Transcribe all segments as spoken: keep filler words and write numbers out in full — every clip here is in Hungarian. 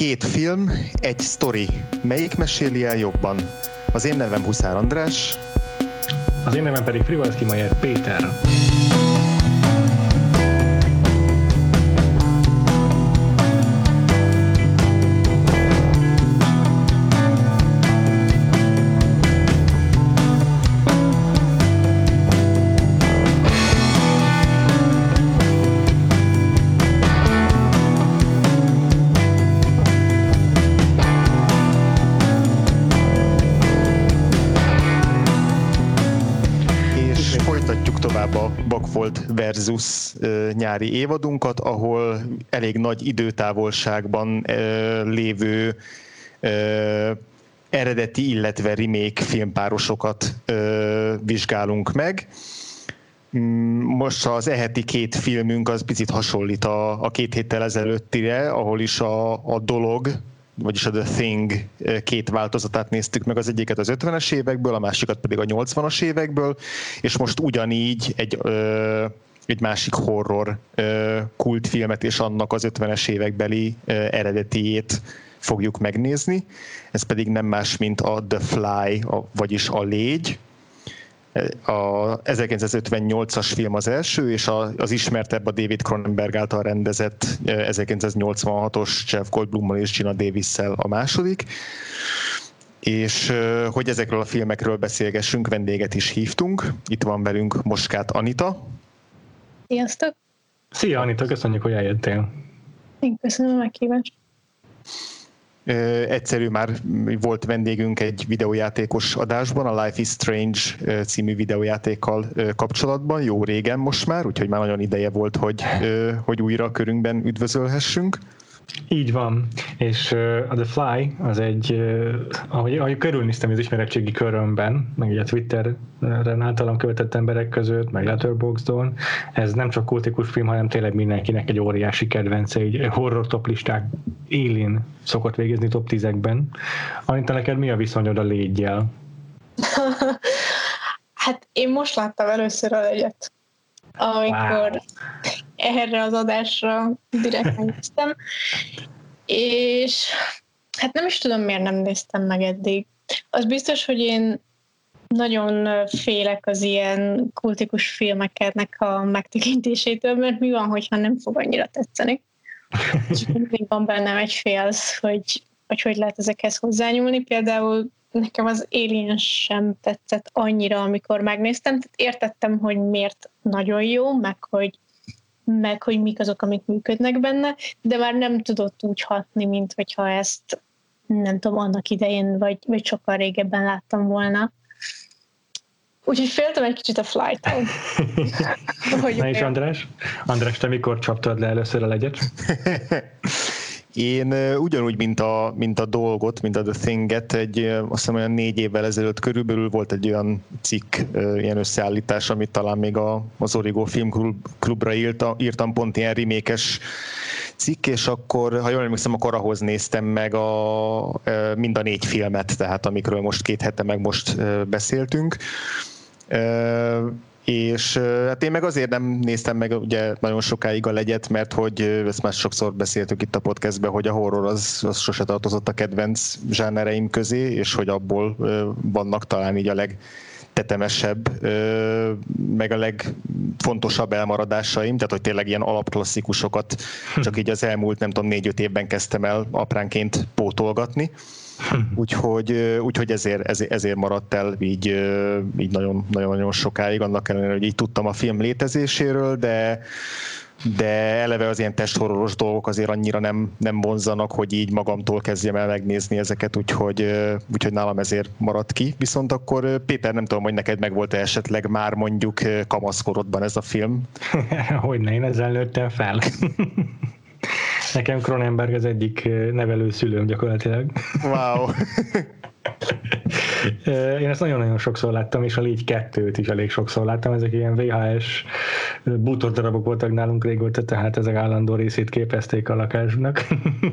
Két film, egy sztori. Melyik meséli el jobban? Az én nevem Huszár András. Az én nevem pedig Frivalszky Mayer Péter. Bakfolt versus uh, nyári évadunkat, ahol elég nagy időtávolságban uh, lévő uh, eredeti, illetve remake filmpárosokat uh, vizsgálunk meg. Most az eheti két filmünk az picit hasonlít a, a két héttel ezelőttire, ahol is a, a dolog, vagyis a The Thing két változatát néztük meg, az egyiket az ötvenes évekből, a másikat pedig a nyolcvanas évekből, és most ugyanígy egy, ö, egy másik horror ö, kultfilmet és annak az ötvenes évekbeli ö, eredetiét fogjuk megnézni. Ez pedig nem más, mint a The Fly, a, vagyis a Légy. A ezerkilencszázötvennyolcas film az első, és az ismertebb a David Cronenberg által rendezett ezerkilencszáznyolcvanhatos Jeff Goldblummal és Gina Davis-szel a második. És hogy ezekről a filmekről beszélgessünk, vendéget is hívtunk. Itt van velünk Moskát Anita. Sziasztok! Szia Anita, köszönjük, hogy eljöttél. Én köszönöm a meghívást. Egyszerű már volt vendégünk egy videójátékos adásban, a Life is Strange című videójátékkal kapcsolatban, jó régen most már, úgyhogy már nagyon ideje volt, hogy, hogy újra a körünkben üdvözölhessünk. Így van, és a The Fly az egy, ahogy, ahogy körülnéztem az ismeretségi körömben, meg a Twitteren általam követett emberek között, meg Letterboxdon, ez nem csak kultikus film, hanem tényleg mindenkinek egy óriási kedvence, egy horror top listák élén szokott végezni top tízekben. Anita, neked mi a viszonyod a Légyjel? Hát én most láttam először a Légyet, amikor wow. erre az adásra direkt néztem, és hát nem is tudom, miért nem néztem meg eddig. Az biztos, hogy én nagyon félek az ilyen kultikus filmeknek a megtekintésétől, mert mi van, hogyha nem fog annyira tetszeni. És mindig van bennem egy félsz, hogy, hogy hogy lehet ezekhez hozzányúlni. Például nekem az Alien sem tetszett annyira, amikor megnéztem. Tehát értettem, hogy miért nagyon jó, meg hogy, meg hogy mik azok, amik működnek benne, de már nem tudott úgy hatni, mint hogyha ezt nem tudom, annak idején, vagy, vagy sokkal régebben láttam volna. Úgyhogy féltem egy kicsit a Fly-tól. Na és András? András, te mikor csaptad le először a Legyet? Én ugyanúgy, mint a, mint a dolgot, mint a The Thing-et, egy, azt hiszem olyan négy évvel ezelőtt körülbelül volt egy olyan cikk, ilyen összeállítás, amit talán még a, az Origo Filmklubra írta, írtam, pont ilyen remékes cikk, és akkor, ha jól emlékszem, akkor ahhoz néztem meg a, mind a négy filmet, tehát amikről most két hete meg most beszéltünk. És hát én meg azért nem néztem meg ugye nagyon sokáig a Legyet, mert hogy ezt már sokszor beszéltük itt a podcastben, hogy a horror az, az sose tartozott a kedvenc zsánereim közé, és hogy abból vannak talán így a legtetemesebb, meg a legfontosabb elmaradásaim, tehát hogy tényleg ilyen alapklasszikusokat csak így az elmúlt, nem tudom, négy-öt évben kezdtem el apránként pótolgatni. Úgyhogy, úgyhogy ezért, ezért, ezért maradt el így, így nagyon, nagyon sokáig, annak ellenére, hogy így tudtam a film létezéséről, de, de eleve az ilyen testhorroros dolgok azért annyira nem, nem vonzanak, hogy így magamtól kezdjem el megnézni ezeket, úgyhogy, úgyhogy nálam ezért maradt ki. Viszont akkor Péter, nem tudom, hogy neked meg volt-e esetleg már mondjuk kamaszkorodban ez a film? Hogyne, én ezzel nőttem fel. Nekem Cronenberg az egyik nevelőszülőm gyakorlatilag. Wow! Én ezt nagyon-nagyon sokszor láttam, és a Légy kettőt is elég sokszor láttam. Ezek ilyen vé há es bútordarabok voltak nálunk régóta, tehát ezek állandó részét képezték a lakásnak.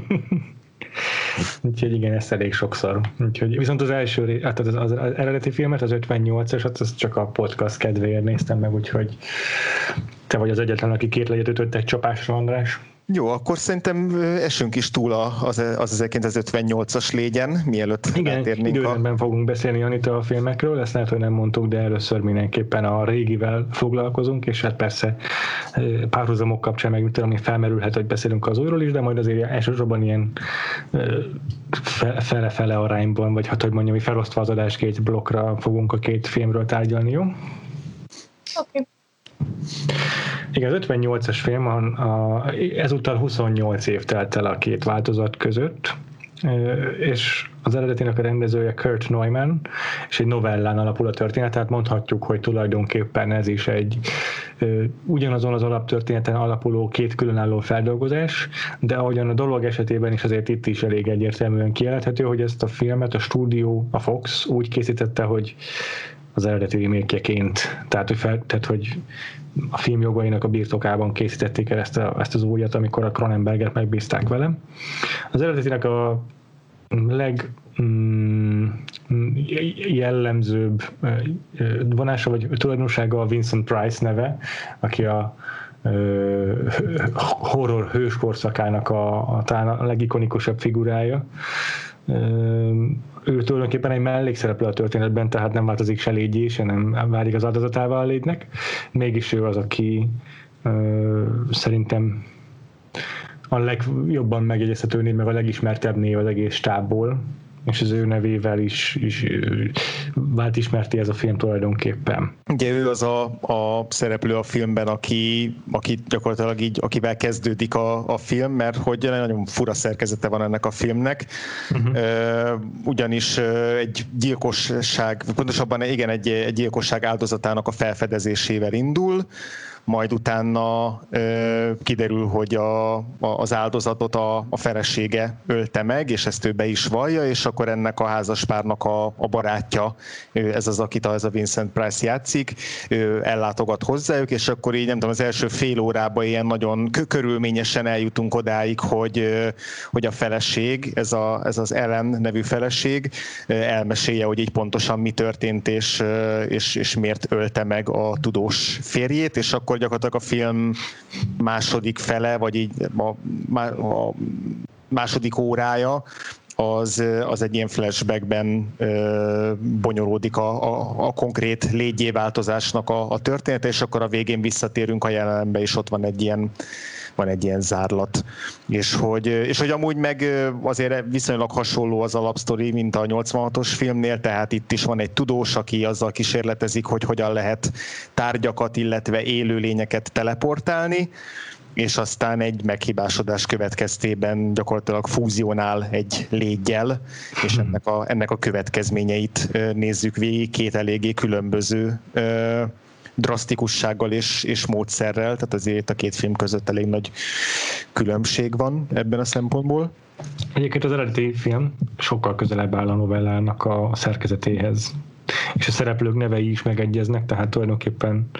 Úgyhogy igen, ezt elég sokszor. Úgyhogy, viszont az első, hát az, az, az eredeti filmet, az ötvennyolcas, hát azt csak a podcast kedvéért néztem meg, úgyhogy te vagy az egyetlen, aki két legyet ütött egy csapásra, András. Jó, akkor szerintem esünk is túl az, az ezerkilencszázötvennyolcas légyen, mielőtt igen, rátérnénk. Igen, időrendben fogunk beszélni Anita a filmekről, ezt lehet, hogy nem mondtuk, de először mindenképpen a régivel foglalkozunk, és hát persze párhuzamok kapcsán meg tudom, hogy felmerülhet, hogy beszélünk az újról is, de majd azért elsősorban ilyen fele-fele arányban, vagy hát hogy mondjam, hogy felosztva az adás két blokkra fogunk a két filmről tárgyalni, jó? Oké. Okay. Igen, az ötvennyolcas film, a, a, ezúttal huszonnyolc év telt el a két változat között, és az eredetinek a rendezője Kurt Neumann, és egy novellán alapul a történet, tehát mondhatjuk, hogy tulajdonképpen ez is egy ugyanazon az alaptörténeten alapuló két különálló feldolgozás, de ahogyan a dolog esetében is azért itt is elég egyértelműen kijelenthető, hogy ezt a filmet a stúdió, a Fox úgy készítette, hogy az eredeti remake-jeként, tehát hogy, fel, tehát, hogy a filmjogainak a birtokában készítették el ezt, a, ezt az újat, amikor a Cronenberget megbízták vele. Az eredetinek a leg mm, jellemzőbb vonása, vagy tulajdonsága a Vincent Price neve, aki a horror hőskorszakának a, a, a legikonikusabb figurája. Ő tulajdonképpen egy mellékszereplő a történetben, tehát nem változik se légyé, se nem válik az áldozatává a légynek. Mégis ő az, aki ö, szerintem a legjobban megjegyezhető név, meg a legismertebb név az egész stábból, és az ő nevével is, is vált ismerté ez a film tulajdonképpen. Ugye ő az a, a szereplő a filmben, aki, aki gyakorlatilag így, akivel kezdődik a, a film, mert hogy nagyon fura szerkezete van ennek a filmnek. Uh-huh. Uh, ugyanis egy gyilkosság, pontosabban igen, egy, egy gyilkosság áldozatának a felfedezésével indul, majd utána ö, kiderül, hogy a, a, az áldozatot a, a felesége ölte meg, és ezt ő be is vallja, és akkor ennek a házaspárnak a, a barátja, ez az, akit ez a Vincent Price játszik, ő ellátogat hozzájuk, és akkor így nem tudom, az első fél órában ilyen nagyon körülményesen eljutunk odáig, hogy, hogy a feleség, ez, a, ez az Ellen nevű feleség elmesélje, hogy így pontosan mi történt, és, és, és miért ölte meg a tudós férjét, és akkor gyakorlatilag a film második fele, vagy így a, a második órája, az, az egy ilyen flashbackben ö, bonyolódik a, a, a konkrét légyéváltozásnak a, a története, és akkor a végén visszatérünk a jelenbe, és ott van egy ilyen van egy ilyen zárlat. És hogy, és hogy amúgy meg azért viszonylag hasonló az alapsztori, mint a nyolcvanhatos filmnél, tehát itt is van egy tudós, aki azzal kísérletezik, hogy hogyan lehet tárgyakat, illetve élőlényeket teleportálni, és aztán egy meghibásodás következtében gyakorlatilag fúzionál egy léggyel, és ennek a, ennek a következményeit nézzük végig két eléggé különböző drasztikussággal és, és módszerrel, tehát azért a két film között elég nagy különbség van ebben a szempontból. Egyébként az eredeti film sokkal közelebb áll a novellának a szerkezetéhez, és a szereplők nevei is megegyeznek, tehát tulajdonképpen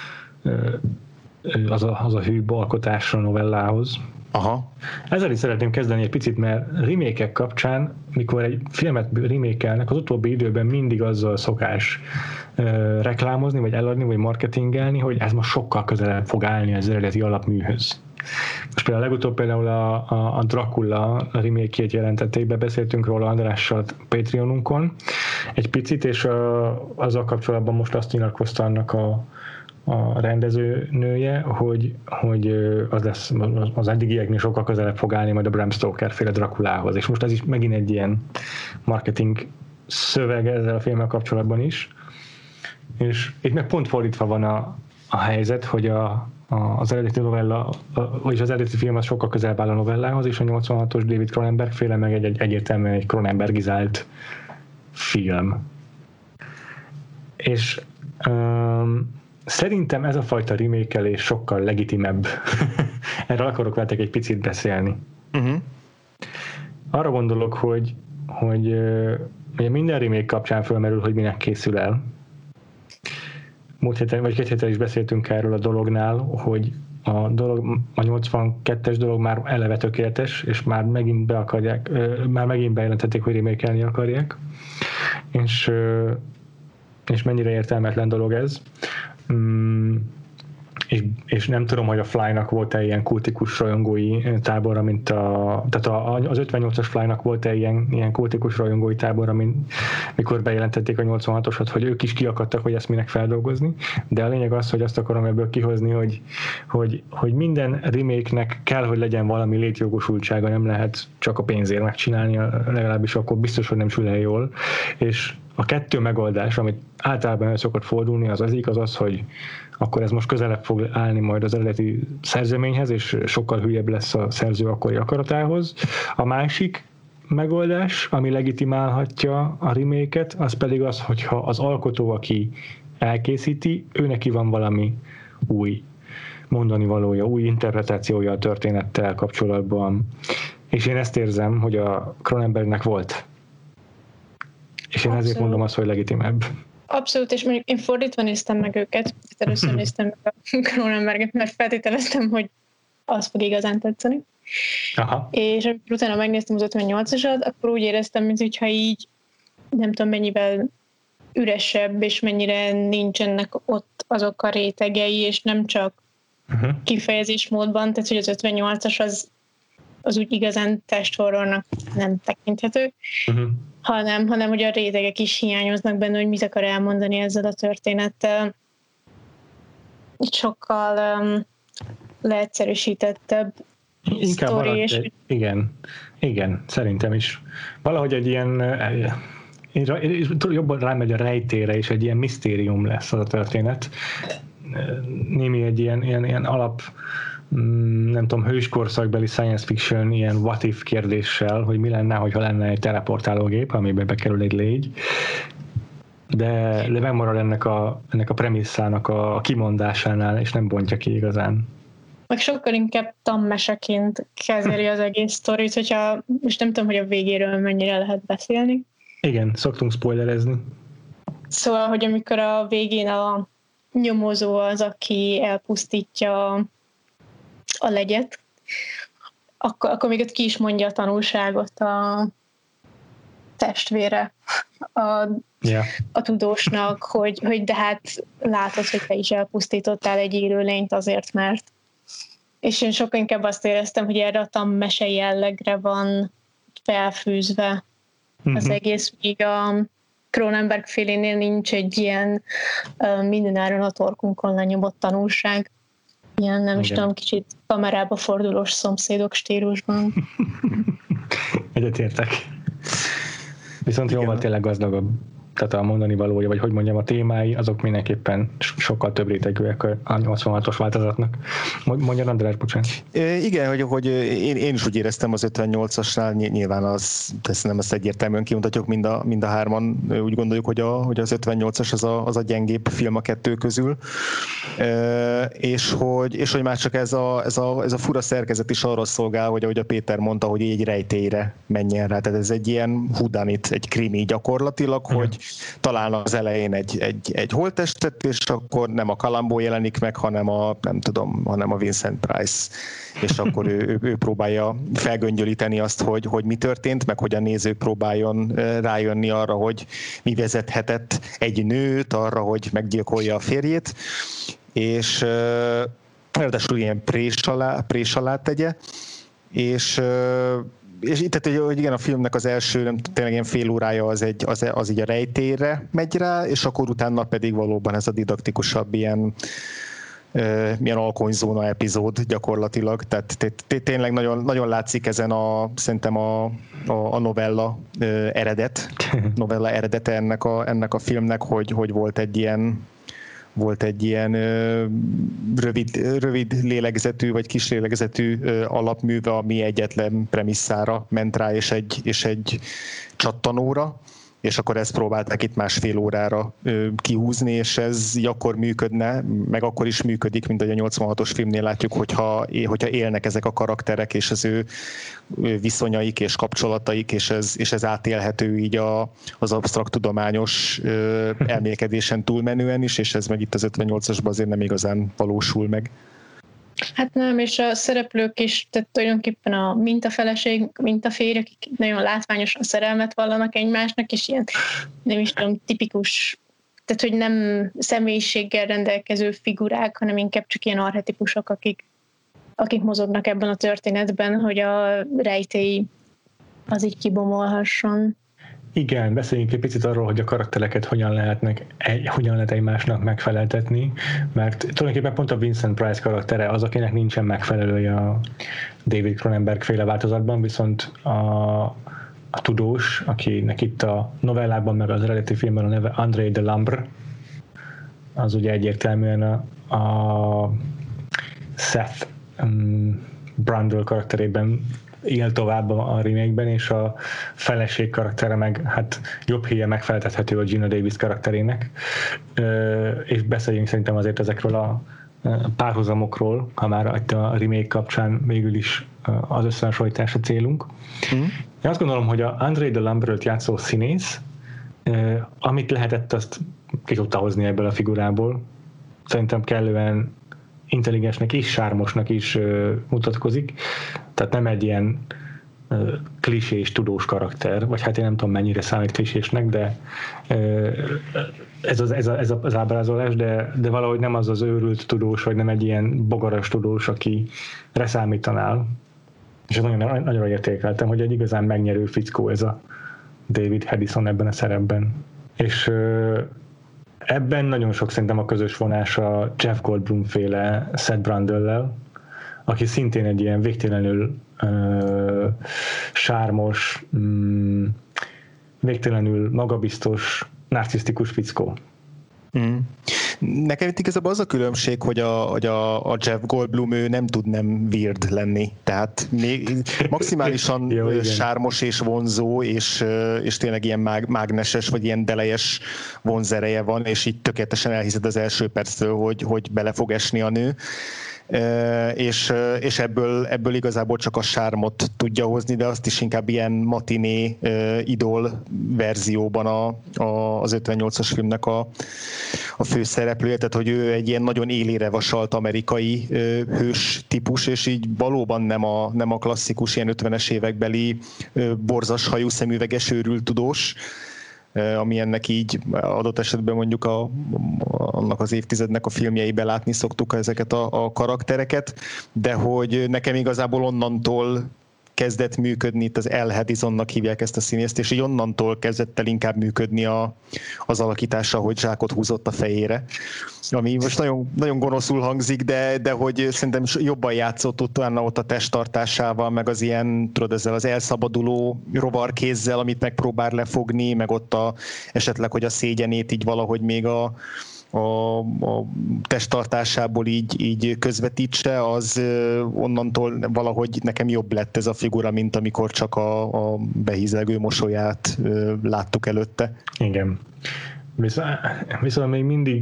az a, az a hűbb alkotás a novellához. Aha. Ezzel is szeretném kezdeni egy picit, mert remake-ek kapcsán, mikor egy filmet remake-elnek, az utóbbi időben mindig azzal szokás uh, reklámozni, vagy eladni, vagy marketingelni, hogy ez most sokkal közelebb fog állni az eredeti alapműhöz. Most például legutóbb például a, a, a Dracula remake-jét jelentették be, beszéltünk róla Andrással Patreonunkon egy picit, és a, azzal kapcsolatban most azt nyilatkozta annak a a rendezőnője, hogy, hogy az lesz az eddigieknél sokkal közelebb fog állni majd a Bram Stoker féle Draculához. És most ez is megint egy ilyen marketing szöveg ezzel a filmmel kapcsolatban is. És itt meg pont fordítva van a, a helyzet, hogy a, a, az eredeti novella, a, vagyis az eredeti film az sokkal közelebb áll a novellához, és a nyolcvanhatos David Cronenberg féle meg egy, egy egyértelműen egy Cronenbergizált film. És um, szerintem ez a fajta remake-elés sokkal legitimebb. Erről akarok veletek egy picit beszélni. Uh-huh. Arra gondolok, hogy, hogy ugye minden remake kapcsán felmerül, hogy minek készül el. Múlt héten, vagy két héten is beszéltünk erről a dolognál, hogy a, dolog, a nyolcvankettes dolog már eleve tökéletes, és már megint be akarják, már megint bejelentették, hogy remake-elni akarják. És, és mennyire értelmetlen dolog ez. és, és nem tudom, hogy a Fly-nak volt-e ilyen kultikus rajongói tábora, mint a, tehát a, az ötvennyolcas Fly-nak volt-e ilyen, ilyen kultikus rajongói tábora, mint mikor bejelentették a nyolcvanhatosat, hogy ők is kiakadtak, hogy ezt minek feldolgozni, de a lényeg az, hogy azt akarom ebből kihozni, hogy, hogy, hogy minden remake-nek kell, hogy legyen valami létjogosultsága, nem lehet csak a pénzért megcsinálni, legalábbis akkor biztos, hogy nem sül el jól, és a kettő megoldás, amit általában el szokott fordulni, az az az az, hogy akkor ez most közelebb fog állni majd az eredeti szerzeményhez, és sokkal hülyebb lesz a szerző akkori akaratához. A másik megoldás, ami legitimálhatja a remake-et, az pedig az, hogyha az alkotó, aki elkészíti, ő neki van valami új mondani valója, új interpretációja a történettel kapcsolatban. És én ezt érzem, hogy a Cronenbergnek volt. És én Abszolút. Ezért mondom azt, hogy legitimebb. Abszolút, és mondjuk én fordítva néztem meg őket, először néztem meg a Cronenberget, mert feltételeztem, hogy az fog igazán tetszeni. Aha. És amikor utána megnéztem az ötvennyolcasat, akkor úgy éreztem, mintha így nem tudom mennyivel üresebb, és mennyire nincsenek ott azok a rétegei, és nem csak uh-huh. kifejezésmódban, tehát hogy az ötvennyolcas az, az úgy igazán testhorrornak nem tekinthető, uh-huh. hanem, hanem hogy a rétegek is hiányoznak benne, hogy mit akar elmondani ezzel a történettel. Sokkal um, leegyszerűsítettebb Inkább sztori. És... Egy, igen, igen, szerintem is. Valahogy egy ilyen, jobban rámegy a rejtére, és egy ilyen misztérium lesz az a történet. Némi egy ilyen, ilyen, ilyen alap, nem tudom, hőskorszakbeli science fiction, ilyen what if kérdéssel, hogy mi lenne, hogyha lenne egy teleportálógép, amiben bekerül egy légy, de, de megmarad ennek a, ennek a premisszának a, a kimondásánál, és nem bontja ki igazán. Meg sokkal inkább tanmeseként kezeli az egész sztorit, hogyha most nem tudom, hogy a végéről mennyire lehet beszélni. Igen, szoktunk spoilerezni. Szóval, hogy amikor a végén a nyomozó az, aki elpusztítja a legyet, akkor, akkor még ott ki is mondja a tanulságot a testvére a, yeah. a tudósnak, hogy, hogy de hát látod, hogy te is elpusztítottál egy élőlényt azért, mert és én sokkal inkább azt éreztem, hogy erre a tanmese jellegre van felfűzve uh-huh. az egész, míg a Cronenberg félénél nincs egy ilyen uh, mindenáron a torkunkon lenyomott tanulság. Ilyen, nem Igen. is tudom, kicsit kamerába fordulós szomszédok stílusban. Egyetértek. Viszont jóval tényleg gazdagabb. Tehát a mondani valója, vagy hogy mondjam, a témái, azok mindenképpen sokkal több rétegűek a nyolcvanhatos változatnak. Mondja András, bocsánat. Igen, hogy, hogy én, én is úgy éreztem az ötvennyolcasnál, nyilván az, ezt nem ezt egyértelműen kimutatjuk, mind a, mind a hárman úgy gondoljuk, hogy, a, hogy az ötvennyolcas az a, az a gyengébb film a kettő közül, e, és, hogy, és hogy már csak ez a, ez, a, ez a fura szerkezet is arra szolgál, hogy ahogy a Péter mondta, hogy egy rejtélyre menjen rá, tehát ez egy ilyen whodunit, egy krimi gyakorlatilag, hmm. hogy találnak az elején egy, egy, egy holttestet, és akkor nem a Columbo jelenik meg, hanem a, nem tudom, hanem a Vincent Price. És akkor ő, ő, ő próbálja felgöngyölíteni azt, hogy, hogy mi történt, meg hogy a néző próbáljon rájönni arra, hogy mi vezethetett egy nőt arra, hogy meggyilkolja a férjét, és ráadásul ilyen prés alá, prés alá tegye, és és itt, tehát, hogy igen, a filmnek az első, nem tényleg ilyen fél órája az, egy, az, az így a rejtélyre megy rá, és akkor utána pedig valóban ez a didaktikusabb ilyen, e, ilyen alkonyzóna epizód gyakorlatilag, tehát tényleg nagyon, nagyon látszik ezen a, szerintem a, a, a novella e, eredet, novella eredete ennek a, ennek a filmnek, hogy, hogy volt egy ilyen volt egy ilyen ö, rövid, rövid lélegzetű, vagy kis lélegzetű ö, alapműve, ami egyetlen premisszára ment rá, és egy, és egy csattanóra, és akkor ezt próbálták itt másfél órára ö, kihúzni, és ez akkor működne, meg akkor is működik, mint ahogy a nyolcvanhatos filmnél látjuk, hogyha, hogyha élnek ezek a karakterek, és az ő viszonyaik és kapcsolataik, és ez, és ez átélhető így a, az absztrakt tudományos ö, elmélkedésen túlmenően is, és ez meg itt az ötvennyolcasban azért nem igazán valósul meg. Hát nem, és a szereplők is, tehát tulajdonképpen a mintafeleség, mintaférj, akik nagyon látványosan szerelmet vallanak egymásnak, és ilyen, nem is tudom, tipikus tehát hogy nem személyiséggel rendelkező figurák, hanem inkább csak ilyen archetipusok, akik, akik mozognak ebben a történetben, hogy a rejtély az így kibomolhasson. Igen, beszéljünk egy picit arról, hogy a karaktereket hogyan lehetnek, egy, hogyan lehet egymásnak megfeleltetni, mert tulajdonképpen pont a Vincent Price karaktere az, akinek nincsen megfelelője a David Cronenberg féle változatban, viszont a, a tudós, akinek itt a novellában meg az eredeti filmben a neve André de Lambre, az ugye egyértelműen a, a Seth um, Brundle karakterében él tovább a remake-ben, és a feleség karaktere meg hát jobb híje megfeleltethető a Gina Davis karakterének. És beszéljünk szerintem azért ezekről a párhuzamokról, ha már itt a remake kapcsán végül is az összehasonlítás a célunk. Mm. Én azt gondolom, hogy a André de Lambre-t játszó színész, amit lehetett, azt ki tudta hozni ebből a figurából. Szerintem kellően intelligensnek és sármosnak is uh, mutatkozik, tehát nem egy ilyen uh, klisés, tudós karakter, vagy hát én nem tudom mennyire számít klisésnek, de uh, ez, az, ez, a, ez az ábrázolás, de, de valahogy nem az az őrült tudós, vagy nem egy ilyen bogaras tudós, akire számítanál. És ezt nagyon, nagyon értékeltem, hogy egy igazán megnyerő fickó ez a David Hedison ebben a szerepben. És uh, ebben nagyon sok szerintem a közös vonás a Jeff Goldblum féle Seth Brundle-lel, aki szintén egy ilyen végtelenül uh, sármos, um, végtelenül magabiztos, narcisztikus fickó. Mm. Nekem itt igazából az a különbség, hogy a, hogy a, a Jeff Goldblum ő nem tud nem weird lenni. Tehát még maximálisan Jó, sármos és vonzó, és, és tényleg ilyen mág, mágneses, vagy ilyen delejes vonzereje van, és így tökéletesen elhiszed az első perctől, hogy, hogy bele fog esni a nő. Uh, és, és ebből, ebből igazából csak a sármot tudja hozni, de azt is inkább ilyen matiné uh, idol verzióban a, a, az ötvennyolcas filmnek a, a főszereplője, tehát hogy ő egy ilyen nagyon élére vasalt amerikai uh, hős típus, és így valóban nem a, nem a klasszikus ilyen ötvenes évekbeli uh, borzas hajú szemüveges őrült tudós, ami ennek így adott esetben mondjuk a, annak az évtizednek a filmjeiben látni szoktuk ezeket a, a karaktereket, de hogy nekem igazából onnantól kezdett működni, itt az Elle Hedisonnak hívják ezt a színészt, és így onnantól kezdett el inkább működni a, az alakítása, hogy zsákot húzott a fejére. Ami most nagyon, nagyon gonoszul hangzik, de, de hogy szerintem jobban játszott utána ott a testtartásával, meg az ilyen, tudod, ezzel az elszabaduló rovarkézzel, amit megpróbál lefogni, meg ott a, esetleg, hogy a szégyenét így valahogy még a A, a testtartásából így, így közvetítse, az onnantól valahogy nekem jobb lett ez a figura, mint amikor csak a, a behízelgő mosolyát láttuk előtte. Igen. Viszont, viszont még mindig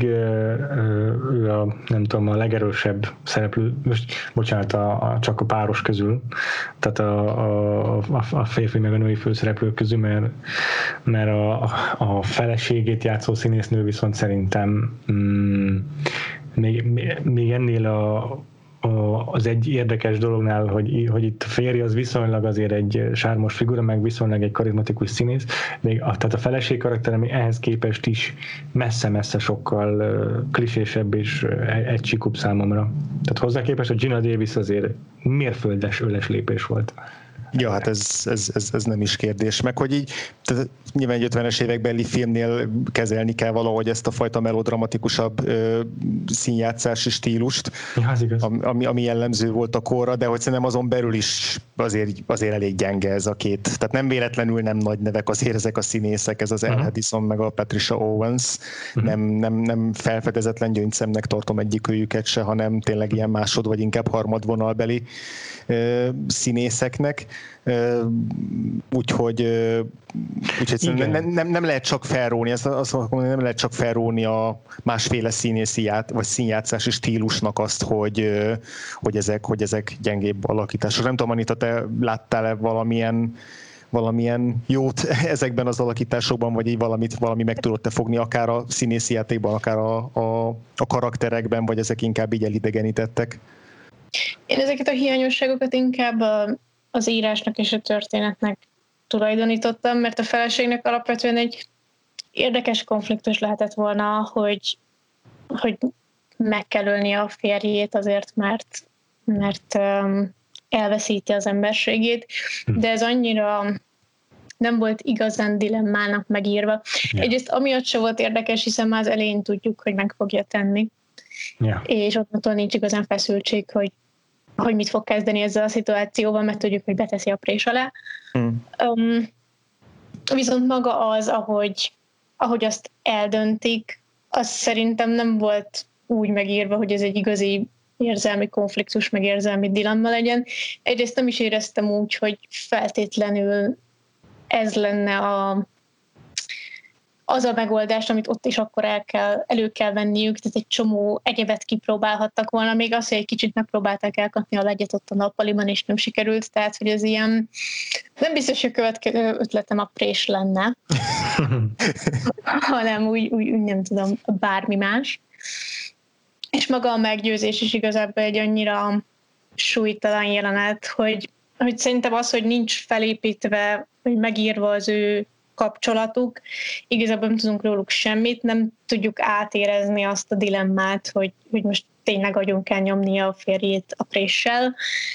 ő a, nem tudom, a legerősebb szereplő, most bocsánat, a, a, csak a páros közül, tehát a, a, a férfi meg a női főszereplők közül, mert, mert a, a feleségét játszó színésznő viszont szerintem mm, még, még ennél a az egy érdekes dolognál, hogy, hogy itt a férj az viszonylag azért egy sármos figura, meg viszonylag egy karizmatikus színész, még a, tehát a feleség karakter, ami ehhez képest is messze-messze sokkal uh, klisésebb és uh, egysíkúbb számomra. Tehát hozzá képest a Gina Davis azért mérföldes öles lépés volt. Ja, hát ez, ez, ez, ez nem is kérdés. Meg hogy így, tehát nyilván egy ötvenes évekbeli filmnél kezelni kell valahogy ezt a fajta melodramatikusabb ö, színjátszási stílust, ja, az igaz. ami, ami jellemző volt a korra, de hogy szerintem azon belül is azért, azért elég gyenge ez a két. Tehát nem véletlenül nem nagy nevek azért ezek a színészek, ez az Elle uh-huh. Hedison meg a Patricia Owens. Uh-huh. Nem, nem, nem felfedezetlen gyöngyszemnek tartom egyikőjüket se, hanem tényleg ilyen másod vagy inkább harmadvonalbeli ö, színészeknek. Úgyhogy, úgyhogy nem, nem, nem lehet csak felróni, azt, azt mondom, nem lehet csak felróni a másféle színészi ját, vagy színjátszási stílusnak azt, hogy, hogy, ezek, hogy ezek gyengébb alakítások. Nem tudom, Anita, te láttál-e valamilyen, valamilyen jót ezekben az alakításokban, vagy így valamit, valami meg tudod-e fogni, akár a színészi játékban, akár a, a, a karakterekben, vagy ezek inkább így elidegenítettek? Én ezeket a hiányosságokat inkább a az írásnak és a történetnek tulajdonítottam, mert a feleségnek alapvetően egy érdekes konfliktus lehetett volna, hogy, hogy meg kell ölni a férjét azért, mert, mert um, elveszíti az emberségét, de ez annyira nem volt igazán dilemmának megírva. Yeah. Egyrészt amiatt se volt érdekes, hiszen már az elején tudjuk, hogy meg fogja tenni. Yeah. És ott nincs igazán feszültség, hogy, hogy mit fog kezdeni ezzel a szituációval, mert tudjuk, hogy beteszi a prés alá. Mm. Um, viszont maga az, ahogy, ahogy azt eldöntik, az szerintem nem volt úgy megírva, hogy ez egy igazi érzelmi konfliktus, meg érzelmi dilemma legyen. Egyrészt nem is éreztem úgy, hogy feltétlenül ez lenne a, az a megoldás, amit ott is akkor el kell, elő kell venniük, tehát egy csomó egyebet kipróbálhattak volna, még az, hogy egy kicsit megpróbálták elkapni a legyet ott a nappaliban, és nem sikerült, tehát hogy ez ilyen, nem biztos, hogy a következő ötletem a prés lenne, hanem úgy, úgy, úgy nem tudom, bármi más. És maga a meggyőzés is igazából egy annyira súlytalan jelenet, hogy, hogy szerintem az, hogy nincs felépítve, hogy megírva az ő kapcsolatuk, igazából nem tudunk róluk semmit, nem tudjuk átérezni azt a dilemmát, hogy, hogy most tényleg agyon kell nyomnia a férjét a préssel.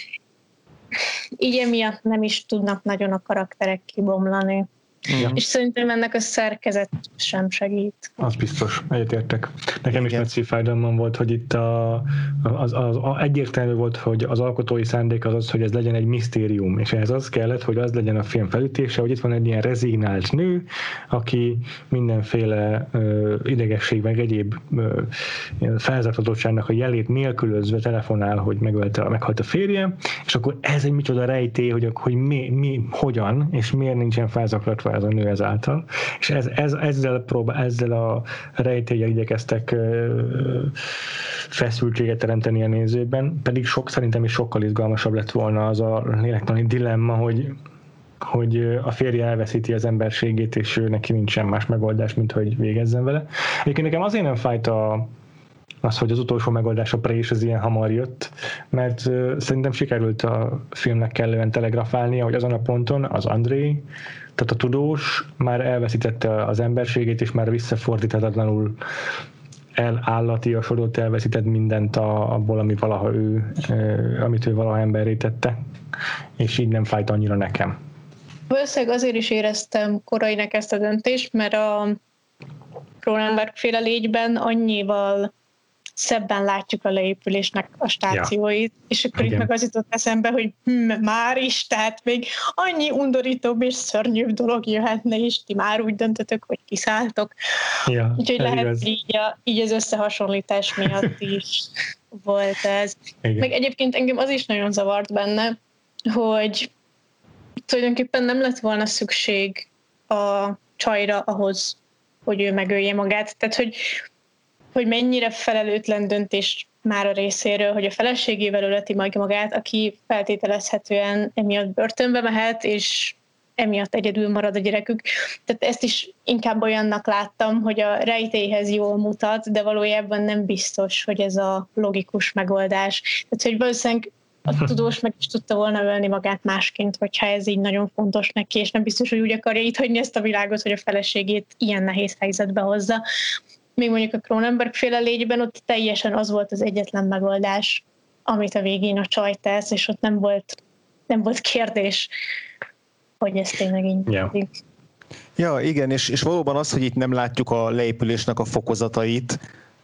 Így emiatt nem is tudnak nagyon a karakterek kibomlani. Ja. És szerintem ennek a szerkezet sem segít. Az biztos, egyetértek. Nekem is nagy szívfájdalmam volt, hogy itt a, az, az, az egyértelmű volt, hogy az alkotói szándék az az, hogy ez legyen egy misztérium, és ehhez az kellett, hogy az legyen a film felütése, hogy itt van egy ilyen rezignált nő, aki mindenféle ö, idegesség, meg egyéb ö, felzárkózottságnak a jelét nélkülözve telefonál, hogy megölte, meghalt a férje, és akkor ez egy micsoda rejtély, hogy, hogy mi, mi, hogyan, és miért nincsen felzaklatva ez a nő ezáltal. És ez, ez, ezzel, próbál, ezzel a rejtéllyel igyekeztek feszültséget teremteni a nézőben, pedig sok, szerintem is sokkal izgalmasabb lett volna az a lélektani dilemma, hogy, hogy a férje elveszíti az emberségét, és ő neki nincsen más megoldás, mint hogy végezzen vele. Egyébként nekem azért nem fájt a az, hogy az utolsó megoldás a prés az ilyen hamar jött, mert uh, szerintem sikerült a filmnek kellően telegrafálnia, hogy azon a ponton az André, tehát a tudós már elveszítette az emberségét, és már visszafordíthatatlanul elállatiasodott, elveszített mindent a, abból, ami valaha ő, uh, amit ő valaha emberré tette, és így nem fájt annyira nekem. Valószínűleg azért is éreztem korainak ezt a döntést, mert a Cronenberg-féle légyben annyival szebben látjuk a leépülésnek a stációit, ja. És akkor igen. Itt meg az jutott eszembe, hogy hm, már is, tehát még annyi undorítóbb és szörnyűbb dolog jöhetne, és ti már úgy döntötök, hogy kiszálltok. Ja, úgyhogy lehet, így, a, így az összehasonlítás miatt is volt ez. Igen. Meg egyébként engem az is nagyon zavart benne, hogy tulajdonképpen nem lett volna szükség a csajra ahhoz, hogy ő megölje magát. Tehát, hogy hogy mennyire felelőtlen döntés már a részéről, hogy a feleségével öleti meg magát, aki feltételezhetően emiatt börtönbe mehet, és emiatt egyedül marad a gyerekük. Tehát ezt is inkább olyannak láttam, hogy a rejtélyhez jól mutat, de valójában nem biztos, hogy ez a logikus megoldás. Tehát, hogy valószínűleg a tudós meg is tudta volna ölni magát másként, hogyha ez így nagyon fontos neki, és nem biztos, hogy úgy akarja itt hagyni ezt a világot, hogy a feleségét ilyen nehéz helyzetbe hozza. Még mondjuk a Cronenberg-féle légyben ott teljesen az volt az egyetlen megoldás, amit a végén a csaj tesz, és ott nem volt, nem volt kérdés, hogy ez tényleg így. Yeah. Ja, igen, és, és valóban az, hogy itt nem látjuk a leépülésnek a fokozatait,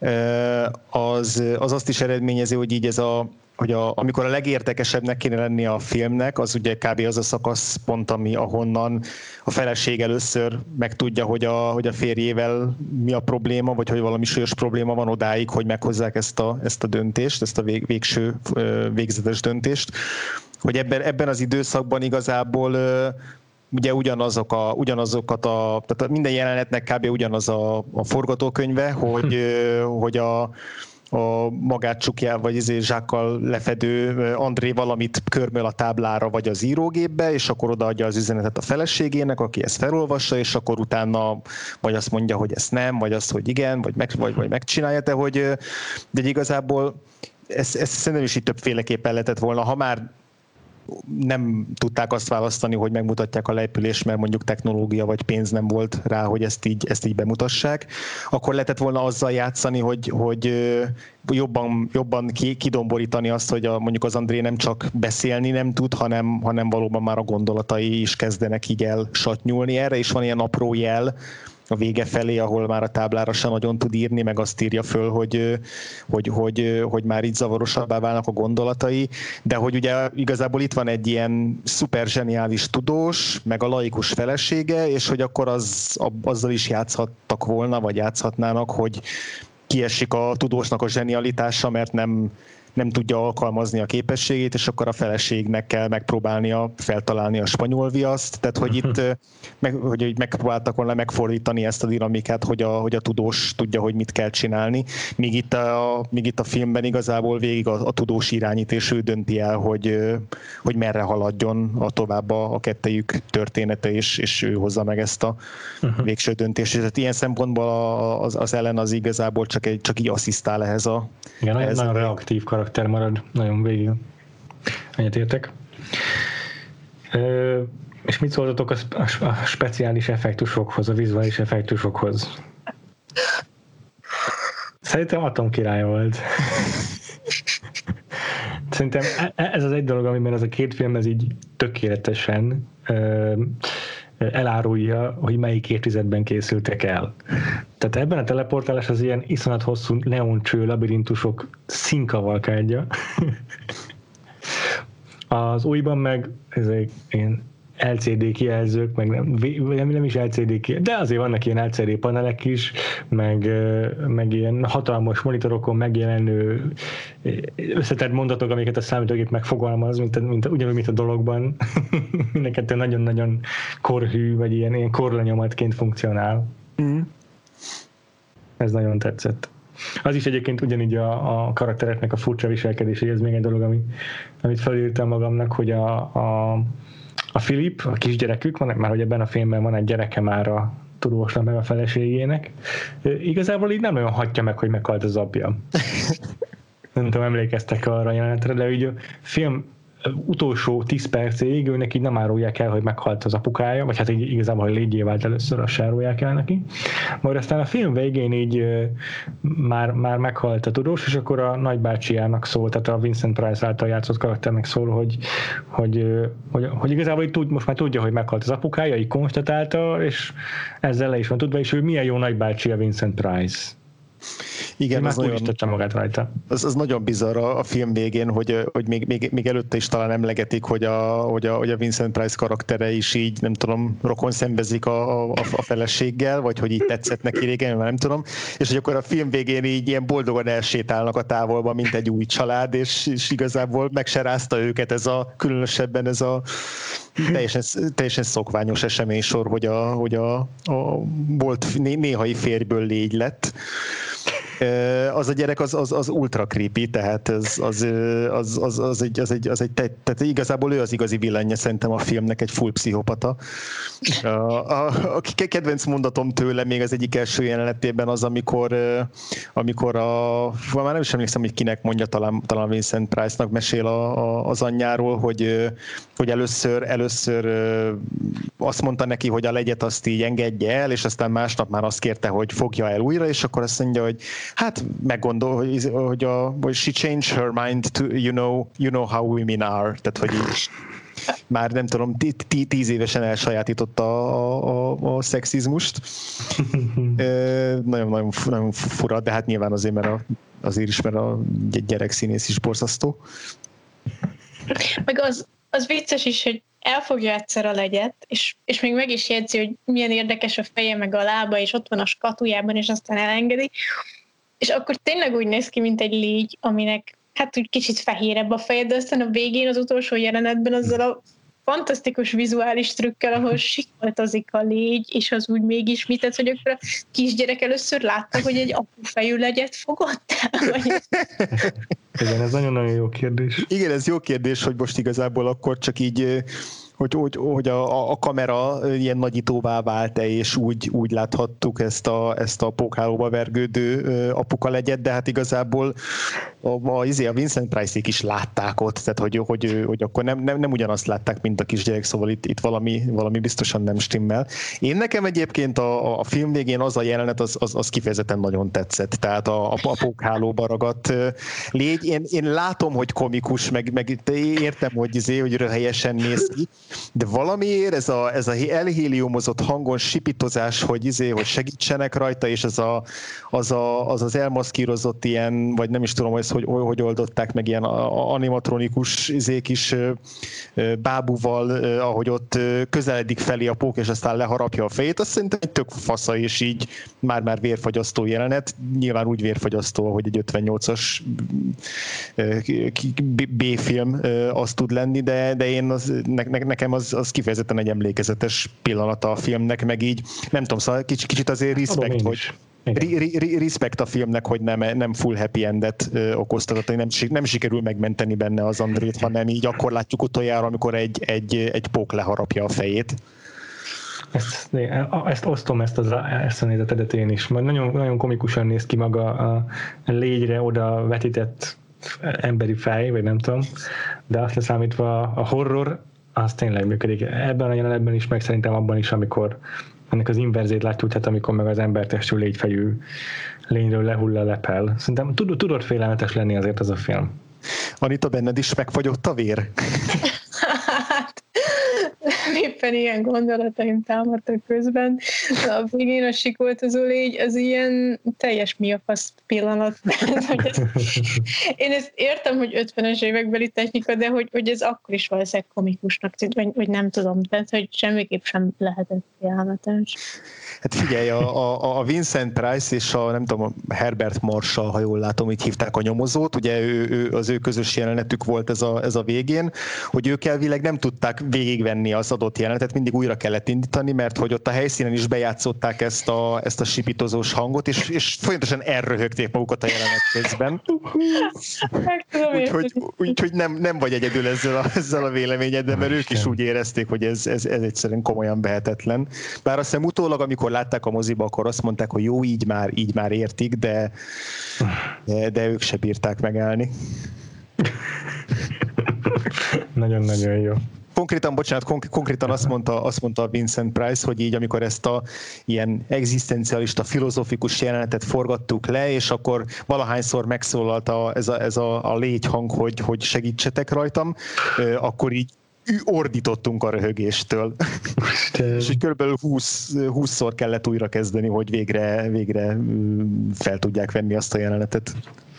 az, az azt is eredményezi, hogy így ez a, hogy a, amikor a legérdekesebbnek kéne lenni a filmnek, az ugye kb. Az a szakaszpont, ami ahonnan a feleség először megtudja, hogy a, hogy a férjével mi a probléma, vagy hogy valami súlyos probléma van odáig, hogy meghozzák ezt a, ezt a döntést, ezt a vég, végső végzetes döntést, hogy ebben, ebben az időszakban igazából ugye ugyanazok a, ugyanazokat a, tehát minden jelenetnek kb. Ugyanaz a, a forgatókönyve, hogy, hogy a, a magát csukjál, vagy izé zsákkal lefedő André valamit körmöl a táblára, vagy az írógépbe, és akkor odaadja az üzenetet a feleségének, aki ezt felolvassa, és akkor utána vagy azt mondja, hogy ezt nem, vagy azt, hogy igen, vagy, meg, vagy, vagy megcsinálja, de hogy de igazából ezt, ezt szerintem is így többféleképpen lehetett volna, ha már nem tudták azt választani, hogy megmutatják a leépülést, mert mondjuk technológia vagy pénz nem volt rá, hogy ezt így, ezt így bemutassák, akkor lehetett volna azzal játszani, hogy, hogy jobban, jobban kidomborítani azt, hogy a, mondjuk az André nem csak beszélni nem tud, hanem, hanem valóban már a gondolatai is kezdenek így elsatnyulni. Erre is van ilyen apró jel a vége felé, ahol már a táblára sem nagyon tud írni, meg azt írja föl, hogy, hogy, hogy, hogy már így zavarosabbá válnak a gondolatai, de hogy ugye igazából itt van egy ilyen szuper zseniális tudós, meg a laikus felesége, és hogy akkor az, azzal is játszhattak volna, vagy játszhatnának, hogy kiesik a tudósnak a zsenialitása, mert nem nem tudja alkalmazni a képességét, és akkor a feleségnek kell megpróbálnia feltalálni a spanyol viaszt, tehát hogy itt meg, hogy megpróbáltak volna megfordítani ezt a dinamikát, hogy a, hogy a tudós tudja, hogy mit kell csinálni, míg itt a, míg itt a filmben igazából végig a, a tudós irányít, és ő dönti el, hogy, hogy merre haladjon a tovább a, a kettejük története, és, és ő hozza meg ezt a uh-huh. végső döntést. Tehát ilyen szempontból az, az Ellen az igazából csak, egy, csak így asszisztál ehhez a... Igen, ehhez nagyon a... reaktív karakter marad, nagyon végig. Egyetértek. Ö, és mit szóltatok a, a, a speciális effektusokhoz, a vizuális effektusokhoz? Szerintem atomkirály volt. Szerintem ez az egy dolog, amiben ez a két film ez így tökéletesen ö, elárulja, hogy melyik évtizedben készültek el. Tehát ebben a teleportálás az ilyen iszonyat hosszú neoncső labirintusok színkavalkádja. Az újban meg ezek ilyen el cé dé kijelzők, meg nem, nem, nem is el cé dé kijelzők, de azért vannak ilyen el cé dé panelek is, meg, meg ilyen hatalmas monitorokon megjelenő összetett mondatok, amiket a számítógép megfogalmaz, mint, mint, ugyanúgy, mint a dologban. Mindenkettő nagyon-nagyon korhű, vagy ilyen, ilyen korlenyomatként funkcionál. Mm. Ez nagyon tetszett. Az is egyébként ugyanígy a, a karaktereknek a furcsa viselkedés, ez még egy dolog, ami, amit felírtam magamnak, hogy a, a A Philip, a kisgyerekük, van, már hogy ebben a filmben van egy gyereke már a tudósnak meg a feleségének, igazából így nem nagyon hagyja meg, hogy meghalt az apja. Nem tudom, emlékeztek arra a jelenetre, de így a film utolsó tíz percéig őnek így nem árulják el, hogy meghalt az apukája, vagy hát így igazából, hogy légyé vált először, azt árulják el neki. Majd aztán a film végén így már, már meghalt a tudós, és akkor a nagybácsiának szól, tehát a Vincent Price által játszott karakternek szól, hogy, hogy, hogy, hogy igazából így tud, most már tudja, hogy meghalt az apukája, így konstatálta, és ezzel le is van tudva, és ő milyen jó nagybácsi a Vincent Price. Igen, az nagyon, magát rajta. Az, az nagyon bizarr a film végén, hogy, hogy még, még, még előtte is talán emlegetik, hogy a, hogy, a, hogy a Vincent Price karaktere is így, nem tudom, rokon szembezik a, a, a feleséggel, vagy hogy így tetszett neki régen, nem tudom, és hogy akkor a film végén így ilyen boldogan elsétálnak a távolba, mint egy új család, és, és igazából meg se rázta őket ez a, különösebben ez a teljesen, teljesen szokványos eseménysor, hogy a, hogy a, a volt néhai férjből légy lett. Az a gyerek az, az, az ultra creepy, tehát az, az, az, az, az, egy, az, egy, az egy, tehát igazából ő az igazi villanje szerintem a filmnek, egy full pszichopata. A, a, a kedvenc mondatom tőle még az egyik első jelenetében az, amikor, amikor a, már nem is emlékszem, hogy kinek mondja, talán, talán Vincent Price-nak mesél a, a, az anyjáról, hogy, hogy először, először azt mondta neki, hogy a legyet azt így engedje el, és aztán másnap már azt kérte, hogy fogja el újra, és akkor azt mondja, hogy hát meggondol, hogy, hogy, a, hogy she changed her mind to, you know, you know how women are, tehát hogy így már nem tudom, tíz évesen elsajátította a, a, a szexizmust. Nagyon-nagyon nagyon fura, de hát nyilván azért, mert a, azért is, mert a gyerekszínész is borzasztó. Meg az, az vicces is, hogy elfogja egyszer a legyet, és, és még meg is jegyzi, hogy milyen érdekes a feje, meg a lába, és ott van a skatujában, és aztán elengedi. És akkor tényleg úgy néz ki, mint egy légy, aminek hát úgy kicsit fehérebb a feje, de aztán a végén az utolsó jelenetben azzal a fantasztikus vizuális trükkel, ahol sikoltozik a légy, és az úgy mégis mit tett, hogy akkor a kisgyerek először látta, hogy egy apufejű legyet fogadtál? Vagy... Igen, ez nagyon-nagyon jó kérdés. Igen, ez jó kérdés, hogy most igazából akkor csak így hogy, hogy, hogy a, a kamera ilyen nagyítóvá vált-e, és úgy, úgy láthattuk ezt a, ezt a pókhálóba vergődő apuka legyet, de hát igazából a, a, a Vincent Price-ék is látták ott, tehát hogy, hogy, hogy akkor nem, nem, nem ugyanazt látták, mint a kisgyerek, szóval itt, itt valami, valami biztosan nem stimmel. Én nekem egyébként a, a film végén az a jelenet, az, az, az kifejezetten nagyon tetszett, tehát a, a, a pókhálóba ragadt légy. Én, én látom, hogy komikus, meg, meg értem, hogy, izé, hogy röhelyesen néz ki, de valamiért ez a, ez a elhéliumozott hangon sipitozás, hogy, izé, hogy segítsenek rajta, és ez a, az, a, az az elmaszkírozott ilyen, vagy nem is tudom, hogy, hogy, hogy oldották meg ilyen animatronikus izé, kis bábúval, ahogy ott közeledik felé a pók, és aztán leharapja a fejét, azt szerintem egy tök fasza, és így már-már vérfagyasztó jelenet. Nyilván úgy vérfagyasztó, hogy egy ötvennyolcas B-film az tud lenni, de, de én az, ne, nekem az, az kifejezetten egy emlékezetes pillanata a filmnek, meg így, nem tudom, szóval kicsit, kicsit azért respect, hogy respect a filmnek, hogy nem, nem full happy endet okoztatott, hogy nem, nem sikerül megmenteni benne az Andrét, hanem így akkor látjuk utoljára, amikor egy, egy, egy pók leharapja a fejét. Ezt, ezt osztom, ezt, az, ezt a nézetedet én is. Majd nagyon, nagyon komikusan néz ki maga a légyre oda vetített emberi fej, vagy nem tudom, de azt leszámítva a horror, az tényleg működik. Ebben a jelenetben is, meg szerintem abban is, amikor ennek az inverzét látjuk, tehát amikor meg az embertestű légyfejű lényről lehull a lepel. Szerintem tudod, tudod félelmetes lenni azért az a film. Anita, benned is megfagyott a vér? Hát, éppen ilyen gondolataim támadtak közben. A végén a sikoltozó légy, az ilyen teljes mi a fasz pillanat. Én ezt értem, hogy ötvenes évekbeli technika, de hogy, hogy ez akkor is valószínűleg komikusnak tűnt, vagy, vagy nem tudom, tehát hogy semmiképp sem lehetett félelmetes. Hát figyelj, a, a, a Vincent Price és a, nem tudom, a Herbert Marshall, ha jól látom, így hívták a nyomozót, ugye ő, ő, az ő közös jelenetük volt ez a, ez a végén, hogy ők elvileg nem tudták végigvenni az adott jelenetet, mindig újra kellett indítani, mert hogy ott a helyszínen is bejátszották ezt a, ezt a sipitozós hangot, és, és folyamatosan elröhögték magukat a jelenet közben. Úgyhogy úgy, úgy, nem, nem vagy egyedül ezzel a, ezzel a véleményeddel, mert ők is úgy érezték, hogy ez, ez, ez egyszerűen komolyan vehetetlen. Bár azt hiszem utólag, amikor látták a moziba, akkor azt mondták, hogy jó, így már, így már értik, de, de, de ők se bírták megállni. Nagyon-nagyon jó. Konkrétan, bocsánat, konk- konkrétan azt mondta, azt mondta Vincent Price, hogy így amikor ezt a ilyen egzisztencialista, filozofikus jelenetet forgattuk le, és akkor valahányszor megszólalt a, ez, a, ez a, a légyhang, hogy, hogy segítsetek rajtam, akkor így ordítottunk a röhögéstől. És így körülbelül húsz, húszszor kellett újra kezdeni, hogy végre, végre fel tudják venni azt a jelenetet.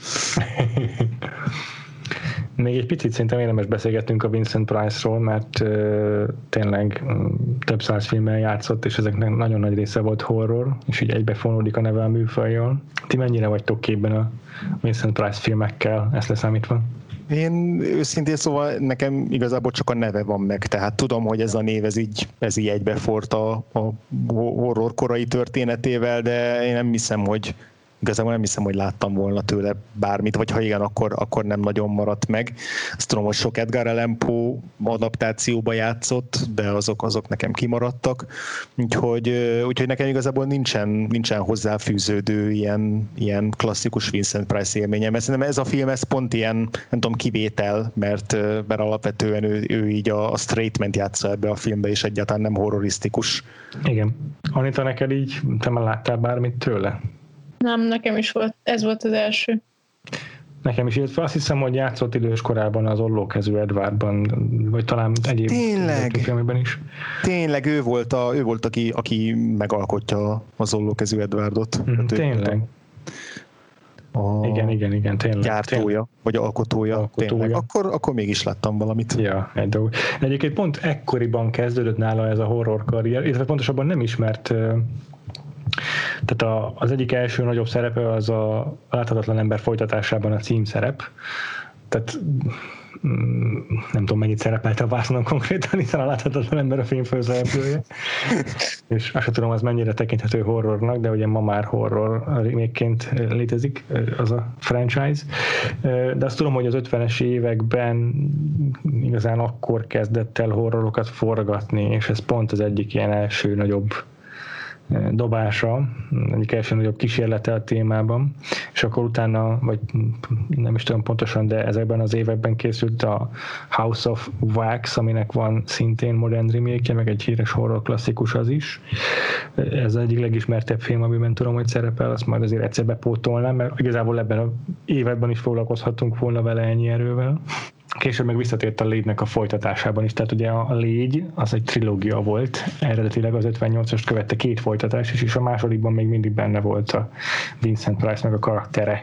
Még egy picit szerintem érdemes beszélgetünk a Vincent Price-ról, mert uh, tényleg um, több száz filmmel játszott, és ezeknek nagyon nagy része volt horror, és így egybefonódik a neve a műfajjal. Ti mennyire vagytok képben a Vincent Price filmekkel, ezt leszámítva? Én őszintén szóval nekem igazából csak a neve van meg, tehát tudom, hogy ez a név ez így, ez így egybefort a, a horror korai történetével, de én nem hiszem, hogy igazából nem hiszem, hogy láttam volna tőle bármit, vagy ha igen, akkor, akkor nem nagyon maradt meg. Azt tudom, hogy sok Edgar Allan Poe adaptációba játszott, de azok, azok nekem kimaradtak. Úgyhogy, úgyhogy nekem igazából nincsen, nincsen hozzáfűződő ilyen, ilyen klasszikus Vincent Price élményem. Szerintem ez a film, ez pont ilyen, nem tudom, kivétel, mert, mert alapvetően ő, ő így a, a straight ment játsza ebbe a filmbe, és egyáltalán nem horrorisztikus. Igen. Anita, neked így, te már láttál bármit tőle? Nem, nekem is volt, ez volt az első. Nekem is, illetve azt hiszem, hogy játszott idős korában az Ollókezű Edwardban, vagy talán egyéb filmben is. Tényleg, ő volt, a, ő volt aki, aki megalkotja az Ollókezű Edwardot. Mm, tényleg. A igen, igen, igen, tényleg. Gyártója, tényleg. Vagy alkotója. alkotója. Akkor, akkor mégis láttam valamit. Ja, egy dolog. Egyébként pont ekkoriban kezdődött nála ez a horror karrier, illetve pontosabban nem ismert. Tehát a, az egyik első nagyobb szerepe az a Láthatatlan ember folytatásában a címszerep. Tehát nem tudom mennyit szerepelt a vásznon konkrétan, hiszen a láthatatlan ember a film főszereplője. És azt sem tudom, az mennyire tekinthető horrornak, de ugye ma már horror remake-ként létezik az a franchise. De azt tudom, hogy az ötvenes években igazán akkor kezdett el horrorokat forgatni, és ez pont az egyik ilyen első nagyobb dobása, egyik első nagyobb kísérlete a témában, és akkor utána, vagy nem is tudom pontosan, de ezekben az években készült a House of Wax, aminek van szintén modern remake-je, meg egy híres horror klasszikus az is. Ez az egyik legismertebb film, amiben tudom, hogy szerepel, azt majd azért egyszer bepótolnám, mert igazából ebben az években is foglalkozhatunk volna vele ennyi erővel. Később meg visszatért a Légynek a folytatásában is, tehát ugye a Légy az egy trilógia volt, eredetileg az ötvennyolcast követte két folytatás, és, és a másodikban még mindig benne volt a Vincent Price meg a karaktere.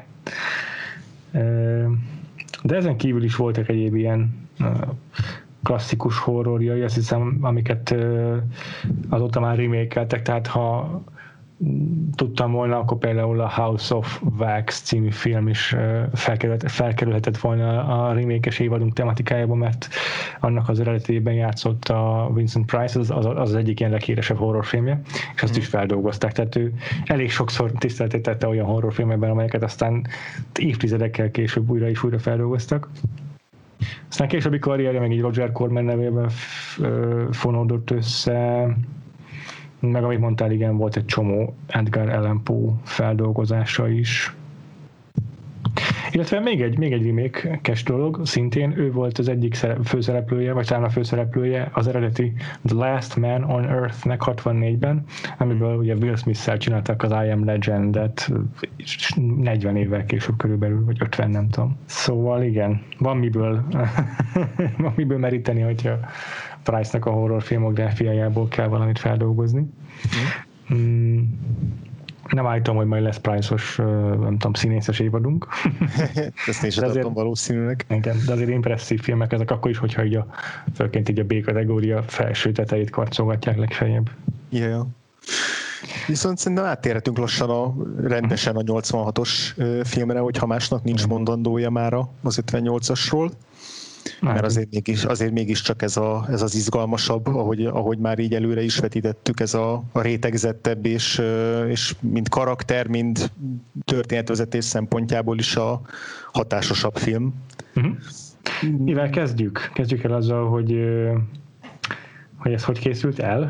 De ezen kívül is voltak egyéb ilyen klasszikus horrorjai, azt hiszem, amiket azóta már remake-eltek, tehát ha tudtam volna, akkor például a House of Wax című film is felkerülhet, felkerülhetett volna a remake-es évadunk tematikájában, mert annak az eredetében játszott a Vincent Price, az az, az egyik ilyen leghíresebb horrorfilmje, és azt mm. is feldolgozták. Tehát ő elég sokszor tiszteletét tette olyan horrorfilmekben, amelyeket aztán évtizedekkel később újra és újra feldolgoztak. Aztán későbbi karrierje meg így Roger Corman nevében fonódott össze, meg amit mondtál, igen, volt egy csomó Edgar Allan Poe feldolgozása is. Illetve még egy, még egy remake-kes dolog, szintén ő volt az egyik főszereplője, vagy talán a főszereplője az eredeti The Last Man on Earth-nek hatvannégyben, amiből ugye Will Smith-szel csináltak az I Am Legend-et negyven évvel később körülbelül, vagy ötven, nem tudom. Szóval igen, van miből, van miből meríteni, hogyha Price-nak a horror filmográfiájából kell valamit feldolgozni. Mm. Mm. Nem állítom, hogy majd lesz Price-os, nem tudom, színészes évadunk. Ezt én sem tartom valószínűleg. Igen, de azért impresszív filmek ezek akkor is, hogyha így a, főként így a B-kategória felső tetejét karcolgatják legfeljebb. Yeah. Viszont szerintem áttérhetünk lassan a, rendesen a nyolcvanhatos filmre, hogyha másnak nincs mondandója már az ötvennyolcasról. Mert azért mégis, azért mégiscsak ez, a, ez az izgalmasabb, ahogy, ahogy már így előre is vetítettük, ez a, a rétegzettebb, és, és mind karakter, mind történetvezetés szempontjából is a hatásosabb film. Uh-huh. Mivel kezdjük? Kezdjük el azzal, hogy, hogy ez hogy készült el?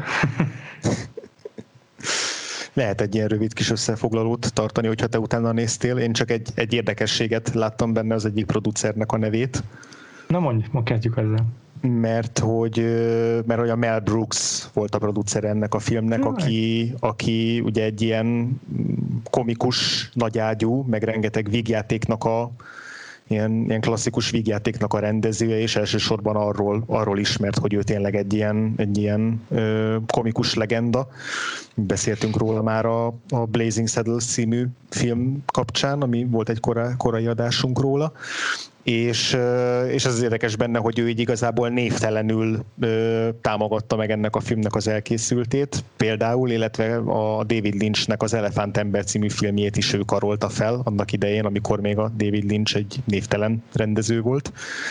Lehet egy ilyen rövid kis összefoglalót tartani, hogyha te utána néztél. Én csak egy, egy érdekességet láttam benne, az egyik producernek a nevét. Na mondj, ma kezdjük ezzel. Mert hogy, mert olyan Mel Brooks volt a producer ennek a filmnek, Jaj. aki, aki ugye egy ilyen komikus, nagyágyú, meg rengeteg vígjátéknak a Ilyen, ilyen klasszikus vígjátéknak a rendezője, és elsősorban arról, arról ismert, hogy ő tényleg egy ilyen, egy ilyen ö, komikus legenda. Beszéltünk róla már a, a Blazing Saddles című film kapcsán, ami volt egy kora, korai adásunk róla. És, és az érdekes benne, hogy ő így igazából névtelenül ö, támogatta meg ennek a filmnek az elkészültét, például, illetve a David Lynchnek az Elefánt ember című filmjét is ő karolta fel annak idején, amikor még a David Lynch egy névtelen rendező volt.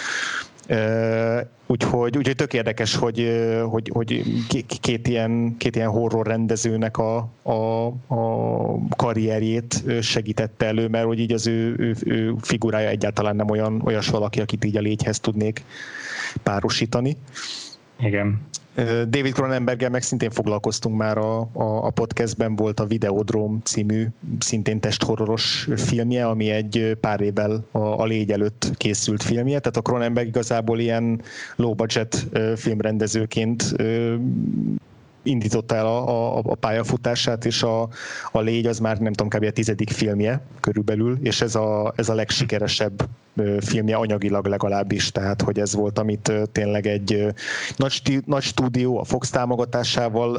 Uh, úgyhogy, úgyhogy tök érdekes, hogy, hogy, hogy két, ilyen, két ilyen horror rendezőnek a, a, a karrierjét segítette elő, mert hogy így az ő, ő, ő figurája egyáltalán nem olyan olyas valaki, akit így a Légyhez tudnék párosítani. Igen. David Cronenberggel meg szintén foglalkoztunk már a, a, a podcastben, volt a Videodrome című szintén testhorroros filmje, ami egy pár évvel a, a Légy előtt készült filmje, tehát a Cronenberg igazából ilyen low budget filmrendezőként indította el a, a, a pályafutását, és a, a Légy az már nem tudom, kb. A tizedik filmje körülbelül, és ez a, ez a legsikeresebb filmje anyagilag legalábbis, tehát hogy ez volt, amit tényleg egy nagy, nagy stúdió a Fox támogatásával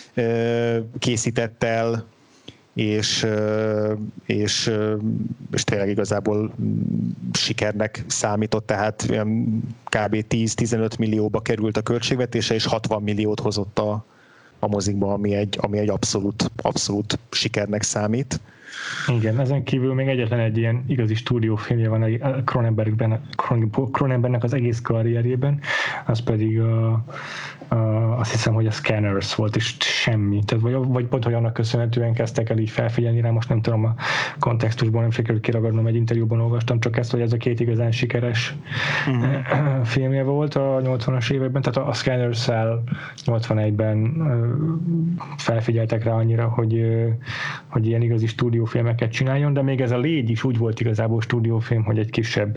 készített el, és, és, és tényleg igazából sikernek számított, tehát kb. tíz-tizenöt millióba került a költségvetése, és hatvan milliót hozott a a mozikba, ami egy, ami egy abszolút, abszolút sikernek számít. Igen, ezen kívül még egyetlen egy ilyen igazi stúdiófilmje van a Cronenbergben, Cronenbergnek az egész karrierjében, az pedig a, a, azt hiszem, hogy a Scanners volt, és semmi. Tehát vagy, vagy pont, hogy annak köszönhetően kezdtek el így felfigyelni rá, most nem tudom a kontextusból, nem sikerült kiragadnom, egy interjúban olvastam csak ezt, hogy ez a két igazán sikeres uh-huh. filmje volt a nyolcvanas években, tehát a Scanners-szel nyolcvanegyben felfigyeltek rá annyira, hogy, hogy ilyen igazi stúdiófilmeket csináljon, de még ez a Légy is úgy volt igazából stúdiófilm, hogy egy kisebb,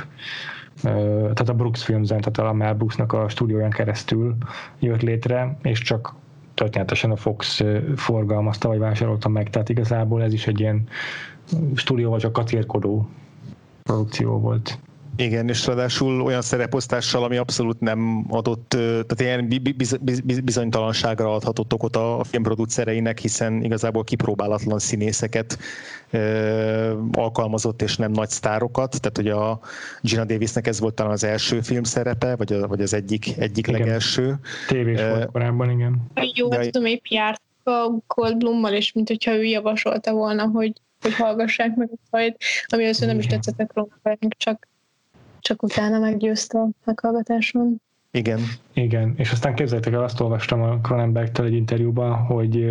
tehát a Brooks Filmzen, tehát a Mel Brooksnak a stúdióján keresztül jött létre, és csak történetesen a Fox forgalmazta, vagy vásárolta meg, tehát igazából ez is egy ilyen stúdióval csak kacérkodó produkció volt. Igen, és ráadásul olyan szereposztással, ami abszolút nem adott, tehát ilyen bizonytalanságra adhatott okot a filmproducereinek, hiszen igazából kipróbálatlan színészeket alkalmazott, és nem nagy sztárokat, tehát ugye a Gina Davisnek ez volt talán az első filmszerepe, vagy, a, vagy az egyik, egyik igen. legelső. Tévés uh, volt korábban, igen. Jó, de... tudom, épp járt a Goldblummal, és mint hogyha ő javasolta volna, hogy, hogy hallgassák meg a fajt, ami először nem is tetszett a Cronenbergnek, csak csak utána meggyőzte a meghallgatáson. Igen. Igen, és aztán képzeljétek el, azt olvastam a Cronenbergtől egy interjúban, hogy,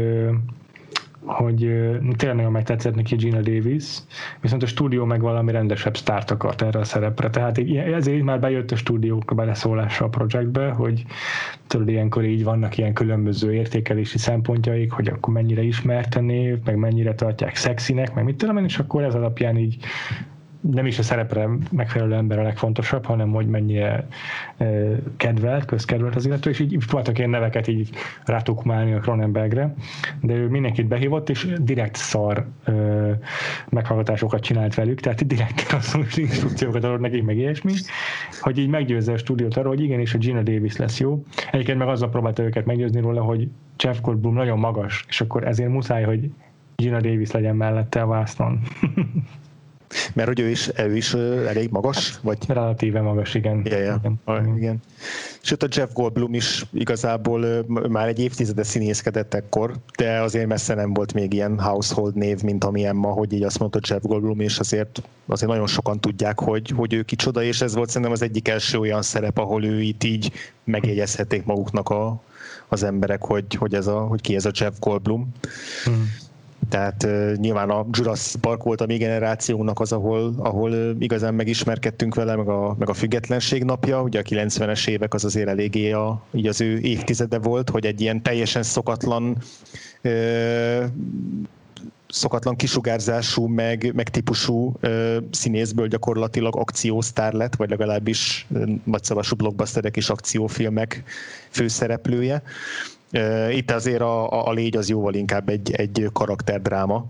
hogy tényleg nagyon megtetszett neki Gina Davis, viszont a stúdió meg valami rendesebb sztárt akart erre a szerepre. Tehát ezért már bejött a stúdiók beleszólása a projektbe, hogy tudod, ilyenkor így vannak ilyen különböző értékelési szempontjaik, hogy akkor mennyire ismert a név, meg mennyire tartják szexinek, meg mit tudom én, és akkor ez alapján így nem is a szerepre megfelelő ember a legfontosabb, hanem hogy mennyire uh, kedvelt, közkedvelt az illető, és így próbáltak ilyen neveket így rátukmálni a Cronenbergre, de ő mindenkit behívott, és direkt szar uh, meghallgatásokat csinált velük, tehát direkt rosszul instrukciókat adott nekik, meg ilyesmi, hogy így meggyőzze a stúdiót arról, hogy igen, és a Gina Davis lesz jó. Egyébként meg azzal próbálta őket meggyőzni róla, hogy Jeff Goldblum nagyon magas, és akkor ezért muszáj, hogy Gina Davis legyen mellette a vásznon. Mert hogy ő is, ő is elég magas? Vagy? Relatíve magas, igen. Ja, ja. igen. Ah, igen. Sőt, a Jeff Goldblum is igazából már egy évtizede színészkedett ekkor, de azért messze nem volt még ilyen household név, mint amilyen ma, hogy így azt mondta Jeff Goldblum, és azért, azért nagyon sokan tudják, hogy, hogy ő kicsoda, és ez volt szerintem az egyik első olyan szerep, ahol ő itt így megjegyezhették maguknak a, az emberek, hogy, hogy, ez a, hogy ki ez a Jeff Goldblum. Hmm. Tehát uh, nyilván a Jurassic Park volt a mi generációnak az, ahol, ahol uh, igazán megismerkedtünk vele, meg a, meg a Függetlenség napja, ugye a kilencvenes évek az azért eléggé a, így az ő évtizede volt, hogy egy ilyen teljesen szokatlan uh, szokatlan kisugárzású, meg, meg típusú uh, színészből gyakorlatilag akciósztár lett, vagy legalábbis uh, nagyszabású blockbusterek és akciófilmek főszereplője. Itt azért a, a Légy az jóval inkább egy, egy karakterdráma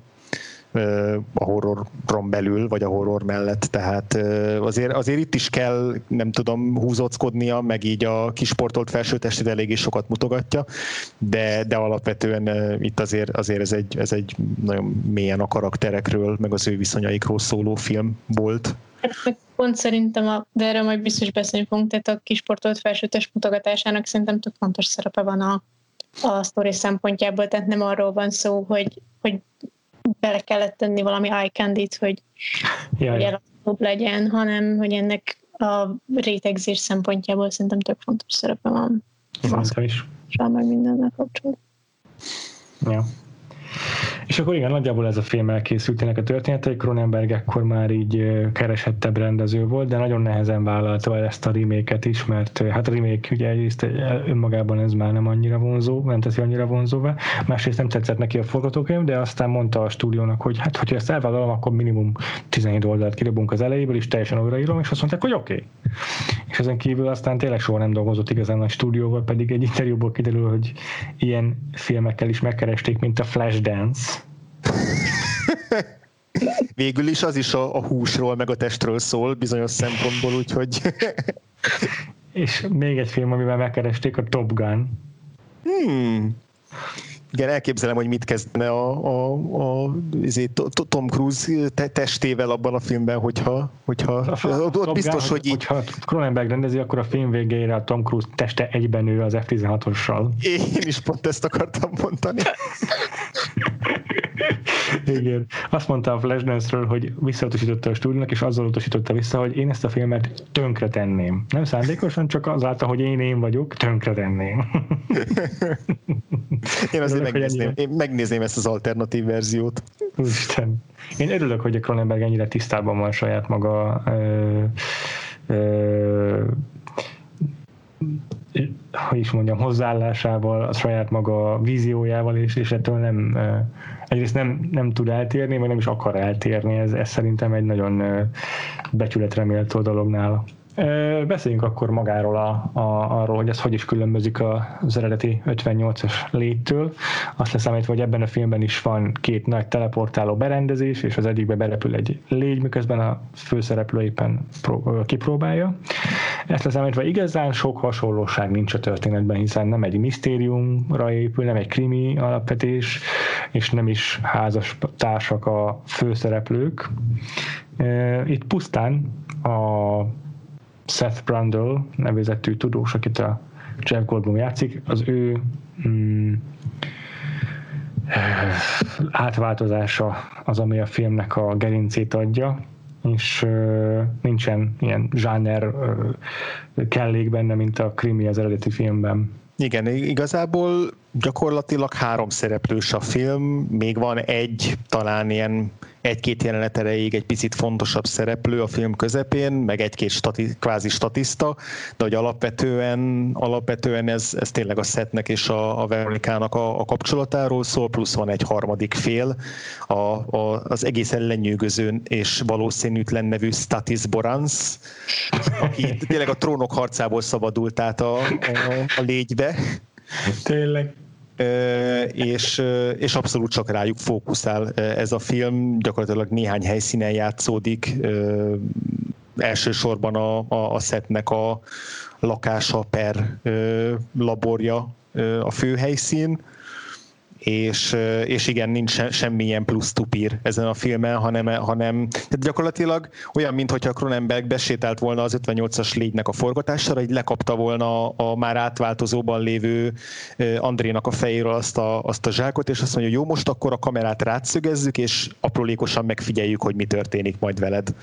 a horroron belül, vagy a horror mellett, tehát azért, azért itt is kell, nem tudom, húzóckodnia, meg így a kisportolt felsőtestét eléggé sokat mutogatja, de, de alapvetően itt azért, azért ez, egy, ez egy nagyon mélyen a karakterekről, meg az ő viszonyaikról szóló film volt. Pont szerintem, a, de erről majd biztos beszélni fogunk, tehát a kisportolt felsőtest mutogatásának szerintem tök fontos szerepe van a a sztori szempontjából, tehát nem arról van szó, hogy, hogy bele kellett tenni valami eye candy-t, hogy, hogy eladhatóbb legyen, hanem hogy ennek a rétegzés szempontjából szerintem tök fontos szerepe van. Szerintem is. Rá meg mindennel kapcsolatban. Ja. És akkor igen, nagyjából ez a film elkészült, ennek a története. Cronenberg ekkor már így keresettebb rendező volt, de nagyon nehezen vállalta el ezt a remake-et is, mert hát a remake ugye egyrészt önmagában ez már nem annyira vonzó, nem teszi annyira vonzóvá, másrészt nem tetszett neki a forgatókönyv, de aztán mondta a stúdiónak, hogy hát, hogyha ezt elvállalom, akkor minimum tizenhét oldalt kirobunk az elejéből, és teljesen újraírom, és azt mondták, hogy oké. Okay. És ezen kívül aztán tényleg soha nem dolgozott igazán a stúdióval, pedig egy interjúból kiderül, hogy ilyen filmekkel is megkeresték, mint a Flashdance. Végül is az is a, a húsról, meg a testről szól bizonyos szempontból, úgyhogy... És még egy film, amivel megkeresték, a Top Gun. Hmm. Igen, elképzelem, hogy mit kezdene a, a, a, a Tom Cruise testével abban a filmben, hogyha, hogyha a, ott, ott biztos, hogy így... Hogyha Cronenberg rendezi, akkor a film végére a Tom Cruise teste egyben ül az ef tizenhatossal. Én is pont ezt akartam mondani. Igen. Azt mondta a Flashdance-ről, hogy visszautasította a stúdiónak, és azzal utasította vissza, hogy én ezt a filmet tönkre tenném. Nem szándékosan, csak azáltal, hogy én én vagyok, tönkre tenném. Én azért örülök, megnézném, én megnézném ezt az alternatív verziót. Úristen. Én örülök, hogy a Cronenberg ennyire tisztában van saját maga ö, ö, hogy is mondjam, hozzáállásával, a saját maga víziójával, és, és ettől nem, egyrészt nem, nem tud eltérni, vagy nem is akar eltérni. Ez, ez szerintem egy nagyon becsületre méltó dolog nála. Beszéljünk akkor magáról, a, a, arról, hogy ez hogy is különbözik az eredeti ötvennyolcas léttől. Azt leszámítva, hogy ebben a filmben is van két nagy teleportáló berendezés, és az egyikbe berepül egy légy, miközben a főszereplő éppen pró- kipróbálja. Ezt leszámítva igazán sok hasonlóság nincs a történetben, hiszen nem egy misztériumra épül, nem egy krimi alapvetés, és nem is házas társak a főszereplők. Itt pusztán a Seth Brundle nevezetű tudós, akit a Jeff Goldblum játszik, az ő mm, átváltozása az, ami a filmnek a gerincét adja, és uh, nincsen ilyen zsáner uh, kellék benne, mint a krimi az eredeti filmben. Igen, igazából gyakorlatilag három szereplős a film, még van egy, talán ilyen egy-két jelenet erejéig egy picit fontosabb szereplő a film közepén, meg egy-két stati, kvázi statiszta, de hogy alapvetően, alapvetően ez, ez tényleg a Sethnek és a, a Veronikának a, a kapcsolatáról szól, plusz van egy harmadik fél, a, a, az egészen lenyűgöző és valószínűtlen nevű Stathis Borans, aki tényleg a Trónok harcából szabadult át a, a, a légybe. Tényleg. És, és abszolút csak rájuk fókuszál ez a film, gyakorlatilag néhány helyszínen játszódik, elsősorban a, a, a Sethnek a lakása per laborja a főhelyszín, és, és igen, nincs se, semmilyen plusz tupír ezen a filmen, hanem, hanem tehát gyakorlatilag olyan, mintha a Cronenberg besétált volna az ötvennyolcas légynek a forgatására, így lekapta volna a, a már átváltozóban lévő Andrénak a fejéről azt a, azt a zsákot, és azt mondja, hogy jó, most akkor a kamerát rátszögezzük, és aprólékosan megfigyeljük, hogy mi történik majd veled.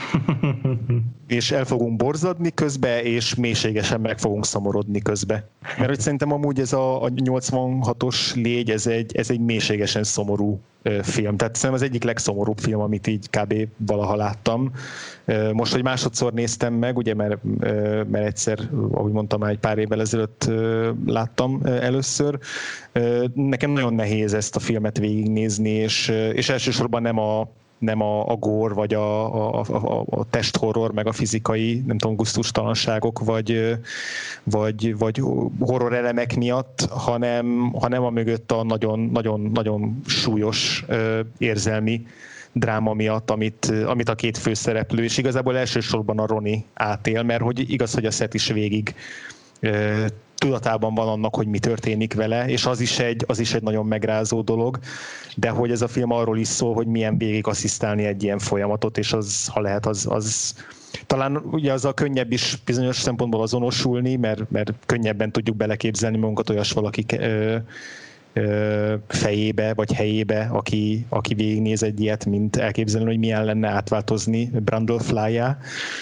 És el fogunk borzadni közbe, és mélységesen meg fogunk szomorodni közbe. Mert hogy szerintem amúgy ez a, a nyolcvanhatos légy, ez egy, ez egy mélységesen szomorú ö, film. Tehát szerintem az egyik legszomorúbb film, amit így kb. Valaha láttam. Ö, most, hogy másodszor néztem meg, ugye, mert, ö, mert egyszer, ahogy mondtam, már egy pár évvel ezelőtt ö, láttam ö, először. Ö, nekem nagyon nehéz ezt a filmet végignézni, és, és elsősorban nem a nem a, a gore, vagy a, a, a, a testhorror, meg a fizikai, nem tudom, gusztustalanságok, vagy, vagy, vagy horror elemek miatt, hanem, hanem a mögött a nagyon, nagyon, nagyon súlyos érzelmi dráma miatt, amit, amit a két főszereplő, és igazából elsősorban a Ronnie átél, mert hogy igaz, hogy a Seth is végig tudatában van annak, hogy mi történik vele, és az is egy, az is egy nagyon megrázó dolog, de hogy ez a film arról is szól, hogy milyen végig asszisztálni egy ilyen folyamatot, és az, ha lehet, az, az talán ugye azzal könnyebb is bizonyos szempontból azonosulni, mert, mert könnyebben tudjuk beleképzelni magunkat olyas valaki ö, ö, fejébe, vagy helyébe, aki, aki végignéz egy ilyet, mint elképzelni, hogy milyen lenne átváltozni Brundle Fly-já.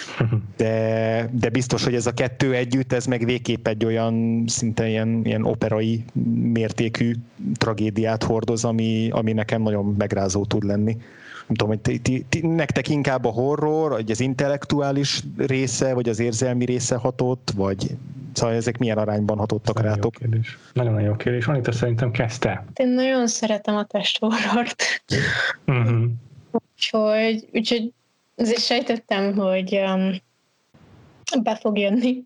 De, de biztos, hogy ez a kettő együtt, ez meg végképp egy olyan szinte ilyen, ilyen operai mértékű tragédiát hordoz, ami, ami nekem nagyon megrázó tud lenni. Nem tudom, hogy ti, ti, ti, nektek inkább a horror, vagy az intellektuális része, vagy az érzelmi része hatott, vagy szóval ezek milyen arányban hatottak nagyon rátok? Nagyon jó kérdés. Anita, szerintem kezdte. Én nagyon szeretem a testhorrort. Uh-huh. úgyhogy, úgyhogy azért sejtettem, hogy um, be fog jönni.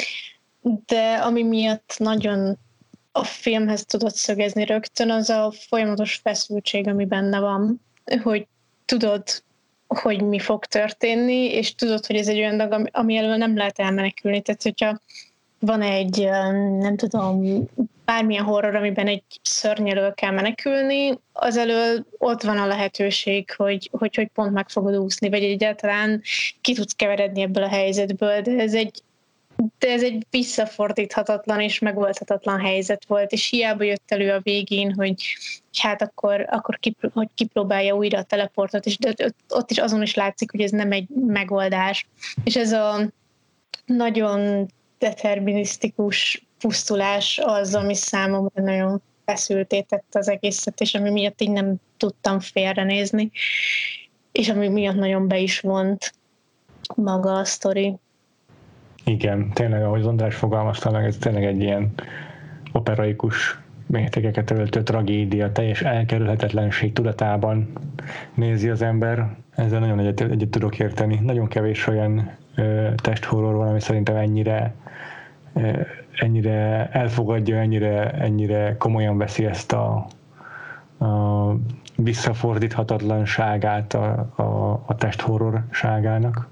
De ami miatt nagyon a filmhez tudott szögezni rögtön, az a folyamatos feszültség, ami benne van, hogy tudod, hogy mi fog történni, és tudod, hogy ez egy olyan dolog, ami elől nem lehet elmenekülni. Tehát, hogyha van egy, nem tudom, bármilyen horror, amiben egy szörny elől kell menekülni, az elől ott van a lehetőség, hogy, hogy, hogy pont meg fogod úszni, vagy egyáltalán ki tudsz keveredni ebből a helyzetből, de ez egy de ez egy visszafordíthatatlan és megoldhatatlan helyzet volt, és hiába jött elő a végén, hogy hát akkor, akkor kipr- hogy kipróbálja újra a teleportot, és de ott is azon is látszik, hogy ez nem egy megoldás. És ez a nagyon determinisztikus pusztulás az, ami számomra nagyon feszülté tette az egészet, és ami miatt így nem tudtam félrenézni, és ami miatt nagyon be is vont maga a sztori. Igen, tényleg, ahogy András fogalmazta meg, ez tényleg egy ilyen operaikus mértékeket öltő tragédia, teljes elkerülhetetlenség tudatában nézi az ember. Ezzel nagyon egyet, egyet tudok érteni. Nagyon kevés olyan ö, testhorror van, ami szerintem ennyire, ö, ennyire elfogadja, ennyire, ennyire komolyan veszi ezt a, a visszafordíthatatlanságát a, a, a testhorrorságának.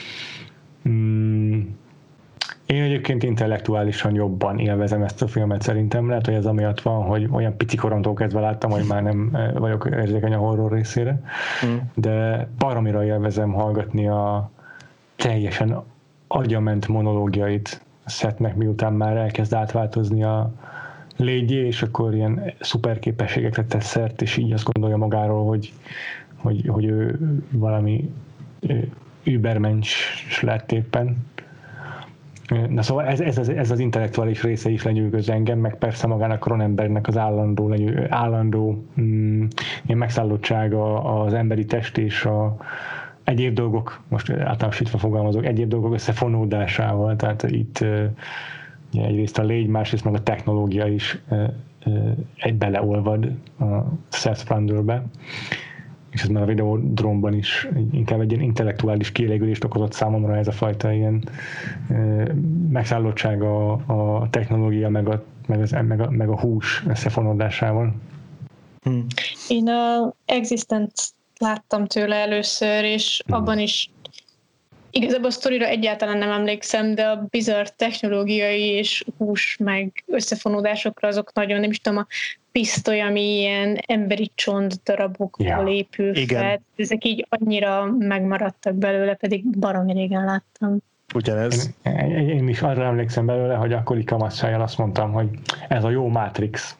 Hmm. Én egyébként intellektuálisan jobban élvezem ezt a filmet szerintem. Lehet, hogy ez amiatt van, hogy olyan pici koromtól kezdve láttam, hogy már nem vagyok érzékeny a horror részére, mm. de baromira élvezem hallgatni a teljesen agyament monológiait a Sethnek, miután már elkezd átváltozni a légyé, és akkor ilyen szuper képességekre tesz szert, és így azt gondolja magáról, hogy, hogy, hogy ő valami übermensch lett éppen. Na szóval ez, ez, az, ez az intellektuális része is lenyűgöz engem, meg persze magának Cronenbergnek az állandó, lenyű, állandó mm, ilyen megszállottsága az emberi test és a egyéb dolgok, most általánosítva fogalmazok, egyéb dolgok összefonódásával, tehát itt ugye, egyrészt a légy, másrészt meg a technológia is egy beleolvad a Seth Brundle-be, és ez már a Videodrome-ban is inkább egy ilyen intellektuális kielégülést okozott számomra, ez a fajta ilyen e, megszállottság a, a technológia meg a, meg, az, meg, a, meg a hús összefonódásával. Hmm. Én a Existence láttam tőle először, és hmm. abban is igazából a sztorira egyáltalán nem emlékszem, de a bizarr technológiai és hús meg összefonódásokra azok nagyon, nem is tudom, a pisztoly, ami ilyen emberi csont darabokból ja. épül Igen. fel. Ezek így annyira megmaradtak belőle, pedig baromi régen láttam. Ugyanez. Én, én is arra emlékszem belőle, hogy akkori kamasszájjal azt mondtam, hogy ez a jó Matrix.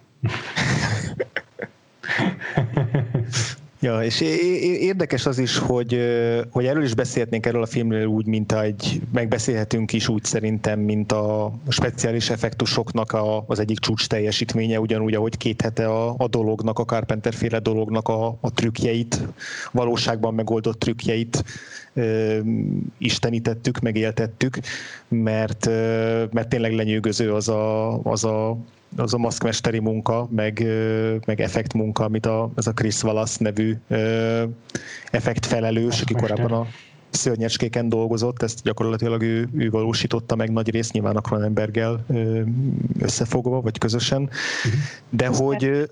Ja, és érdekes az is, hogy, hogy erről is beszélhetnénk erről a filmről úgy, mint egy, megbeszélhetünk is úgy szerintem, mint a speciális effektusoknak a, az egyik csúcs teljesítménye, ugyanúgy, ahogy két hete a, a dolognak, a Carpenter-féle dolognak a, a trükkjeit, valóságban megoldott trükkjeit ö, istenítettük, megéltettük, mert, ö, mert tényleg lenyűgöző az a, az a az a maszkmesteri munka, meg, meg effekt munka, amit a, az a Chris Wallace nevű ö, effektfelelős, aki korábban a Szörnyecskéken dolgozott, ezt gyakorlatilag ő, ő valósította meg nagy részt, nyilván a Cronenberggel ö, összefogva, vagy közösen. De Oscar hogy...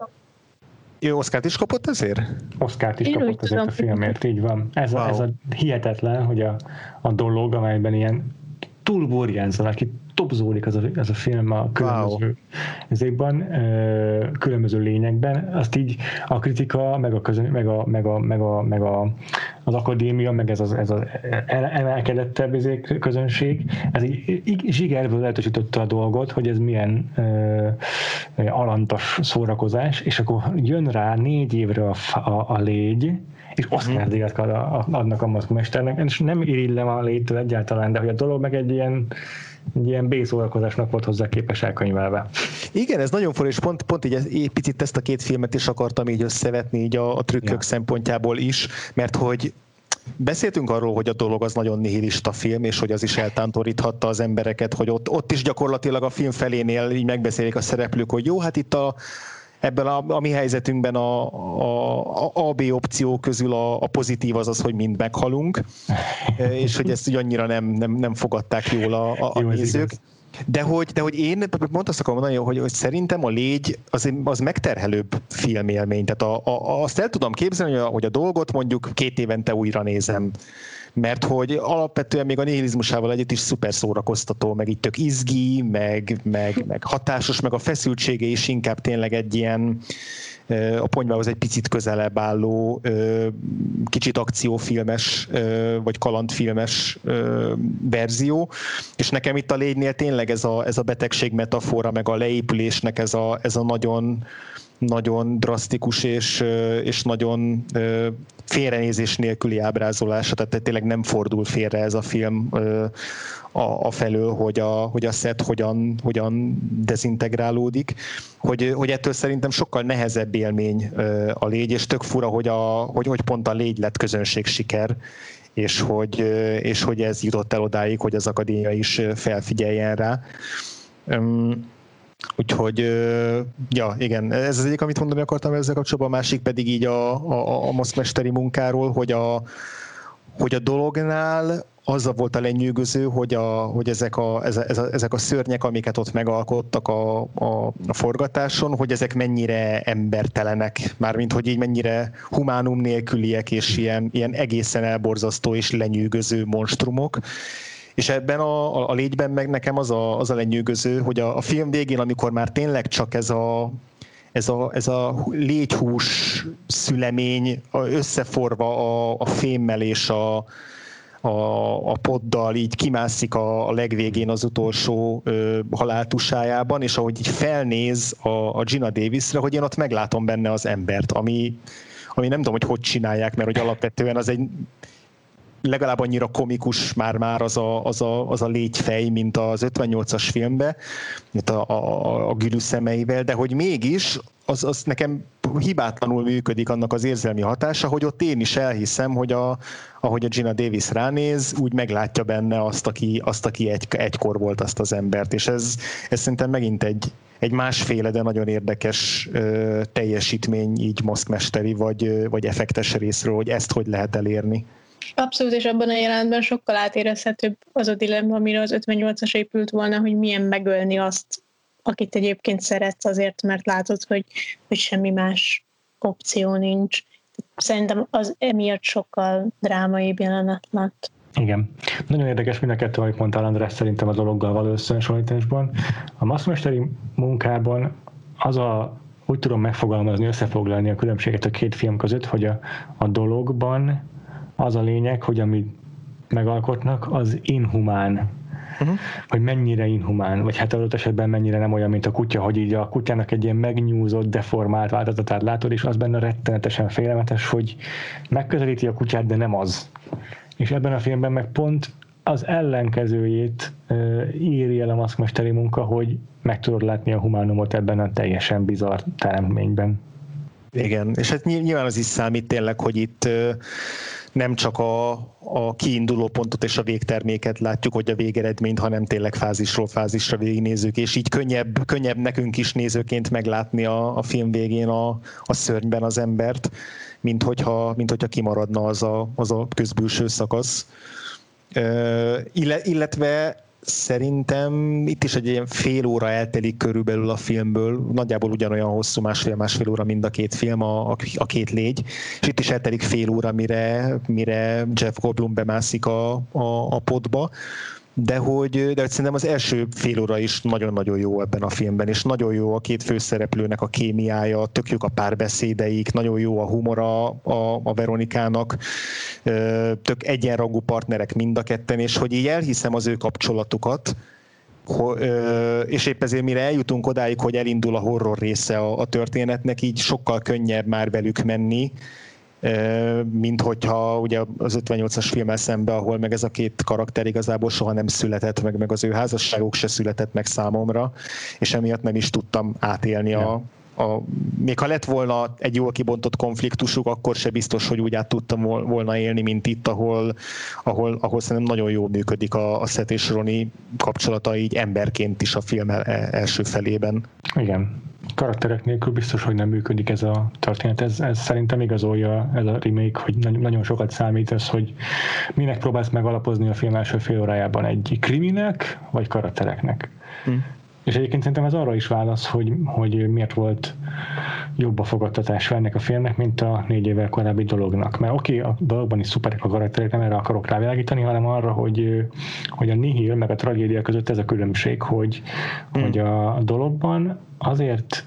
Ő Oscart is kapott ezért? Oscart is Én kapott ezért tudom. A filmért, így van. Ez, wow. a, ez a hihetetlen, hogy a, a dolog, amelyben ilyen túlburjánzanak, itt topzódik az a, az a film a különböző wow. ezekben, különböző lényekben. Azt így a kritika, meg, a közön, meg, a, meg, a, meg, a, meg a, az akadémia, meg ez az, ez az emelkedettebb közönség, ez így, így zsigerből lehetősította a dolgot, hogy ez milyen uh, alantas szórakozás, és akkor jön rá négy évre a, a, a légy, és Oscar-díjat adnak a maszkmesternek, és nem irigylem a légytől egyáltalán, de hogy a dolog meg egy ilyen egy ilyen B-szórakozásnak volt hozzá képes elkönyvelve. Igen, ez nagyon forró, és pont, pont így egy picit ezt a két filmet is akartam így összevetni így a, a trükkök ja. szempontjából is, mert hogy beszéltünk arról, hogy a dolog az nagyon nihilista film, és hogy az is eltántoríthatta az embereket, hogy ott, ott is gyakorlatilag a film felénél így megbeszélik a szereplők, hogy jó, hát itt a ebben a, a mi helyzetünkben a, a, a B opció közül a, a pozitív az az, hogy mind meghalunk, és hogy ezt úgy annyira nem, nem, nem fogadták jól a, a, a jó, nézők. De hogy, de hogy én pont azt akarom mondani, hogy, hogy szerintem a légy az, az megterhelőbb filmélmény. Tehát a, a, azt el tudom képzelni, hogy a, hogy a dolgot mondjuk két évente újra nézem. mert hogy alapvetően még a nihilizmusával együtt is szuper szórakoztató, meg így tök izgi, meg, meg, meg hatásos, meg a feszültsége is inkább tényleg egy ilyen a ponyvához egy picit közelebb álló, kicsit akciófilmes, vagy kalandfilmes verzió, és nekem itt a légynél tényleg ez a, ez a betegség metafora, meg a leépülésnek ez a, ez a nagyon, nagyon drasztikus és, és nagyon félrenézés nélküli ábrázolása, tehát tényleg nem fordul félre ez a film a, a felől, hogy a, hogy a set hogyan, hogyan dezintegrálódik, hogy, hogy ettől szerintem sokkal nehezebb élmény a légy, és tök fura, hogy, a, hogy, hogy pont a légy lett közönség siker, és hogy, és hogy ez jutott el odáig, hogy az akadémia is felfigyeljen rá. Úgyhogy, ja, igen, ez az egyik, amit mondani akartam ezzel kapcsolatban, a másik pedig így a, a, a moszkmesteri munkáról, hogy a, hogy a dolognál az volt a lenyűgöző, hogy, a, hogy ezek, a, ez a, ezek a szörnyek, amiket ott megalkottak a, a, a forgatáson, hogy ezek mennyire embertelenek, mármint hogy így mennyire humánum nélküliek, és ilyen, ilyen egészen elborzasztó és lenyűgöző monstrumok. És ebben a, a, a légyben meg nekem az a, az a lenyűgöző, hogy a, a film végén, amikor már tényleg csak ez a, ez a, ez a légyhús szülemény összeforva a, a fémmel és a, a, a poddal így kimászik a, a legvégén az utolsó ö, haláltusájában, és ahogy így felnéz a, a Geena Davisre, hogy én ott meglátom benne az embert, ami, ami nem tudom, hogy hogy csinálják, mert hogy alapvetően az egy legalább annyira komikus már-már az a, az, a, az a légyfej, mint az ötvennyolcas filmben, mint a, a, a gülű szemeivel, de hogy mégis az, az nekem hibátlanul működik annak az érzelmi hatása, hogy ott én is elhiszem, hogy a, ahogy a Geena Davis ránéz, úgy meglátja benne azt, aki, azt, aki egy, egykor volt azt az embert, és ez, ez szerintem megint egy, egy másféle, de nagyon érdekes ö, teljesítmény így moszkmesteri vagy, vagy effektes részről, hogy ezt hogy lehet elérni. Abszolút, és abban a jelentben sokkal átérezhetőbb az a dilemma, amire az ötvennyolcas épült volna, hogy milyen megölni azt, akit egyébként szeretsz azért, mert látod, hogy, hogy semmi más opció nincs. Szerintem az emiatt sokkal drámaibb jelenet lett. Igen. Nagyon érdekes mind a kettő, amit mondtál, András, szerintem a dologgal való összehasonlításban. A moszkmesteri munkában az a, úgy tudom megfogalmazni, összefoglalni a különbséget a két film között, hogy a, a dologban az a lényeg, hogy amit megalkotnak, az inhumán. Uh-huh. Hogy mennyire inhumán, vagy hát adott esetben mennyire nem olyan, mint a kutya, hogy így a kutyának egy ilyen megnyúzott, deformált változatát látod, és az benne rettenetesen félelmetes, hogy megközelíti a kutyát, de nem az. És ebben a filmben meg pont az ellenkezőjét uh, írja el a maszkmesteri munka, hogy meg tudod látni a humánumot ebben a teljesen bizarr teremtményben. Igen, és hát nyilván az is számít tényleg, hogy itt uh, nem csak a, a kiinduló pontot és a végterméket látjuk, hogy a végeredményt, hanem tényleg fázisról fázisra végignézzük, és így könnyebb, könnyebb nekünk is nézőként meglátni a, a film végén a, a szörnyben az embert, mint hogyha, mint hogyha kimaradna az a, az a közbülső szakasz. Uh, illetve szerintem itt is egy ilyen fél óra eltelik körülbelül a filmből, nagyjából ugyanolyan hosszú, másfél-másfél óra mind a két film, a, a két légy, és itt is eltelik fél óra, mire, mire Jeff Goldblum bemászik a, a, a podba, de hogy, de hogy szerintem az első fél óra is nagyon-nagyon jó ebben a filmben, és nagyon jó a két főszereplőnek a kémiája, tök jók a párbeszédeik, nagyon jó a humora a, a Veronikának, tök egyenrangú partnerek mind a ketten, és hogy így elhiszem az ő kapcsolatukat, és épp ezért mire eljutunk odáig, hogy elindul a horror része a, a történetnek, így sokkal könnyebb már velük menni, mint hogyha ugye az ötvennyolcas filmmel szemben, ahol meg ez a két karakter igazából soha nem született meg, meg az ő házasságuk se született meg számomra, és emiatt nem is tudtam átélni ja. a, a... Még ha lett volna egy jól kibontott konfliktusuk, akkor se biztos, hogy úgy át tudtam volna élni, mint itt, ahol, ahol, ahol szerintem nagyon jól működik a, a Seth és Ronnie kapcsolata így emberként is a film el, első felében. Igen. Karakterek nélkül biztos, hogy nem működik ez a történet. Ez, ez szerintem igazolja ez a remake, hogy nagyon sokat számít az, hogy minek próbálsz megalapozni a film első fél órájában, egy kriminek, vagy karaktereknek. Hmm. És egyébként szerintem ez arra is válasz, hogy, hogy miért volt jobb a fogadtatása ennek a filmnek, mint a négy évvel korábbi dolognak. Mert oké, okay, a dologban is szuperek a karakterek, nem erre akarok rávilágítani, hanem arra, hogy, hogy a nihil meg a tragédia között ez a különbség, hogy, mm. hogy a dologban azért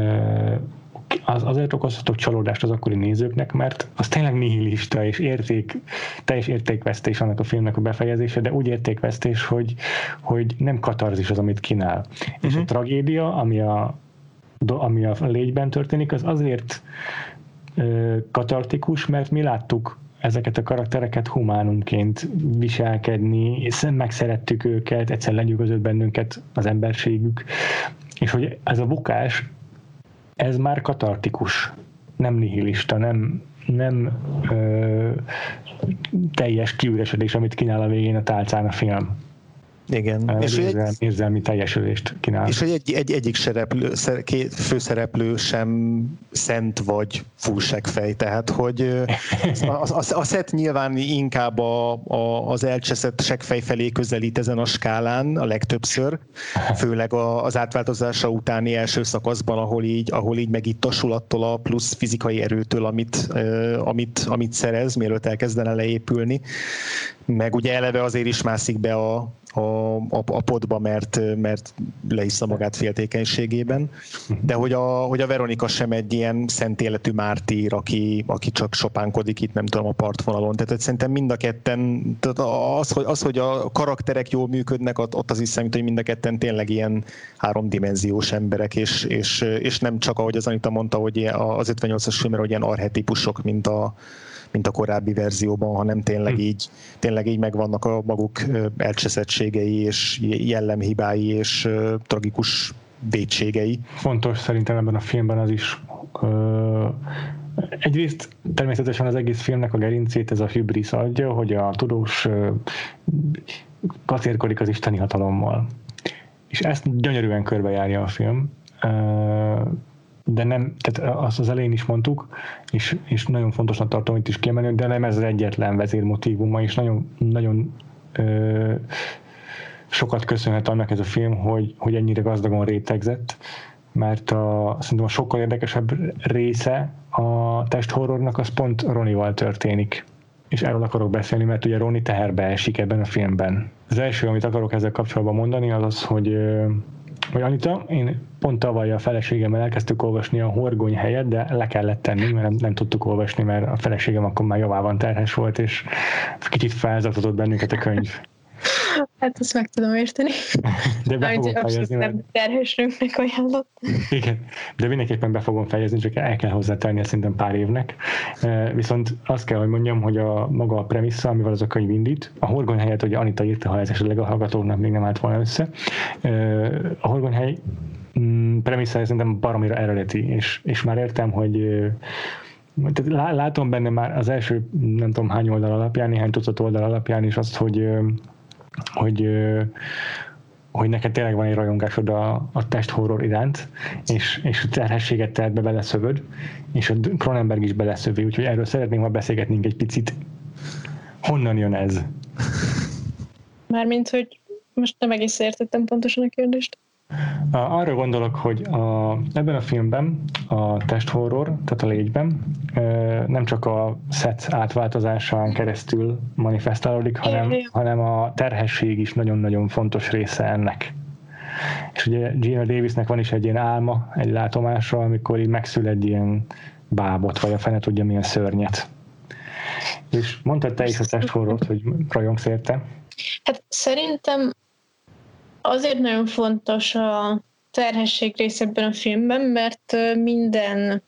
az, azért okozhatok csalódást az akkori nézőknek, mert az tényleg nihilista és érték, teljes értékvesztés annak a filmnek a befejezése, de úgy értékvesztés, hogy, hogy nem katarzis az, amit kínál. Uh-huh. És a tragédia, ami a, ami a légyben történik, az azért ö, katartikus, mert mi láttuk ezeket a karaktereket humánumként viselkedni, és megszerettük őket, egyszer lenyűgözött bennünket az emberségük, és hogy ez a bukás, ez már katartikus, nem nihilista, nem, nem ö, teljes kiüresedés, amit kínál a végén a tálcán a film. Igen. És érzelmi, egy, érzelmi teljesülést kínál. És hogy egy, egy, egyik sereplő, két főszereplő sem szent vagy fullságfej, tehát hogy a, a, a Seth nyilván inkább a, a, az elcseszett seggfej felé közelít ezen a skálán a legtöbbször, főleg a, az átváltozása utáni első szakaszban, ahol így, ahol így megittasul attól a plusz fizikai erőtől, amit, amit, amit szerez, mielőtt elkezdene leépülni. Meg ugye eleve azért is mászik be a, a, a, a podba, mert, mert leissza magát féltékenységében. De hogy a, hogy a Veronika sem egy ilyen szent életű mártír, aki, aki csak sopánkodik itt, nem tudom, a partvonalon. Tehát szerintem mind a ketten, az, hogy, az, hogy a karakterek jól működnek, ott az is számít, hogy mind a ketten tényleg ilyen háromdimenziós emberek, és, és, és nem csak, ahogy az Anita mondta, hogy az ötvennyolcas filmre, hogy ilyen archetípusok, mint a mint a korábbi verzióban, hanem tényleg így, tényleg így megvannak a maguk elcseszettségei és jellemhibái és tragikus vétségei. Fontos szerintem ebben a filmben az is, ö, egyrészt természetesen az egész filmnek a gerincét ez a hübrisz adja, hogy a tudós ö, kacérkodik az isteni hatalommal. És ezt gyönyörűen körbejárja a film. Ö, de nem, tehát azt az elején is mondtuk, és, és nagyon fontosnak tartom itt is kiemelni, de nem ez az egyetlen vezérmotívuma, és nagyon, nagyon ö, sokat köszönhet annak ez a film, hogy, hogy ennyire gazdagon rétegzett, mert a, szerintem a sokkal érdekesebb része a testhorrornak az pont Ronnie-val történik. És erről akarok beszélni, mert ugye Ronnie teherbe esik ebben a filmben. Az első, amit akarok ezzel kapcsolatban mondani, az az, hogy hogy Anita, én pont tavaly a feleségemmel elkezdtük olvasni a Horgony helyet, de le kellett tenni, mert nem, nem tudtuk olvasni, mert a feleségem akkor már javában terhes volt, és kicsit felzaktatott bennünket a könyv. Hát azt meg tudom érteni. De be fogom fejezni. Nem terhesnőnknek ajánlott. Igen, de mindenképpen be fogom fejezni, csak el kell hozzátenni szerintem pár évnek. Viszont azt kell, hogy mondjam, hogy a maga a premissza, amivel az a könyv indít, a Horgony helyet, hogy Anita írta, ha ez esetleg a hallgatóknak még nem állt volna össze. A Horgony hely premisszája szerintem baromira eredeti, és, és már értem, hogy tehát látom benne már az első nem tudom hány oldal alapján, néhány tucat oldal alapján is azt, hogy hogy, hogy neked tényleg van egy rajongásod a, a testhorror iránt, és, és a terhességet tehát be beleszövöd, és a Cronenberg is beleszövi, úgyhogy erről szeretném, ha beszélgetnénk egy picit. Honnan jön ez? Mármint, hogy most nem egész értettem pontosan a kérdést. Arra gondolok, hogy a, ebben a filmben a testhorror, tehát a légyben nem csak a Seth átváltozásán keresztül manifestálódik, hanem, hanem a terhesség is nagyon-nagyon fontos része ennek. És ugye Gina Davisnek van is egy ilyen álma, egy látomása, amikor így megszül egy ilyen bábot, vagy a fene tudja milyen szörnyet. És mondtad te is a testhorrort, hogy rajongsz érte? Hát szerintem azért nagyon fontos a terhesség rész ebben a filmben, mert minden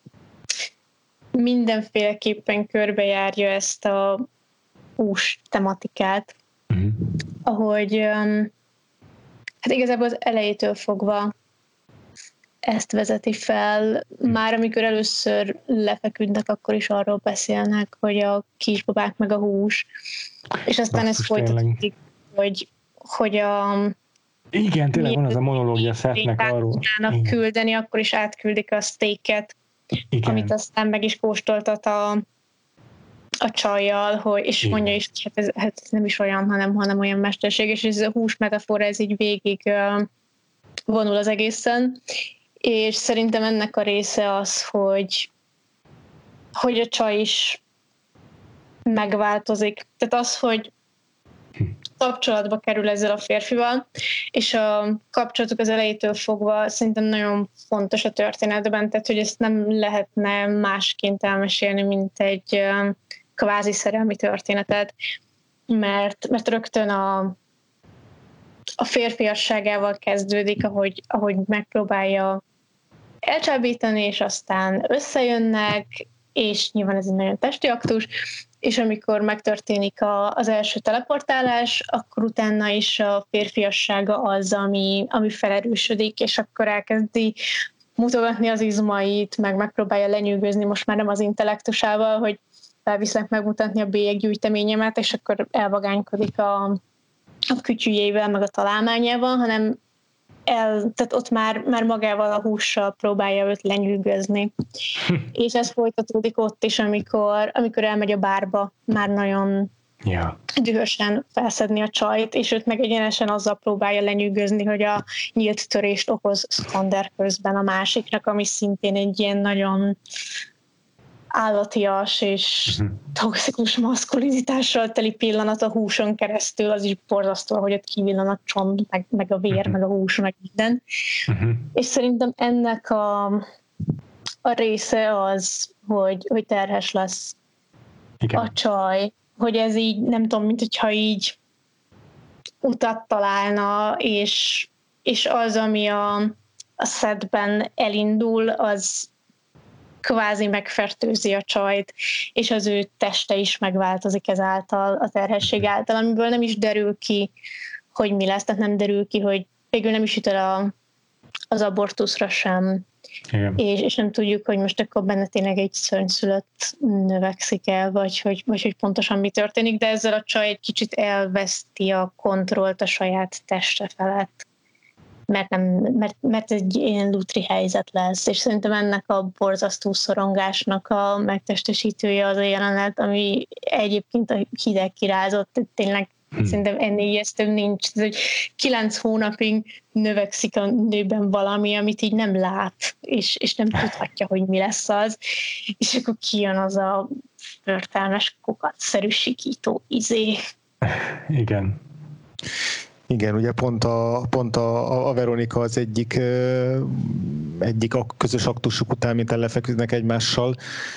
mindenféleképpen körbejárja ezt a hús tematikát, uh-huh. ahogy hát igazából az elejétől fogva ezt vezeti fel. Már amikor először lefeküdnek, akkor is arról beszélnek, hogy a kisbabák meg a hús, és aztán ez folytatódik, hogy, hogy a igen, tényleg van az a monológia Sethnek arról. küldeni, akkor is átküldik a steaket, igen. Amit aztán meg is kóstoltat a, a csajjal, hogy, és igen. Mondja is, hogy hát ez, hát ez nem is olyan, hanem, hanem olyan mesterséges, és ez a hús metafora, ez így végig uh, vonul az egészen. és szerintem ennek a része az, hogy, hogy a csaj is megváltozik. Tehát az, hogy kapcsolatba kerül ezzel a férfival, és a kapcsolatuk az elejétől fogva szerintem nagyon fontos a történetben, tehát hogy ezt nem lehetne másként elmesélni, mint egy kvázi szerelmi történetet, mert, mert rögtön a, a férfiasságával kezdődik, ahogy, ahogy megpróbálja elcsábítani, és aztán összejönnek, és nyilván ez egy nagyon testi aktus, és amikor megtörténik a, az első teleportálás, akkor utána is a férfiassága az, ami, ami felerősödik, és akkor elkezdi mutogatni az izmait, meg megpróbálja lenyűgözni most már nem az intellektusával, hogy felviszlek megmutatni a bélyeggyűjteményemet, és akkor elvagánykodik a, a kütyűjével, meg a találmányával, hanem el, tehát ott már, már magával a hússal próbálja őt lenyűgözni. És ez folytatódik ott is, amikor, amikor elmegy a bárba, már nagyon ja. dühösen felszedni a csajt, és őt meg egyenesen azzal próbálja lenyűgözni, hogy a nyílt törést okoz Skander közben a másiknak, ami szintén egy ilyen nagyon állatias és uh-huh. toxikus maszkulinitással teli pillanat a húson keresztül, az is borzasztó, hogy ott kivillan a csont, meg, meg a vér, uh-huh. meg a hús, meg minden. Uh-huh. És szerintem ennek a, a része az, hogy, hogy terhes lesz igen. a csaj, hogy ez így, nem tudom, mint hogyha így utat találna, és, és az, ami a, a setben elindul, az kvázi megfertőzi a csajt, és az ő teste is megváltozik ezáltal, a terhesség által, amiből nem is derül ki, hogy mi lesz, tehát nem derül ki, hogy végül nem is jut el a, az abortuszra sem, és, és nem tudjuk, hogy most akkor benne tényleg egy szörnyszülött növekszik el, vagy hogy, vagy hogy pontosan mi történik, de ezzel a csaj egy kicsit elveszti a kontrollt a saját teste felett. Mert, nem, mert, mert egy ilyen lutri helyzet lesz, és szerintem ennek a borzasztó szorongásnak a megtestesítője az a jelenet, ami egyébként a hideg kirázott, tényleg hmm. szerintem ennél ijesztőbb nincs. Ez, hogy kilenc hónapig növekszik a nőben valami, amit így nem lát, és, és nem tudhatja, hogy mi lesz az, és akkor kijön az a förtelmes kokatszerű sikító izé. Igen. Igen, ugye pont a, pont a, a Veronika az egyik, egyik a közös aktusuk után, mint lefeküdnek egymással,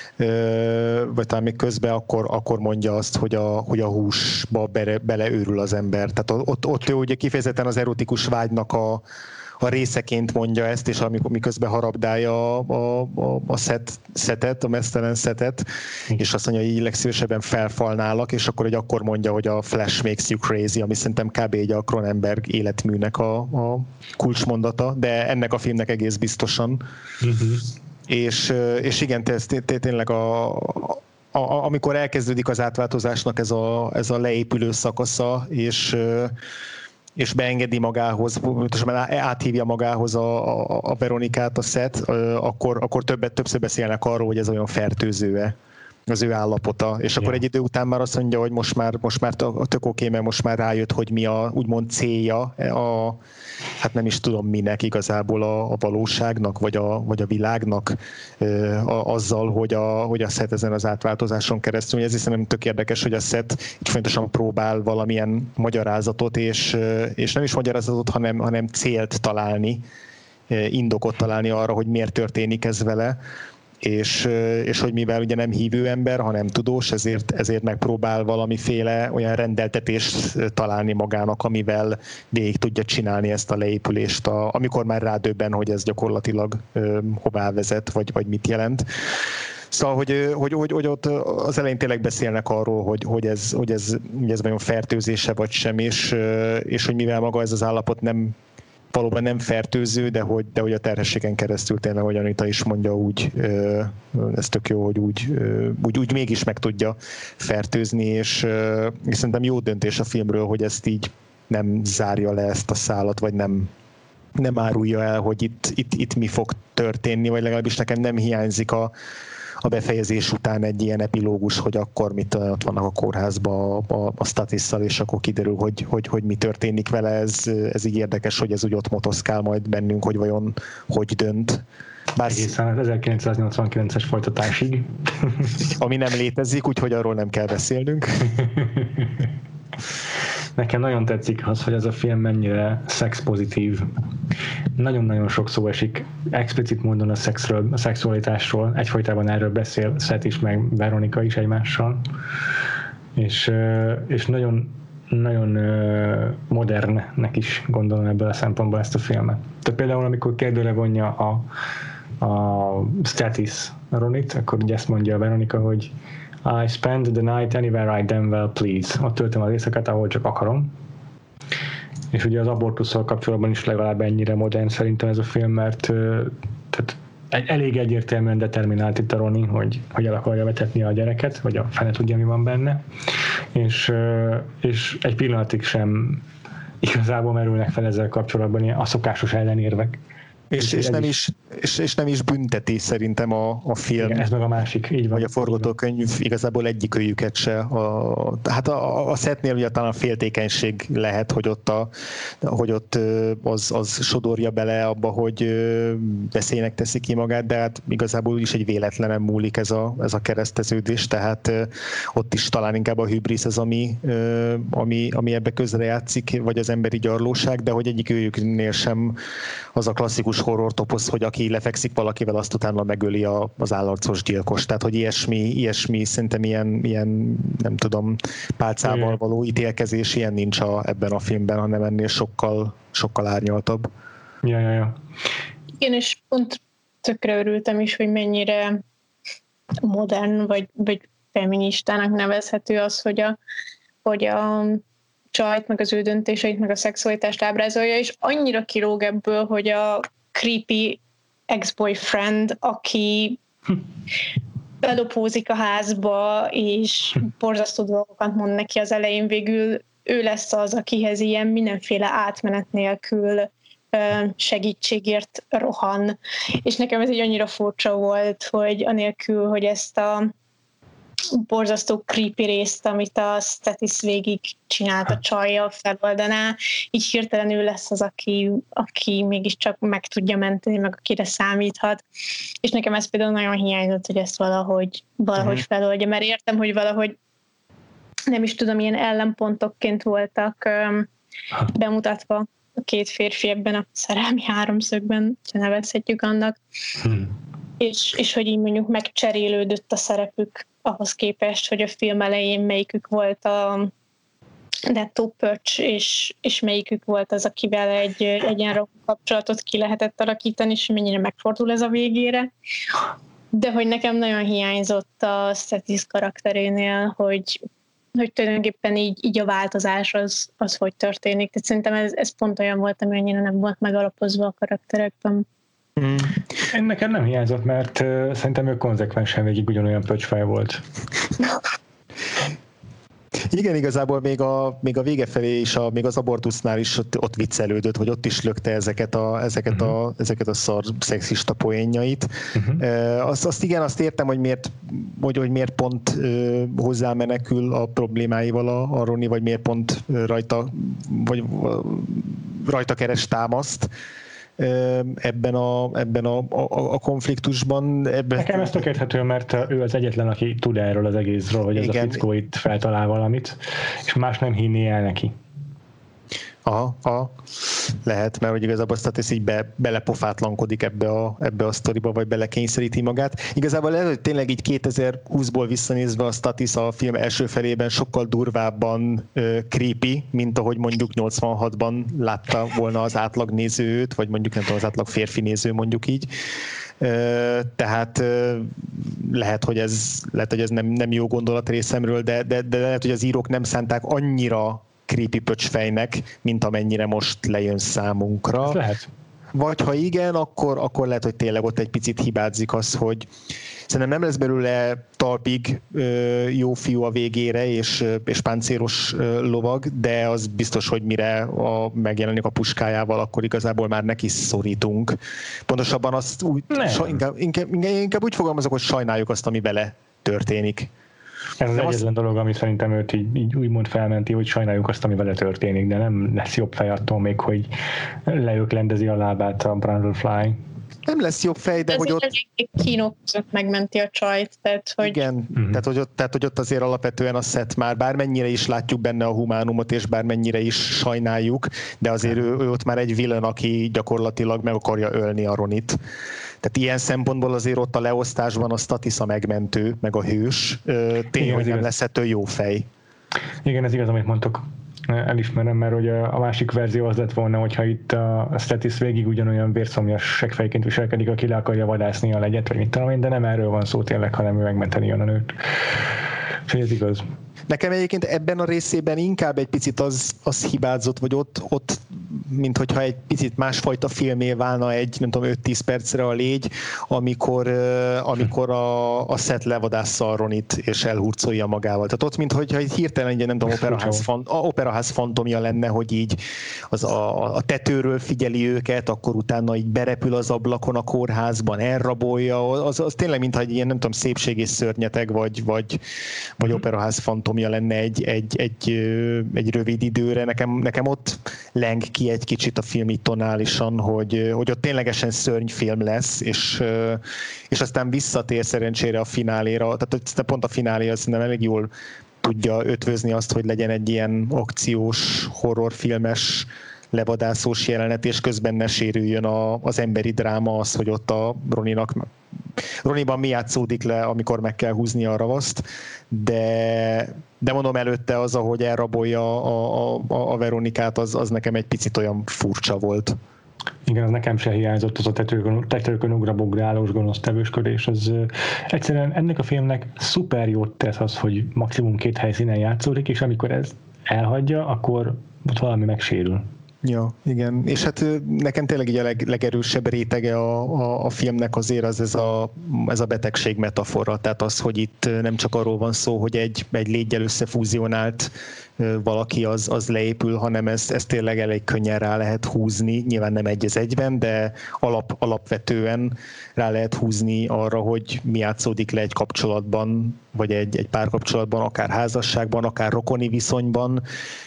vagy talán még közben, akkor, akkor mondja azt, hogy a, hogy a húsba bele, beleőrül az ember. Tehát ott, ott ő ugye kifejezetten az erotikus vágynak a, a részeként mondja ezt, és amikor miközben harabdálja a, a, a szet, szetet, a mesztelen szetet, és azt mondja, hogy így legszívesebben felfalnálak, és akkor, hogy akkor mondja, hogy a flesh makes you crazy, ami szerintem kb. Egy a Cronenberg életműnek a, a kulcsmondata, de ennek a filmnek egész biztosan. Uh-huh. És, és igen, te, te, te, tényleg a, a, amikor elkezdődik az átváltozásnak ez a, ez a leépülő szakasza, és és beengedi magához, áthívja magához a, a, a Veronikát a Seth, akkor, akkor többet, többször beszélnek arról, hogy ez olyan fertőző-e az ő állapota. És akkor ja. egy idő után már azt mondja, hogy most már, most már tök oké, mert most már rájött, hogy mi a úgymond célja, a, hát nem is tudom minek igazából a, a valóságnak, vagy a, vagy a világnak a, azzal, hogy a, hogy a Seth ezen az átváltozáson keresztül. Ez hiszem tök érdekes, hogy a Seth így fontosan próbál valamilyen magyarázatot, és, és nem is magyarázatot, hanem, hanem célt találni, indokot találni arra, hogy miért történik ez vele. És, és hogy mivel ugye nem hívő ember, hanem tudós, ezért, ezért megpróbál valamiféle olyan rendeltetést találni magának, amivel végig tudja csinálni ezt a leépülést, a, amikor már rádöbben, hogy ez gyakorlatilag ö, hová vezet, vagy, vagy mit jelent. Szóval, hogy, hogy, hogy, hogy ott az elején tényleg beszélnek arról, hogy, hogy, ez, hogy, ez, hogy ez vajon fertőzése vagy sem, és, és hogy mivel maga ez az állapot nem valóban nem fertőző, de hogy, de hogy a terhességen keresztül tényleg, ahogy Anita is mondja, úgy, ez tök jó, hogy úgy, úgy, úgy mégis meg tudja fertőzni, és, és szerintem jó döntés a filmről, hogy ezt így nem zárja le ezt a szálat, vagy nem, nem árulja el, hogy itt, itt, itt mi fog történni, vagy legalábbis nekem nem hiányzik a, a befejezés után egy ilyen epilógus, hogy akkor mit ott vannak a kórházban a, a Statisszal, és akkor kiderül, hogy, hogy, hogy mi történik vele. Ez, ez így érdekes, hogy ez úgy ott motoszkál majd bennünk, hogy vajon hogy dönt. Bár egészen az ezerkilencszáznyolcvankilences folytatásig. Ami nem létezik, úgyhogy arról nem kell beszélnünk. Nekem nagyon tetszik az, hogy ez a film mennyire szexpozitív. Nagyon-nagyon sok szó esik explicit módon a szexről, a szexualitásról. Egyfolytában erről beszél Seth is, meg Veronika is egymással. És, és nagyon, nagyon modernnek is gondolom ebből a szempontból ezt a filmet. Tehát például, amikor kérdőre vonja a, a Statis Ronit, akkor ugye ezt mondja a Veronika, hogy I spend the night anywhere I damn well please. Ott töltöm az éjszakát, ahol csak akarom. És ugye az abortusszal kapcsolatban is legalább ennyire modern szerintem ez a film, mert tehát elég egyértelműen determinált itt a Ronnie, hogy, hogy el akarja vetetni a gyereket, vagy a fene tudja, mi van benne. És, és egy pillanatig sem igazából merülnek fel ezzel kapcsolatban a szokásos ellenérvek. És, és, nem is, és, és nem is bünteti szerintem a, a film. Igen, ez meg a másik, így van. Vagy a forgatókönyv igazából egyikőjüket se. A, hát a, a Sethnél ugye talán a féltékenység lehet, hogy ott, a, hogy ott az, az sodorja bele abba, hogy veszélynek teszi ki magát, de hát igazából is egy véletlenen múlik ez a, ez a kereszteződés, tehát ott is talán inkább a hübrisz az, ami, ami, ami ebbe közrejátszik, vagy az emberi gyarlóság, de hogy egyikőjüknél sem az a klasszikus horror toposz, hogy aki lefekszik valakivel, azt utána megöli a, az állarcos gyilkos. Tehát, hogy ilyesmi, ilyesmi szerintem ilyen, ilyen, nem tudom, pálcával való ítélkezés, ilyen nincs a, ebben a filmben, hanem ennél sokkal, sokkal árnyaltabb. Ja, ja, ja. Igen, és pont tökre örültem is, hogy mennyire modern, vagy, vagy feministának nevezhető az, hogy a, hogy a csajt, meg az ő döntéseit, meg a szexualitást ábrázolja, és annyira kilóg ebből, hogy a creepy ex-boyfriend, aki bedobózik a házba, és borzasztó dolgokat mond neki az elején, végül ő lesz az, akihez ilyen mindenféle átmenet nélkül segítségért rohan. És nekem ez egy annyira furcsa volt, hogy anélkül, hogy ezt a borzasztó creepy részt, amit a Statis végig csinált a csajjal, feloldaná, így hirtelen ő lesz az, aki, aki mégiscsak meg tudja menteni, meg akire számíthat. És nekem ez például nagyon hiányzott, hogy ezt valahogy, valahogy feloldja, mert értem, hogy valahogy nem is tudom, ilyen ellenpontokként voltak um, bemutatva a két férfi ebben a szerelmi háromszögben, ha nevezhetjük annak. Hmm. És, és hogy így mondjuk megcserélődött a szerepük ahhoz képest, hogy a film elején melyikük volt a nettó pöcs, és, és melyikük volt az, akivel egy, egy ilyen kapcsolatot ki lehetett alakítani, és mennyire megfordul ez a végére. De hogy nekem nagyon hiányzott a Statis karakterénél, hogy, hogy tulajdonképpen így, így a változás az, az hogy történik. Tehát szerintem ez, ez pont olyan volt, ami annyira nem volt megalapozva a karakterekben. Mm. Én nekem nem hiányzott, mert uh, szerintem ő konzekvensen végig ugyanolyan pöcsfej volt. Igen, igazából még a, még a vége felé is, a, még az abortusznál is ott, ott viccelődött, hogy ott is lökte ezeket a, ezeket uh-huh. a, ezeket a szar szexista poénjait. Uh-huh. E, azt, azt igen, azt értem, hogy miért, hogy, hogy miért pont uh, hozzámenekül a problémáival a, a Ronnie, vagy miért pont rajta, vagy rajta keres támaszt ebben a, ebben a, a, a konfliktusban. Ebben... Nekem ez tökélethető, mert ő az egyetlen, aki tud erről az egészről, hogy ez igen. A fickó itt feltalál valamit, és más nem hinné el neki. Aha, aha. Lehet, mert hogy igazából Statis így be, belepofátlankodik ebbe a, ebbe a sztoriba, vagy belekényszeríti magát. Igazából lehet, hogy tényleg így kétezer-húszból visszanézve a Statis a film első felében sokkal durvábban uh, creepy, mint ahogy mondjuk nyolcvanhatban látta volna az átlag néző őt, vagy mondjuk nem tudom, az átlag férfi néző, mondjuk így. Uh, tehát uh, lehet, hogy ez, lehet, hogy ez nem, nem jó gondolat részemről, de, de, de lehet, hogy az írók nem szánták annyira creepy pöcsfejnek, mint amennyire most lejön számunkra. Ez lehet. vagy ha igen, akkor, akkor lehet, hogy tényleg ott egy picit hibázik az, hogy szerintem nem lesz belőle talpig jó fiú a végére, és, és páncélos lovag, de az biztos, hogy mire a, megjelenik a puskájával, akkor igazából már neki szorítunk. Pontosabban azt úgy, so, inkább, inkább, inkább úgy fogalmazok, hogy sajnáljuk azt, ami vele történik. Ez az egyetlen azt... dolog, ami szerintem őt így, így úgymond felmenti, hogy sajnáljuk azt, ami vele történik, de nem lesz jobb fej attól még, hogy leöklendezi a lábát a Brundle Fly. Nem lesz jobb fej, de ez hogy ott... Ez kínok között megmenti a csajt, tehát hogy... Igen, uh-huh. tehát, hogy ott, tehát hogy ott azért alapvetően a Seth már bármennyire is látjuk benne a humánumot, és bármennyire is sajnáljuk, de azért ő, ő ott már egy villain, aki gyakorlatilag meg akarja ölni a Ronit. Tehát ilyen szempontból azért ott a leosztásban a Statissa megmentő, meg a hős, tény, hogy nem lesz ettől jó fej. Igen, ez igaz, amit mondtok. Elismerem, mert hogy a másik verzió az lett volna, hogyha itt a Statis végig ugyanolyan vérszomjas seggfejként viselkedik, aki le akarja vadászni a legyet, vagy mit tudom én, de nem erről van szó tényleg, hanem ő megmenteni a nőt. Úgyhogy ez igaz. Nekem egyébként ebben a részében inkább egy picit az, az hibázott, vagy ott, ott mint hogyha egy picit másfajta filmé válna egy, nem tudom, öt-tíz percre a légy, amikor, amikor a, a Seth levadásza a Ronit és elhurcolja magával. Tehát ott, mint hogyha egy hirtelen egy, nem tudom, operaház, fan, operaház fantomja lenne, hogy így az a, a tetőről figyeli őket, akkor utána így berepül az ablakon a kórházban, elrabolja, az, az tényleg, mintha egy ilyen, nem tudom, szépség és szörnyeteg, vagy, vagy, vagy operaház fantomja lenne egy, egy, egy, egy rövid időre. Nekem, nekem ott leng ki egy kicsit a film így tonálisan, hogy, hogy ott ténylegesen szörnyfilm lesz, és, és aztán visszatér szerencsére a fináléra, tehát pont a finálé az nem elég jól tudja ötvözni azt, hogy legyen egy ilyen akciós, horrorfilmes, levadászós jelenet, és közben ne sérüljön a, az emberi dráma, az, hogy ott a Roninak Roniban mi játszódik le, amikor meg kell húzni a ravaszt, de, de mondom előtte az, ahogy elrabolja a, a, a Veronikát, az, az nekem egy picit olyan furcsa volt. Igen, az nekem se hiányzott, az a tetőkön, tetőkön ugrabugrálós gonosz tevősködés. Az egyszerűen ennek a filmnek szuper jót tesz az, hogy maximum két helyszínen játszódik, és amikor ez elhagyja, akkor ott valami megsérül. Ja, igen. És hát nekem tényleg így a leg, legerősebb rétege a, a, a filmnek azért az ez a, ez a betegség metafora. Tehát az, hogy itt nem csak arról van szó, hogy egy, egy léggyel összefúzionált valaki az, az leépül, hanem ez, ez tényleg elég könnyen rá lehet húzni. Nyilván nem egy az egyben, de alap, alapvetően rá lehet húzni arra, hogy mi játszódik le egy kapcsolatban, vagy egy, egy párkapcsolatban, akár házasságban, akár rokoni viszonyban,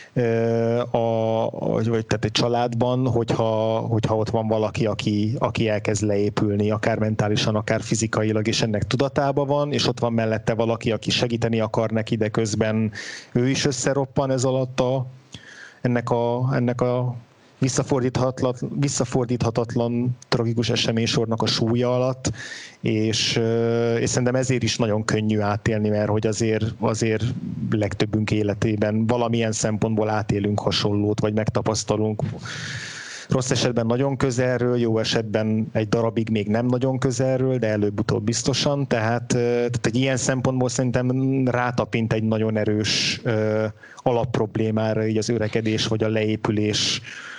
A, vagy tehát egy családban, hogyha, hogyha ott van valaki, aki, aki elkezd leépülni, akár mentálisan, akár fizikailag, és ennek tudatában van, és ott van mellette valaki, aki segíteni akar neki, de közben ő is összeroppan ez alatt a, ennek a, ennek a visszafordíthatatlan, visszafordíthatatlan tragikus eseménysornak a súlya alatt, és, és szerintem ezért is nagyon könnyű átélni, mert hogy azért, azért legtöbbünk életében valamilyen szempontból átélünk hasonlót, vagy megtapasztalunk. Rossz esetben nagyon közelről, jó esetben egy darabig még nem nagyon közelről, de előbb-utóbb biztosan, tehát, tehát egy ilyen szempontból szerintem rátapint egy nagyon erős uh, alapproblémára, így az öregedés vagy a leépülés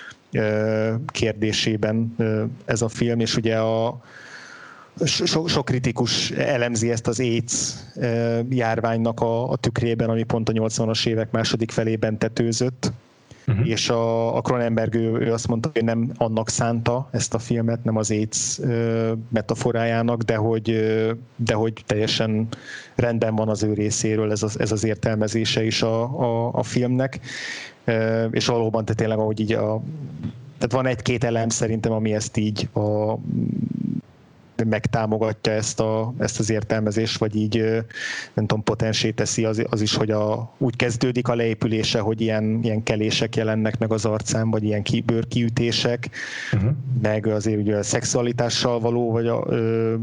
kérdésében ez a film, és ugye a so, sok kritikus elemzi ezt az AIDS járványnak a, a tükrében, ami pont a nyolcvanas évek második felében tetőzött, uh-huh. és a, a Cronenberg ő, ő azt mondta, hogy nem annak szánta ezt a filmet, nem az AIDS metaforájának, de hogy, de hogy teljesen rendben van az ő részéről ez az, ez az értelmezése is a, a, a filmnek. És valóban, te tényleg, ahogy így a, tehát van egy-két elem szerintem, ami ezt így a, megtámogatja ezt, a, ezt az értelmezést, vagy így nem tudom, potensé teszi az, az is, hogy a, úgy kezdődik a leépülése, hogy ilyen, ilyen kelések jelennek meg az arcán, vagy ilyen ki, bőrkiütések, uh-huh. meg azért ugye a szexualitással való, vagy a ö,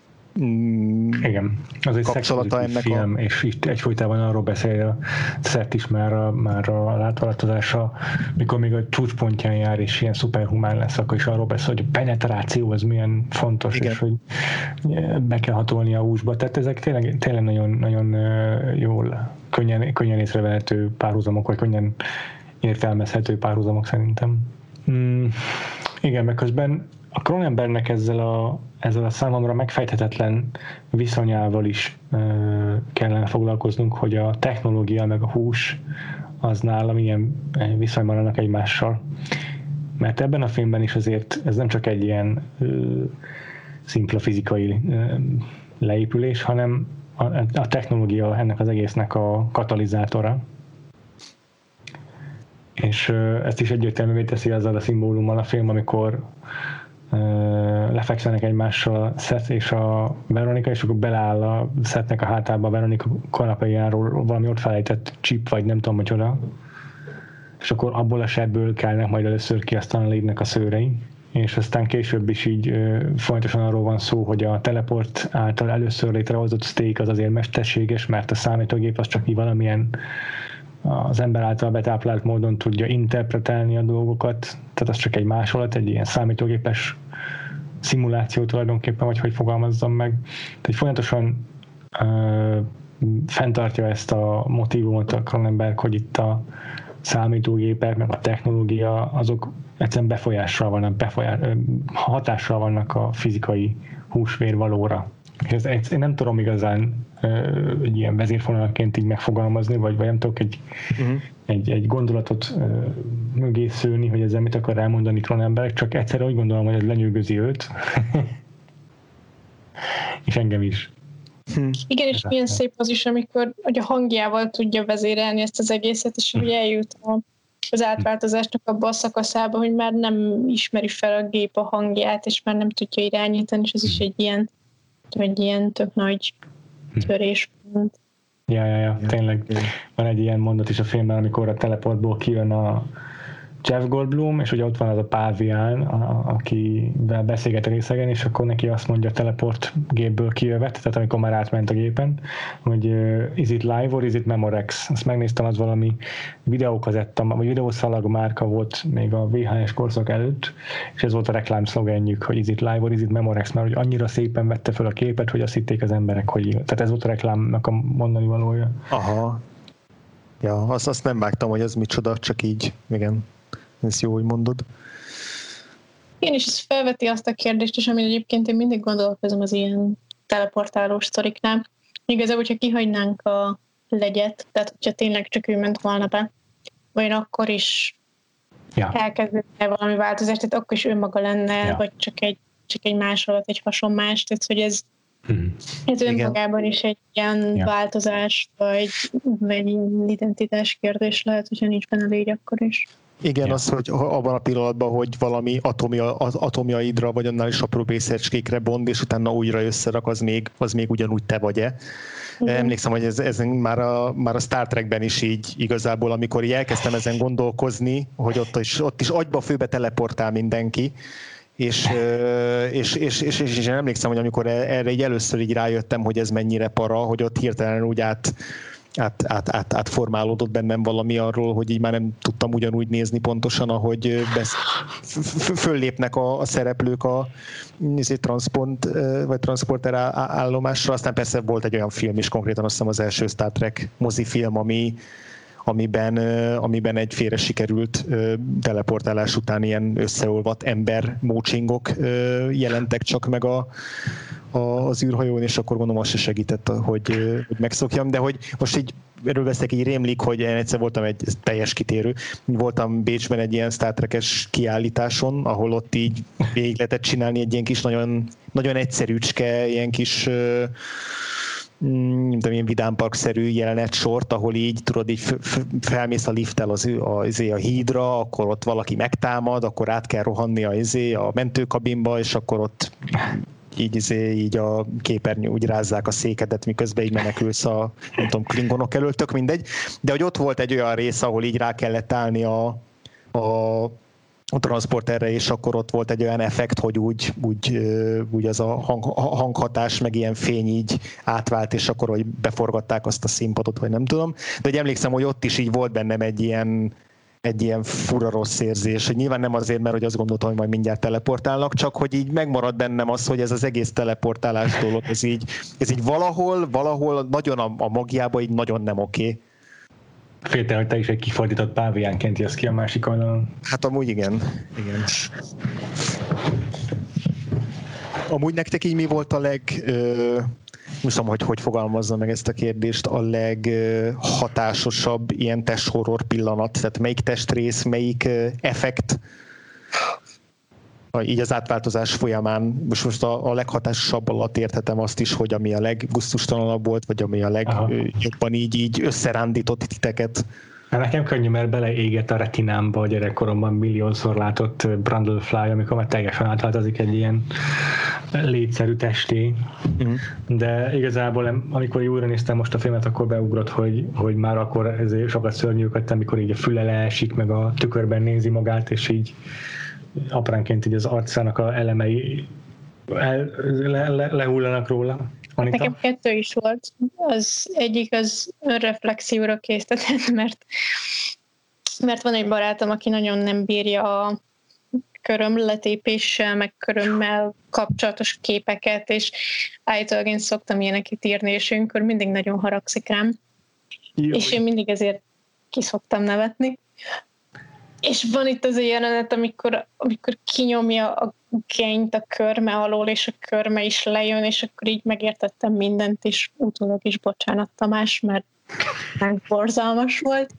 igen, az egy kapcsolata ennek film, a... és itt egyfolytában arról beszél a Seth is már a, már a látváltozása, mikor még a csúcspontján jár, és ilyen szuperhumán lesz, akkor is arról beszél, hogy a penetráció az milyen fontos, igen. és hogy be kell hatolni a húsba. Tehát ezek tényleg, tényleg nagyon, nagyon jól, könnyen, könnyen észrevehető párhuzamok, vagy könnyen értelmezhető párhuzamok szerintem. Hmm. Igen, meg közben a Cronenbergnek ezzel a, ezzel a számomra megfejthetetlen viszonyával is ö, kellene foglalkoznunk, hogy a technológia meg a hús az nálam ilyen viszonyban vannak egymással. Mert ebben a filmben is azért ez nem csak egy ilyen ö, szimpla fizikai ö, leépülés, hanem a, a technológia ennek az egésznek a katalizátora. És ö, ezt is egyértelművé teszi azzal a szimbólummal a film, amikor ö, lefekszenek egymással Seth és a Veronika, és akkor beleáll a Sethnek a hátába a Veronika kanapéjáról valami ott felejtett chip, vagy nem tudom, hogy oda. És akkor abból a sebből kelnek majd először ki aztán a lévnek a szőrei. És aztán később is így ö, folyamatosan arról van szó, hogy a teleport által először létrehozott steak az azért mesterséges, mert a számítógép az csak így valamilyen az ember által betáplált módon tudja interpretálni a dolgokat, tehát az csak egy másolat, egy ilyen számítógépes szimuláció tulajdonképpen, vagy hogy fogalmazzam meg. Tehát folyamatosan ö, fenntartja ezt a motívumot a Cronenberg, hogy itt a számítógépek, meg a technológia, azok egyszerűen befolyással vannak, befolyás, hatással vannak a fizikai húsvérvalóra. És ezt én nem tudom igazán uh, egy ilyen vezérfonalként így megfogalmazni, vagy, vagy nem tudok egy, uh-huh. egy, egy gondolatot uh, mögé szőni, hogy ezzel mit akar elmondani Cronenberg, csak egyszerűen úgy gondolom, hogy ez lenyűgözi őt. És engem is. Hmm. Igen, és milyen szép az is, amikor hogy a hangjával tudja vezérelni ezt az egészet, és hogy eljut az átváltozásnak abba a szakaszába, hogy már nem ismeri fel a gép a hangját, és már nem tudja irányítani, és ez is egy ilyen, egy ilyen tök nagy törés. Ja, ja, ja, tényleg. Van egy ilyen mondat is a filmben, amikor a teleportból kijön a Jeff Goldblum, és ugye ott van az a pávián, a, akivel beszélget a részegen, és akkor neki azt mondja a teleport gépből kijövet, tehát amikor már átment a gépen, hogy uh, is it live or is it Memorex? Azt megnéztem, az valami videókazetta, vagy videószalag márka volt még a vé há es korszak előtt, és ez volt a reklámszlogenjük, hogy is it live or is it Memorex, mert hogy annyira szépen vette fel a képet, hogy azt hitték az emberek, hogy tehát ez volt a reklámnak a mondani valója. Aha. Ja, azt, azt nem vágtam, hogy ez micsoda, csak így, igen. Ez jó, hogy mondod. Igen, és ez felveti azt a kérdést is, amin egyébként én mindig gondolkozom az ilyen teleportálós sztoriknál. Igazából, hogyha kihagynánk a legyet, tehát hogyha tényleg csak ő ment volna be, vagy akkor is ja. elkezdődne valami változást, tehát akkor is önmaga lenne, ja. vagy csak egy, csak egy másolat, egy hasonmás, tehát hogy ez, hmm. ez önmagában is egy ilyen ja. változás, vagy egy identitás kérdés lehet, hogyha nincs benne légy akkor is. Igen, ja. az, hogy abban a pillanatban, hogy valami atomja, az atomjaidra, vagy annál is apró részecskékre bond, és utána újra összerak, az még, az még ugyanúgy te vagy-e. Igen. Emlékszem, hogy ez, ez már, a, már a Star Trekben is így igazából, amikor így elkezdtem ezen gondolkozni, hogy ott is, ott is agyba főbe teleportál mindenki, és, és, és, és, és, és én emlékszem, hogy amikor erre így először így rájöttem, hogy ez mennyire para, hogy ott hirtelen úgy át Át, át, át, átformálódott bennem valami arról, hogy így már nem tudtam ugyanúgy nézni pontosan, ahogy besz, f- föllépnek a, a szereplők a transport, vagy transporter állomásra. Aztán persze volt egy olyan film is, konkrétan azt hiszem az első Star Trek mozifilm, ami, amiben, amiben egy félre sikerült teleportálás után ilyen összeolvadt ember mócsingok jelentek csak meg a az űrhajón, és akkor gondolom azt se segített, hogy, hogy megszokjam, de hogy most így erről veszek, így rémlik, hogy én egyszer voltam egy teljes kitérő, voltam Bécsben egy ilyen Star Trek-es kiállításon, ahol ott így végig lehetett csinálni egy ilyen kis nagyon, nagyon egyszerűcske, ilyen kis nem tudom, ilyen vidámparkszerű jelenetsort, ahol így tudod, így felmész a lifttel az, az, a hídra, akkor ott valaki megtámad, akkor át kell rohanni a, a mentőkabinba, és akkor ott így, izé, így a képernyő úgy rázzák a székedet, miközben így menekülsz a, nem tudom, klingonok elől, tök mindegy. De hogy ott volt egy olyan rész, ahol így rá kellett állni a, a, a transporterre, és akkor ott volt egy olyan effekt, hogy úgy, úgy, úgy az a hang, hanghatás, meg ilyen fény így átvált, és akkor hogy beforgatták azt a színpadot, vagy nem tudom. De hogy emlékszem, hogy ott is így volt bennem egy ilyen egy ilyen fura rossz érzés, hogy nyilván nem azért, mert hogy azt gondoltam, hogy majd mindjárt teleportálnak, csak hogy így megmarad bennem az, hogy ez az egész teleportálás dolog, ez így, ez így valahol, valahol nagyon a, a magjában így nagyon nem oké. Féltem, hogy te is egy kifordított páviánként jössz ki a másik oldalon. Hát amúgy igen. igen. Amúgy nektek így mi volt a leg... Ö, nem tudom, hogy hogy fogalmazza meg ezt a kérdést, a leghatásosabb ilyen testhorror pillanat? Tehát melyik testrész, melyik effekt így az átváltozás folyamán, most, most a, a leghatásosabb alatt érthetem azt is, hogy ami a leggusztustalanabb volt, vagy ami a legjobban így, így összerándított titeket. Hát nekem könnyű, mert beleégett a retinámba a gyerekkoromban milliószor látott Brundlefly, amikor már teljesen átváltozik egy ilyen létszerű testé. Mm. De igazából, amikor újra néztem most a filmet, akkor beugrott, hogy, hogy már akkor ezért sokat szörnyűködtem, amikor így a füle leesik, meg a tükörben nézi magát, és így apránként így az arcának a elemei el, le, le, lehullanak róla. Anita? Nekem kettő is volt. Az egyik az önreflexióra késztetett, mert, mert van egy barátom, aki nagyon nem bírja a körömletépéssel, meg körömmel kapcsolatos képeket, és állítólag én szoktam ilyeneket írni, és önkor mindig nagyon haragszik rám. Jó. És én mindig ezért ki szoktam nevetni. És van itt az a jelenet, amikor, amikor kinyomja a genyt a körme alól, és a körme is lejön, és akkor így megértettem mindent, és utólag is bocsánat, Tamás, mert nem borzalmas volt.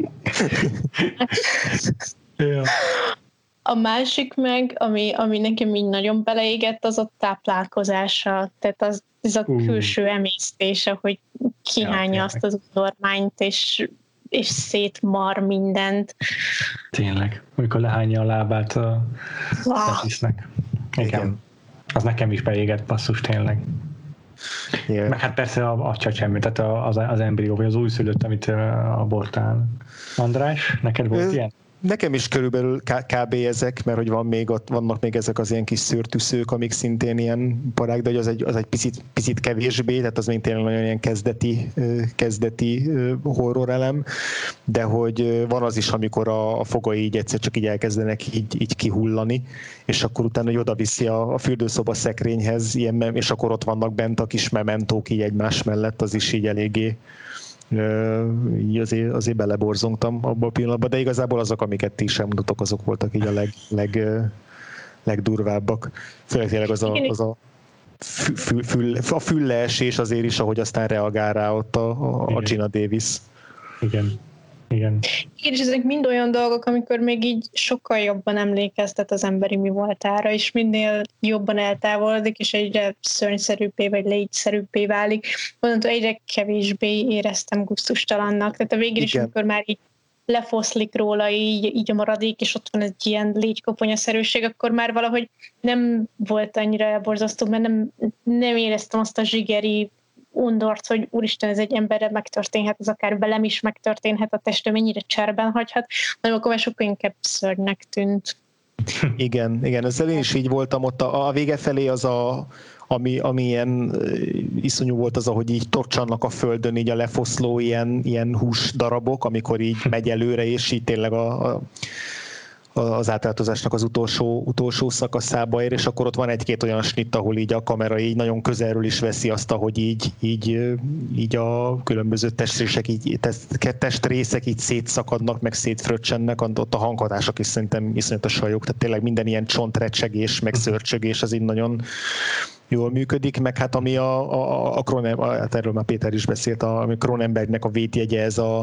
Ja. A másik meg, ami, ami nekem így nagyon beleégett, az a táplálkozása, tehát az, az a külső emésztése, hogy kihányja ja, azt az udvarmányt, és és szétmar mindent. Tényleg. Amikor lehányja a lábát a tesisznek. Igen. Igen. Az nekem is beégett, basszus, tényleg. Yeah. Meg hát persze a, a csecsemő, tehát az, az embrió, vagy az újszülött, amit abortál. András, neked volt Ö, ilyen? Nekem is körülbelül kb. Ezek, mert hogy van még ott, vannak még ezek az ilyen kis szőrtűszők, amik szintén ilyen parák, de hogy az egy, az egy picit, picit kevésbé, tehát az még tényleg nagyon ilyen kezdeti, kezdeti horror elem, de hogy van az is, amikor a, a fogai így egyszer csak így elkezdenek így, így kihullani, és akkor utána oda viszi a, a fürdőszoba szekrényhez, ilyen, és akkor ott vannak bent a kis mementók így egymás mellett, az is így eléggé így azért, azért beleborzongtam abban a pillanatban, de igazából azok, amiket ti sem mondatok, azok voltak így a leg, leg, legdurvábbak. Főleg tényleg az a, az a, fül, fül, a fülleesés azért is, ahogy aztán reagál rá ott a, a Gina Davis. Igen. Igen. Igen, és ezek mind olyan dolgok, amikor még így sokkal jobban emlékeztet az emberi mi voltára, és minél jobban eltávolodik, és egyre szörnyszerűbbé vagy légyszerűbbé válik, onnantól egyre kevésbé éreztem gusztustalannak. Tehát a végén is, amikor már így lefoszlik róla így, így a maradék, és ott van egy ilyen légykoponyaszerűség, akkor már valahogy nem volt annyira borzasztó, mert nem, nem éreztem azt a zsigeri undort, hogy úristen, ez egy emberre megtörténhet, ez akár velem is megtörténhet, a testem mennyire cserben hagyhat, hanem akkor már sokkal inkább szörnynek tűnt. Igen, igen, ezzel én is így voltam ott, a, a vége felé az a, ami, ami ilyen iszonyú volt az, ahogy így tocsannak a földön így a lefoszló ilyen, ilyen hús darabok, amikor így megy előre, és így tényleg a, a az átváltozásnak az utolsó, utolsó szakaszába ér, és akkor ott van egy-két olyan snitt, ahol így a kamera így nagyon közelről is veszi azt, ahogy így, így, így a különböző testrészek, így, testrészek így szétszakadnak, meg szétfröccsennek, ott a hanghatások is szerintem iszonyatosan jók, tehát tényleg minden ilyen csontrecsegés, meg szörcsögés az így nagyon jól működik, meg hát ami a, a, a Cronenberg, hát erről már Péter is beszélt, a, ami Cronenbergnek a vétjegye, ez a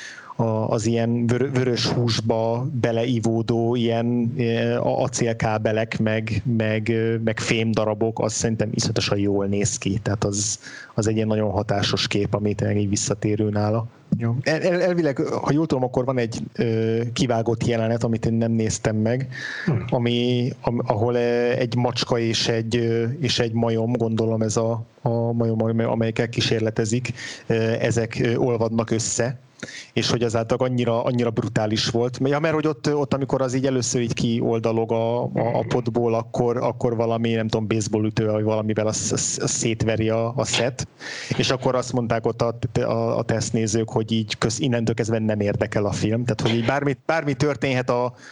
az ilyen vörös húsba beleivódó ilyen acélkábelek, meg, meg, meg fémdarabok, az szerintem iszonyatosan jól néz ki. Tehát az, az egy ilyen nagyon hatásos kép, amit így visszatérő nála. Jó. El, el, elvileg, ha jól tudom, akkor van egy ö, kivágott jelenet, amit én nem néztem meg, hmm. ami, am, ahol egy macska és egy, és egy majom, gondolom ez a, a majom, amelyekkel kísérletezik, ezek olvadnak össze, és hogy azáltal annyira, annyira brutális volt. Ja, mert hogy ott, ott, amikor az így először így kioldalog a, a, a potból, akkor, akkor valami, nem tudom, baseballütő, vagy valamivel a, a, a szétveri a, a szet, és akkor azt mondták ott a, a, a tesztnézők, hogy így köz, innentől kezdve nem érdekel a film, tehát hogy így bármi, bármi történhet a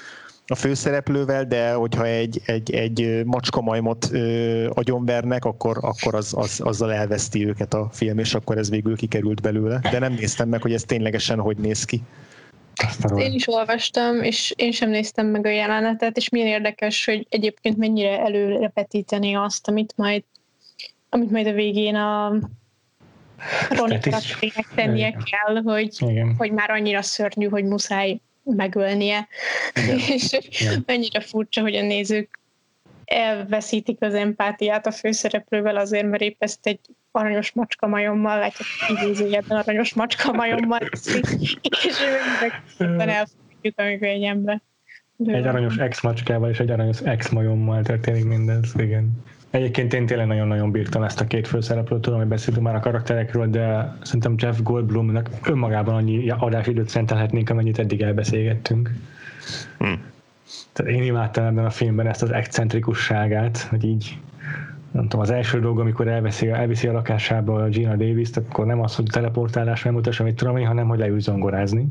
a főszereplővel, de hogyha egy, egy, egy macskamajmot ö, agyonvernek, akkor, akkor az, az, azzal elveszti őket a film, és akkor ez végül kikerült belőle. De nem néztem meg, hogy ez ténylegesen hogy néz ki. Én is olvastam, és én sem néztem meg a jelenetet, és milyen érdekes, hogy egyébként mennyire előrepetíteni azt, amit majd, amit majd a végén a Ronny karakterének tennie igen. kell, hogy, hogy már annyira szörnyű, hogy muszáj megölnie. Igen. És igen. Annyira furcsa, hogy a nézők elveszítik az empátiát a főszereplővel azért, mert épp ezt egy aranyos macskamajommal, látjuk, idézőjelben aranyos macskamajommal teszik, és mindenképpen elfogadjuk, amikor egy ember. Egy aranyos ex-macskával és egy aranyos ex-majommal történik mindez, igen. Egyébként én tényleg nagyon-nagyon bírtam ezt a két főszereplőt, tudom, hogy beszéltünk már a karakterekről, de szerintem Jeff Goldblumnak önmagában annyi adásidőt szentelhetnénk, amennyit eddig elbeszélgettünk. Hmm. Tehát én imádtam ebben a filmben ezt az excentrikusságát, hogy így, nem tudom, az első dolog, amikor elviszi, elviszi a lakásába a Gina Davis-t, akkor nem az, hogy teleport,álás megmutassa, mit tudom én, hanem hogy leül zongorázni.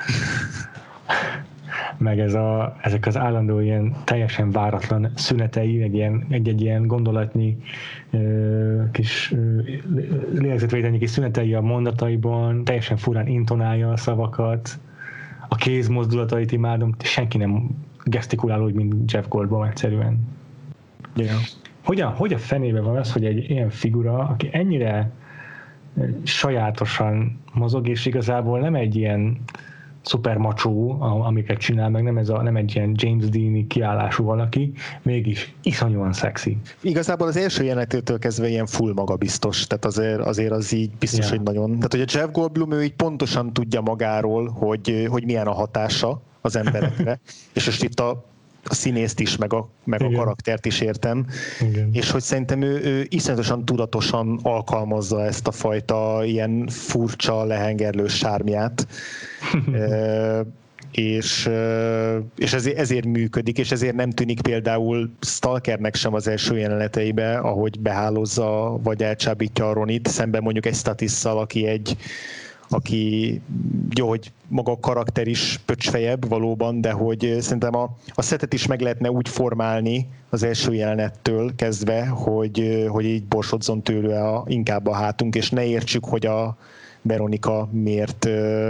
Meg ez a, ezek az állandó ilyen teljesen váratlan szünetei, egy, ilyen, egy-egy ilyen gondolatnyi ö, kis lélegzetvételnyi kis szünetei a mondataiban, teljesen furán intonálja a szavakat, a kézmozdulatait imádom, senki nem gesztikulál úgy, mint Jeff Goldblum egyszerűen. Yeah. Hogyan, hogy a fenébe van az, hogy egy ilyen figura, aki ennyire sajátosan mozog, és igazából nem egy ilyen szuper macsó, amiket csinál, meg nem, ez a, nem egy ilyen James Dean-i kiállású valaki, mégis iszonyúan szexi. Igazából az első jelenetétől kezdve ilyen full magabiztos, tehát azért, azért az így biztos, yeah. hogy nagyon... Tehát, hogy a Jeff Goldblum, ő így pontosan tudja magáról, hogy, hogy milyen a hatása az emberekre, és most itt a a színészt is, meg a, meg a karaktert is értem, igen. És hogy szerintem ő, ő iszonyatosan tudatosan alkalmazza ezt a fajta ilyen furcsa, lehengerlős sármját, e, és, és ezért, ezért működik, és ezért nem tűnik például Stalkernek sem az első jeleneteibe, ahogy behálózza, vagy elcsábítja a Ronnyt, szemben mondjuk egy Statisszal, aki egy aki jó, hogy maga a karakter is pöcsfejebb valóban, de hogy szerintem a, a szetet is meg lehetne úgy formálni az első jelenettől kezdve, hogy, hogy így borsodzon tőle a, inkább a hátunk, és ne értsük, hogy a Veronika miért,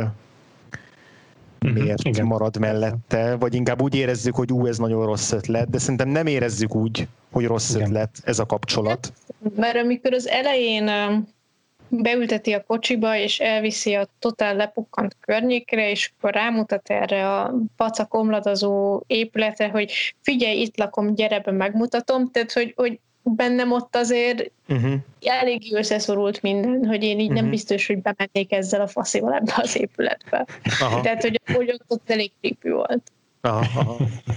miért uh-huh, marad mellette, vagy inkább úgy érezzük, hogy ú, ez nagyon rossz ötlet, de szerintem nem érezzük úgy, hogy rossz igen. ötlet ez a kapcsolat. Mert amikor az elején beülteti a kocsiba, és elviszi a totál lepukkant környékre, és akkor rámutat erre a pacak omladozó épületre, hogy figyelj, itt lakom, gyere be, megmutatom. Tehát, hogy, hogy bennem ott azért uh-huh. elég összeszorult minden, hogy én így uh-huh. nem biztos, hogy bemennék ezzel a faszival ebbe az épületbe. Aha. Tehát, hogy, hogy ott, ott elég creepy volt. Aha, aha.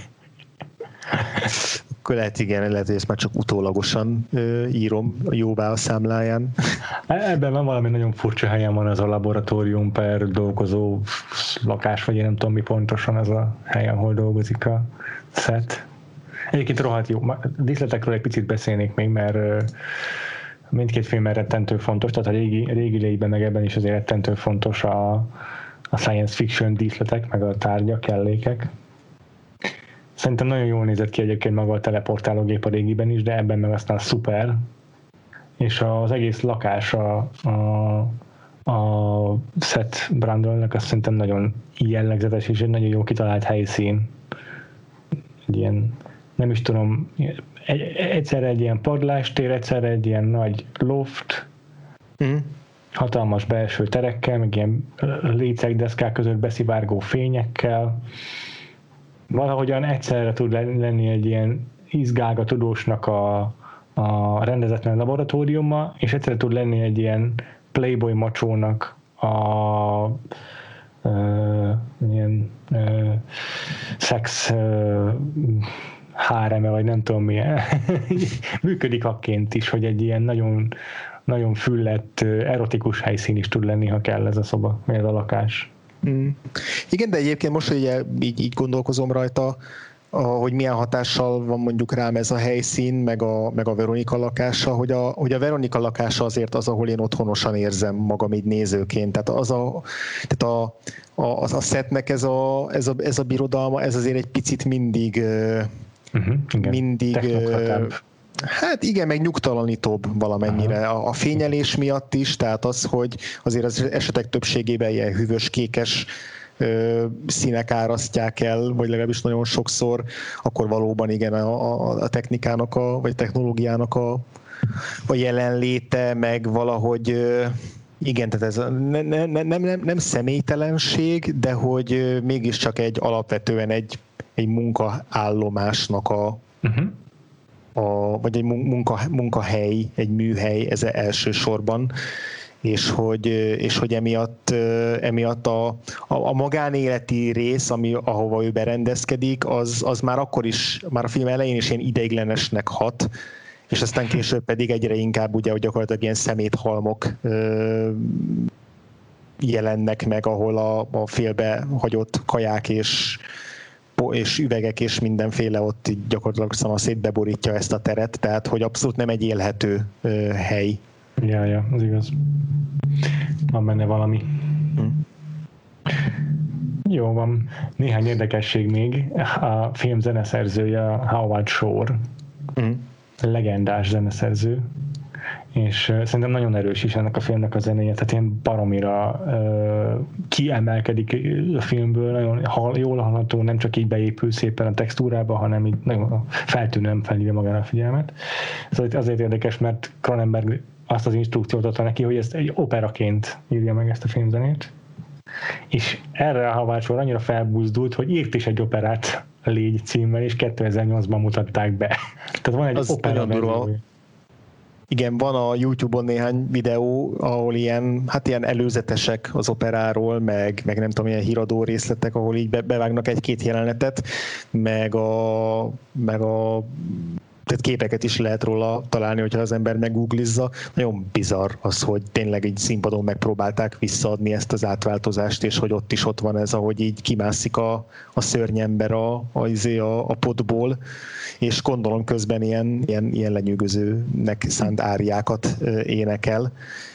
Akkor lehet, igen, lehet, hogy ezt már csak utólagosan ö, írom jóvá a számláján. Ebben van valami nagyon furcsa helyen van az a laboratórium per dolgozó lakás, vagy én nem tudom mi pontosan az a hely, ahol dolgozik a set. Egyébként rohadt jó. A díszletekről egy picit beszélnék még, mert mindkét filmben rettentő fontos, tehát a régi, régi légyben meg ebben is azért rettentő fontos a, a science fiction díszletek, meg a tárgyak, kellékek. Szerintem nagyon jól nézett ki egyébként maga a teleportálógép a régiben is, de ebben meg aztán szuper. És az egész lakás a, a, a Seth Brundle-nek azt szerintem nagyon jellegzetes, és egy nagyon jó kitalált helyszín. Egy ilyen, nem is tudom, egy, egyszerre egy ilyen padlástér, egyszerre egy ilyen nagy loft, mm. hatalmas belső terekkel, meg ilyen lécegdeszkák között beszivárgó fényekkel. Valahogyan egyszerre tud lenni egy ilyen izgága tudósnak a, a rendezetlen laboratóriuma, és egyszerre tud lenni egy ilyen playboy macsónak a uh, ilyen uh, szex uh, háreme, vagy nem tudom milyen. Működik akként is, hogy egy ilyen nagyon, nagyon füllett, erotikus helyszín is tud lenni, ha kell ez a szoba, vagy ez a lakás. Mm. Igen, de egyébként most, hogy így, így gondolkozom rajta, hogy milyen hatással van mondjuk rám ez a helyszín, meg a, meg a Veronika lakása, hogy a, hogy a Veronika lakása azért az, ahol én otthonosan érzem magam így nézőként. Tehát az a, tehát a, a, a setnek ez a, ez, a, ez a birodalma, ez azért egy picit mindig uh-huh, igen. mindig hát igen, meg nyugtalanítóbb valamennyire. A, a fényelés miatt is, tehát az, hogy azért az esetek többségében ilyen hűvös, kékes ö, színek árasztják el, vagy legalábbis nagyon sokszor, akkor valóban igen a, a technikának, a, vagy technológiának a, a jelenléte, meg valahogy ö, igen, tehát ez nem, nem, nem, nem, nem személytelenség, de hogy mégiscsak egy alapvetően egy, egy munkaállomásnak a uh-huh. A, vagy egy munka, munkahely, egy műhely ez elsősorban, és hogy, és hogy emiatt, emiatt a, a, a magánéleti rész, ami, ahova ő berendezkedik, az, az már akkor is, már a film elején is ilyen ideiglenesnek hat, és aztán később pedig egyre inkább ugye, hogy gyakorlatilag ilyen szeméthalmok ö, jelennek meg, ahol a, a félbe hagyott kaják és és üvegek és mindenféle ott gyakorlatilag szanaszét beborítja ezt a teret, tehát hogy abszolút nem egy élhető uh, hely. Ja, ja, az igaz. Van benne valami. Hmm. Jó van. Néhány érdekesség még. A film zeneszerzője Howard Shore. Hmm. Legendás zeneszerző. És uh, szerintem nagyon erős is ennek a filmnek a zenéje, tehát ilyen baromira uh, kiemelkedik a filmből, nagyon hall, jól hallható, nem csak így beépül szépen a textúrába, hanem így nagyon feltűnően felhívja magára a figyelmet. Szóval azért érdekes, mert Cronenberg azt az instrukciót adta neki, hogy ezt egy operaként írja meg ezt a filmzenét, és erre a Howard Shore annyira felbuzdult, hogy írt is egy operát Légy címmel, és kétezer-nyolcban mutatták be. Tehát van egy az opera verziója. Igen, van a YouTube-on néhány videó, ahol ilyen, hát ilyen előzetesek az operáról, meg, meg nem tudom, ilyen híradó részletek, ahol így be, bevágnak egy-két jelenetet, meg a, meg a tehát képeket is lehet róla találni, hogyha az ember meggooglizza. Nagyon bizarr az, hogy tényleg így színpadon megpróbálták visszaadni ezt az átváltozást, és hogy ott is ott van ez, ahogy így kimászik a, a szörnyember a, a, a, a potból, és gondolom közben ilyen, ilyen, ilyen lenyűgözőnek szánt áriákat énekel.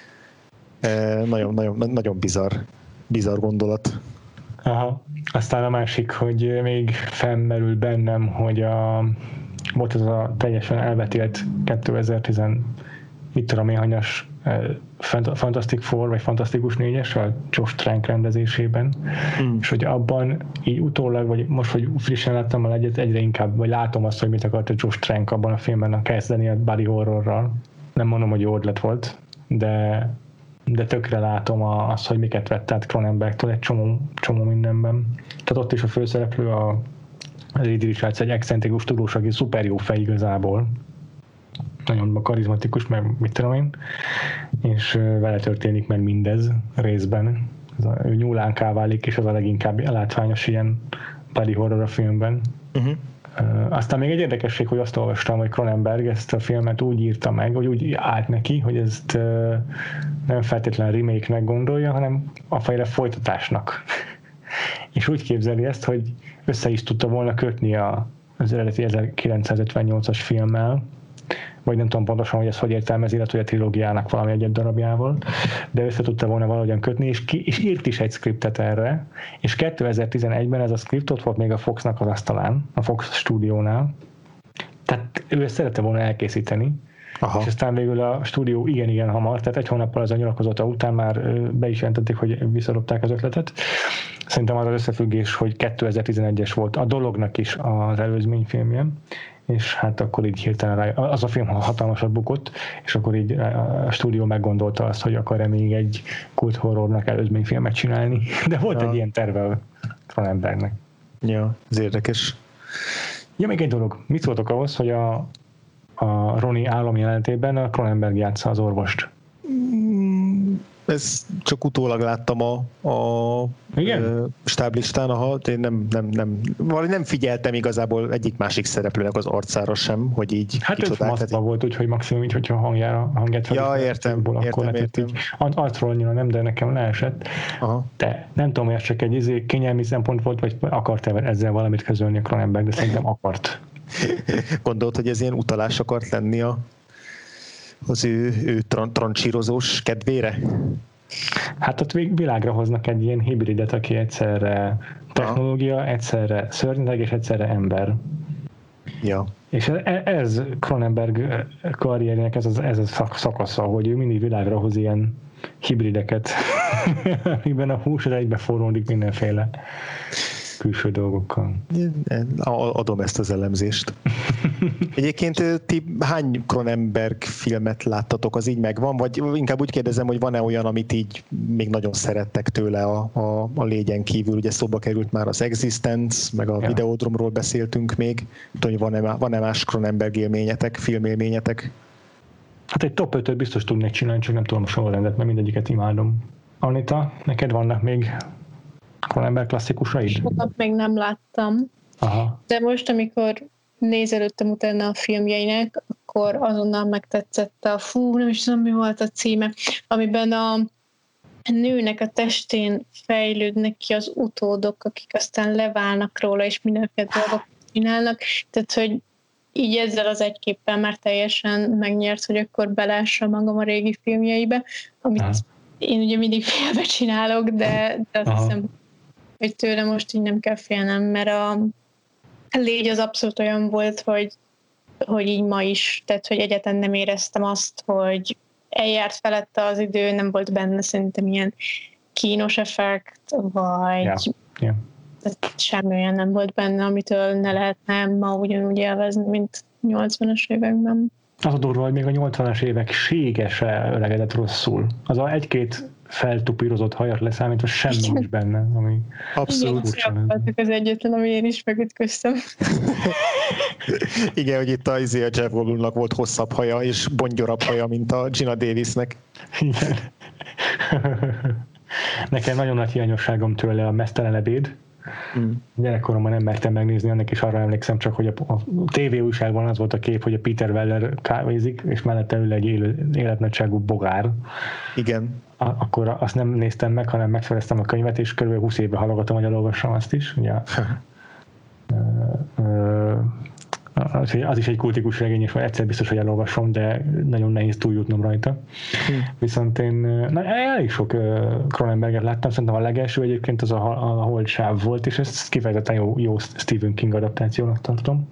Nagyon, nagyon, nagyon bizarr, bizarr gondolat. Aha. Aztán a másik, hogy még felmerül bennem, hogy a volt ez a teljesen elvetélt kétezer-tíz itt tudom én hanyas Fantastic Four vagy Fantasztikus négyes a Josh Trank rendezésében, mm. és hogy abban így utólag, vagy most, hogy frissen láttam el egyet, egyre inkább, vagy látom azt, hogy mit akart a Josh Trank abban a filmben kezdeni a body horrorral. Nem mondom, hogy jó ötlet volt, de, de tökre látom azt, hogy miket vett át Cronenbergtől egy csomó, csomó mindenben. Tehát ott is a főszereplő a Reed Richards egy excentrikus tudós, aki szuper jó fej igazából. Nagyon karizmatikus, mert mit tudom én. És vele történik meg mindez részben. Ez a, ő nyúlánká válik, és az a leginkább látványos ilyen body horror a filmben. Uh-huh. Aztán még egy érdekesség, hogy azt olvastam, hogy Cronenberg ezt a filmet úgy írta meg, hogy úgy állt neki, hogy ezt nem feltétlenül remake-nek gondolja, hanem afajta folytatásnak. És úgy képzeli ezt, hogy össze is tudta volna kötni a, az eredeti ezerkilencszázötvennyolcas filmmel, vagy nem tudom pontosan, hogy ezt hogy értelmezi, illetve a trilógiának valami egyet darabjával, de össze tudta volna valahogyan kötni, és, ki, és írt is egy skriptet erre, és kétezer-tizenegyben ez a skript ott volt még a Foxnak az asztalán, a Fox stúdiónál, tehát ő ezt szerette volna elkészíteni. Aha. És aztán végül a stúdió igen-igen hamar, tehát egy hónappal az a nyilatkozata után már be is jelentették, hogy visszadobták az ötletet. Szerintem az az összefüggés, hogy kétezer-tizenegyes volt a dolognak is az előzményfilmje, és hát akkor így hirtelen rá, az a film hatalmasat bukott, és akkor így a stúdió meggondolta azt, hogy akar-e még egy kult horrornak előzményfilmet csinálni, de volt ja. egy ilyen terve a Cronenbergnek. Ja, ez érdekes. Ja, még egy dolog. Mit szóltok ahhoz, hogy a a Ronnie álom jelenetében a Cronenberg játsza az orvost? Mm, ezt csak utólag láttam a, a Igen? stáblistán, aha, én nem, nem, nem, valahogy nem figyeltem igazából egyik másik szereplőnek az arcára sem, hogy így hát kicsodák. Hát maszkba volt, úgyhogy maximum így, hogyha hangjára, hangját ja, értem, ból, értem, akkor lehetett értem. így. Arcról annyira nem, de nekem leesett. Aha. De nem tudom, hogy csak egy izé, kényelmi szempont volt, vagy akart-e ezzel valamit közölni a Cronenberg, de szerintem akart. Gondolod, hogy ez ilyen utalás akart lenni a, az ő, ő tran- trancsírozós kedvére? Hát ott világra hoznak egy ilyen hibridet, aki egyszerre technológia, Aha. egyszerre szörnyeteg és egyszerre ember. Ja. És ez Cronenberg karrierjének ez, az, ez a szakasza, hogy ő mindig világra hoz ilyen hibrideket, amiben a hús egybe forródik mindenféle külső dolgokkal. Adom ezt az elemzést. Egyébként ti hány Cronenberg filmet láttatok, az így megvan? Vagy inkább úgy kérdezem, hogy van-e olyan, amit így még nagyon szerettek tőle a, a, a légyen kívül? Ugye szóba került már az Existence, meg a ja. Videodromról beszéltünk még. Tudom, hogy van-e, van-e más Cronenberg élményetek, filmélményetek? Hát egy top ötöt biztos tudnék csinálni, csak nem tudom a sorrendet, mert mindegyiket imádom. Anita, neked vannak még Cronenberg klasszikusaid? Sokat még nem láttam. Aha. De most, amikor nézelődtem utána a filmjeinek, akkor azonnal megtetszett a fú, nem is tudom, mi volt a címe, amiben a nőnek a testén fejlődnek ki az utódok, akik aztán leválnak róla, és mindenféle dolgokat csinálnak. Tehát, hogy így ezzel az egy képpel már teljesen megnyert, hogy akkor belássa magam a régi filmjeibe, amit Aha. én ugye mindig félbe csinálok, de, de azt Aha. hiszem, hogy tőle most így nem kell félnem, mert a légy az abszolút olyan volt, hogy, hogy így ma is, tehát hogy egyáltalán nem éreztem azt, hogy eljárt felette az idő, nem volt benne szerintem ilyen kínos effekt, vagy yeah. Yeah. semmi olyan nem volt benne, amitől ne lehetne ma ugyanúgy élvezni, mint nyolcvanas években. Az a durva, hogy még a nyolcvanas évek sége se öregedett rosszul. Az a egy-két feltupírozott hajat leszámítva semmi nincs benne, ami abszolút furcsa. Az egyetlen, ami én is megütköztem. Igen, hogy itt a, a Jeff Goldblumnak volt hosszabb haja, és bongyorabb haja, mint a Gina Davisnek. Igen. Nekem nagyon nagy hiányosságom tőle a Meztelen ebéd. Mm. Gyerekkoromban nem mertem megnézni, annak is arra emlékszem csak, hogy a, a tévéújságban az volt a kép, hogy a Peter Weller kávézik, és mellette ül egy élő, életnagyságú bogár. Igen. A, akkor azt nem néztem meg, hanem megszereztem a könyvet, és kb. húsz éve hallgatom, hogy elolvassam azt is. Ugye, az, az is egy kultikus regény, és egyszer biztos, hogy elolvasom, de nagyon nehéz túljutnom rajta. Hmm. Viszont én na, elég sok uh, Cronenberget láttam, szerintem a legelső egyébként az a, a Holdsáv volt, és ez kifejezetten jó, jó Stephen King adaptációnak tartom.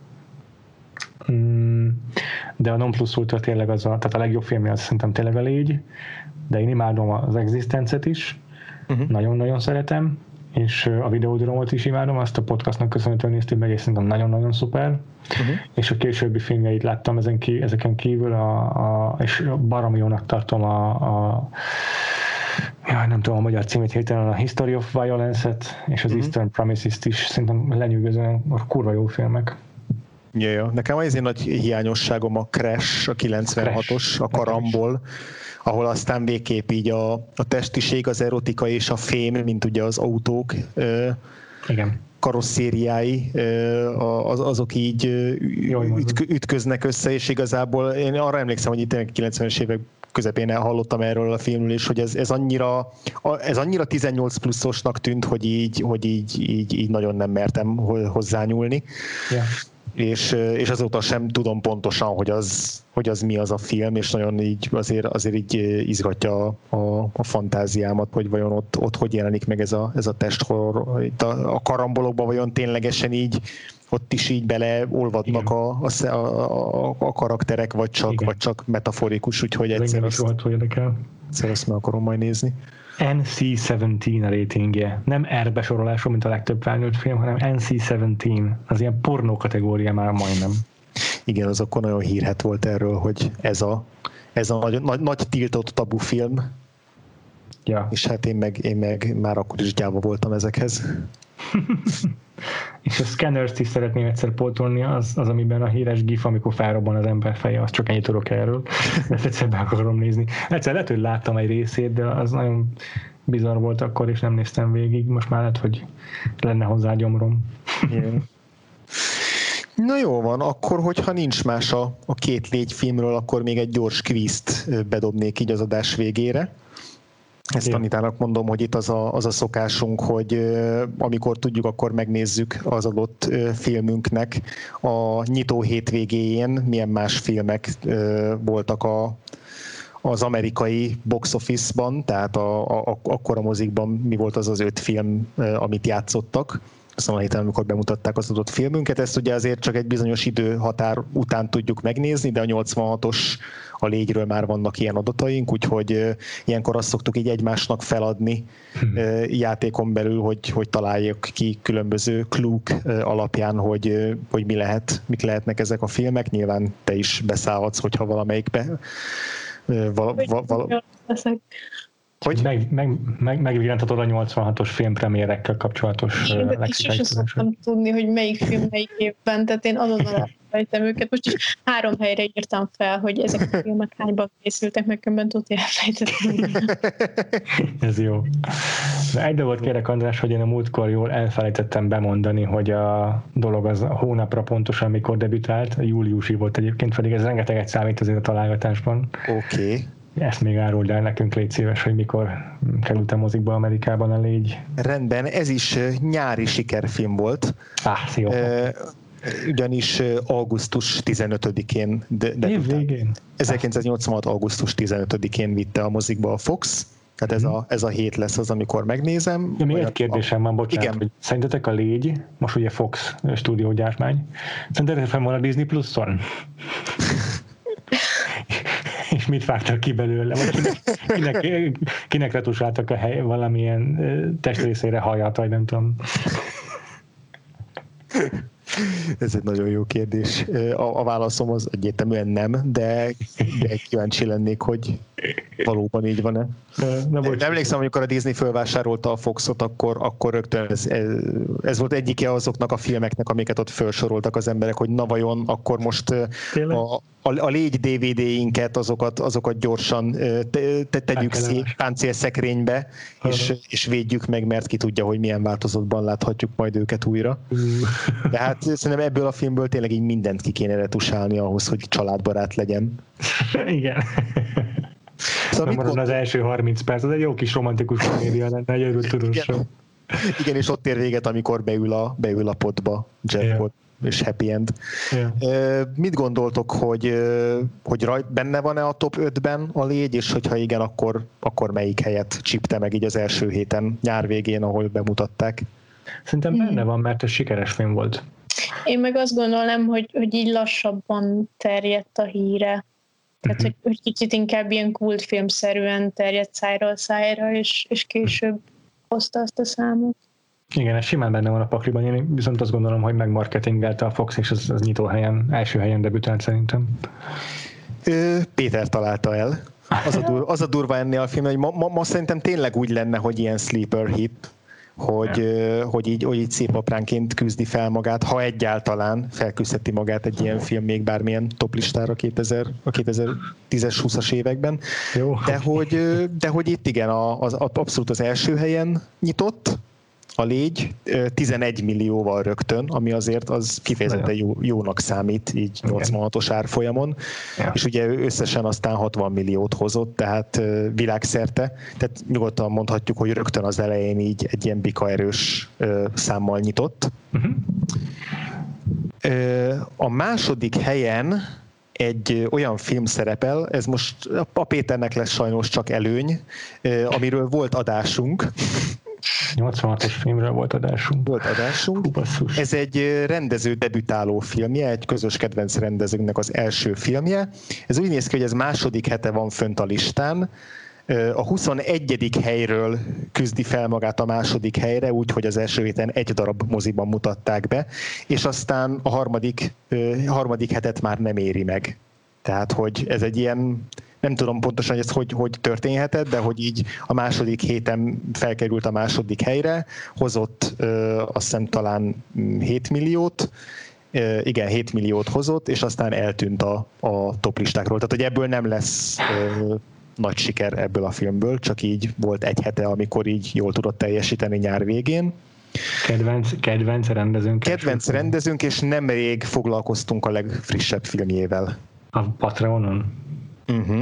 Mm, de a non plus ultra tényleg az a, tehát a legjobb filmje az szerintem tényleg a Légy, de én imádom az Existence-et is, uh-huh. nagyon-nagyon szeretem, és a Videodromot is imádom, azt a podcastnak köszönhetően néztük meg, és szerintem nagyon-nagyon szuper. Uh-huh. És a későbbi filmjeit láttam ezen ki, ezeken kívül, a, a, és baromi jónak tartom a, a jaj, nem tudom a magyar címét hirtelen, a History of Violence-et, és az uh-huh. Eastern Promises-t is szerintem lenyűgözően a kurva jó filmek. Ja, ja. Nekem az én nagy hiányosságom a Crash, a kilencvenhatos, a Karambol, ahol aztán végképp így a, a testiség, az erotika és a fém, mint ugye az autók Igen. karosszériái, az, azok így ütk, ütköznek össze, és igazából én arra emlékszem, hogy itt a kilencvenes évek közepén hallottam erről a filmről, és hogy ez, ez, annyira, ez annyira tizennyolc pluszosnak tűnt, hogy így, hogy így, így, így nagyon nem mertem hozzányúlni. Yeah. És, és azóta sem tudom pontosan, hogy az, hogy az mi az a film, és nagyon így azért, azért így izgatja a, a, a fantáziámat, hogy vajon ott, ott hogy jelenik meg ez a, ez a testhorror. Itt a, a karambolokban vajon ténylegesen így ott is így beleolvadnak a, a, a, a karakterek, vagy csak, vagy csak metaforikus, úgyhogy egyszer azt, volt, hogy egyszer azt meg akarom majd nézni. en cé tizenhét a ratingje. Nem R besorolású, mint a legtöbb felnőtt film, hanem en cé tizenhét. Az ilyen pornó kategória már majdnem. Igen, az akkor nagyon hírhet volt erről, hogy ez a, ez a nagy, nagy, nagy tiltott tabu film. Ja. És hát én meg, én meg már akkor is gyáva voltam ezekhez. És a Scanners-t is szeretném egyszer pótolni, az, az amiben a híres gif, amikor felrobban az ember feje, az csak ennyit tudok erről. Ezt egyszer be akarom nézni. Egyszer lehet, hogy láttam egy részét, de az nagyon bizarr volt akkor, és nem néztem végig. Most már lehet, hogy lenne hozzá gyomrom. Yeah. Na jó van, akkor hogyha nincs más a, a két légyfilmről, akkor még egy gyors kvízt bedobnék így az adás végére. Ezt Anitának mondom, hogy itt az a, az a szokásunk, hogy amikor tudjuk, akkor megnézzük az adott filmünknek a nyitó hétvégéjén milyen más filmek voltak a, az amerikai box office-ban, tehát a, a, akkor a mozikban mi volt az az öt film, amit játszottak. Aztán a héten, amikor bemutatták az adott filmünket, ezt ugye azért csak egy bizonyos időhatár után tudjuk megnézni, de a nyolcvanhatos a légyről már vannak ilyen adataink, úgyhogy ilyenkor azt szoktuk így egymásnak feladni hmm. játékon belül, hogy, hogy találjuk ki különböző klúk alapján, hogy, hogy mi lehet, mik lehetnek ezek a filmek. Nyilván te is beszállhatsz, hogyha valamelyikbe val, val, val, Hogy? Meg, meg, meg, megvillantatod a nyolcvanhatos filmpremierekkel kapcsolatos lexikációt. Én sosem szoktam tudni, hogy melyik film melyik évben, tehát én azonnal elfelejtem őket. Most is három helyre írtam fel, hogy ezek a filmek hányban készültek, meg különben tudni elfelejtettem. Ez jó. De egy dolgot kérek, András, hogy én a múltkor jól elfelejtettem bemondani, hogy a dolog az a hónapra pontosan mikor debütált, a júliusi volt egyébként, pedig ez rengeteget számít azért a találgatásban. Oké. Okay. Ezt még áruld el nekünk, légy szíves, hogy mikor került a mozikba Amerikában a légy. Rendben, ez is nyári sikerfilm volt. Ah, jó. Uh, ugyanis augusztus tizenötödikén debütált. ezerkilencszáznyolcvanhat augusztus tizenötödikén vitte a mozikba a Fox. Tehát ez a, ez a hét lesz az, amikor megnézem. Ja, még egy kérdésem van, bocsánat, igen. Hogy szerintetek a légy, most ugye Fox stúdiógyártmány, szerintetek fel van a Disney Pluson? És mit vágtak ki belőle? Vagy kinek, kinek, kinek retusáltak a hely, valamilyen testrészére hajat, vagy nem tudom. Ez egy nagyon jó kérdés. A, a válaszom az egyértelműen nem, de, de kíváncsi lennék, hogy valóban így van-e. Na, de emlékszem, amikor a Disney fölvásárolta a Foxot, akkor, akkor rögtön ez, ez, ez volt egyike azoknak a filmeknek, amiket ott felsoroltak az emberek, hogy na vajon, akkor most a, a, a légy dé vé dé-inket, azokat, azokat gyorsan te, te, tegyük szét páncélszekrénybe, és, és védjük meg, mert ki tudja, hogy milyen változatban láthatjuk majd őket újra. De hát szerintem ebből a filmből tényleg így mindent ki kéne retusálni ahhoz, hogy családbarát legyen. Igen. Szóval nem az első harminc perc, az egy jó kis romantikus komédia lenne, egy örült tudósra. Igen. Igen, és ott ér véget, amikor beül a, beül a potba Jeff yeah. Pot, és happy end. Yeah. Mit gondoltok, hogy, hogy rajt, benne van-e a top ötben a légy, és hogyha igen, akkor, akkor melyik helyet csípte meg így az első héten, nyár végén, ahol bemutatták? Szerintem benne van, mert ez sikeres film volt. Én meg azt gondolom, hogy, hogy így lassabban terjedt a híre. Tehát, uh-huh. hogy kicsit inkább ilyen kultfilmszerűen terjedt szájról szájra, és, és később hozta azt a számot. Igen, ez simán benne van a pakliban. Én viszont azt gondolom, hogy megmarketingelte a Fox, és az, az nyitó helyen, első helyen debütált szerintem. Ö, Péter találta el. Az a, dur, az a durva ennél a film, hogy ma, ma, ma szerintem tényleg úgy lenne, hogy ilyen sleeper hit, hogy, yeah. hogy, így, hogy így szép apránként küzdi fel magát, ha egyáltalán felküzdheti magát egy ilyen film még bármilyen toplistára kétezer, a kétezer-tízes, húszas években. Jó. De, hogy, de hogy itt igen, az, az, abszolút az első helyen nyitott a légy, tizenegy millióval rögtön, ami azért az kifejezetten jó, jónak számít, így nyolcvanhatos árfolyamon, ja. És ugye összesen aztán hatvan milliót hozott, tehát világszerte, tehát nyugodtan mondhatjuk, hogy rögtön az elején így egy ilyen bikaerős számmal nyitott. Uh-huh. A második helyen egy olyan film szerepel, ez most a Péternek lesz sajnos csak előny, amiről volt adásunk, nyolcvanhatos filmről volt adásunk. Volt adásunk. Hú, ez egy rendező debütáló filmje, egy közös kedvenc rendezőnknek az első filmje. Ez úgy néz ki, hogy ez második hete van fönt a listán. A huszonegyedik helyről küzdi fel magát a második helyre, úgyhogy az első héten egy darab moziban mutatták be, és aztán a harmadik, harmadik hetet már nem éri meg. Tehát, hogy ez egy ilyen Nem tudom pontosan, hogy ez hogy, hogy történhetett, de hogy így a második héten felkerült a második helyre, hozott ö, azt hiszem talán hét milliót, ö, igen, hét milliót hozott, és aztán eltűnt a, a top listákról. Tehát, hogy ebből nem lesz ö, nagy siker ebből a filmből, csak így volt egy hete, amikor így jól tudott teljesíteni nyár végén. Kedvenc, kedvenc rendezőnk. Kedvenc rendezőnk, és nemrég foglalkoztunk a legfrissebb filmjével. A Patreonon? Uh-huh.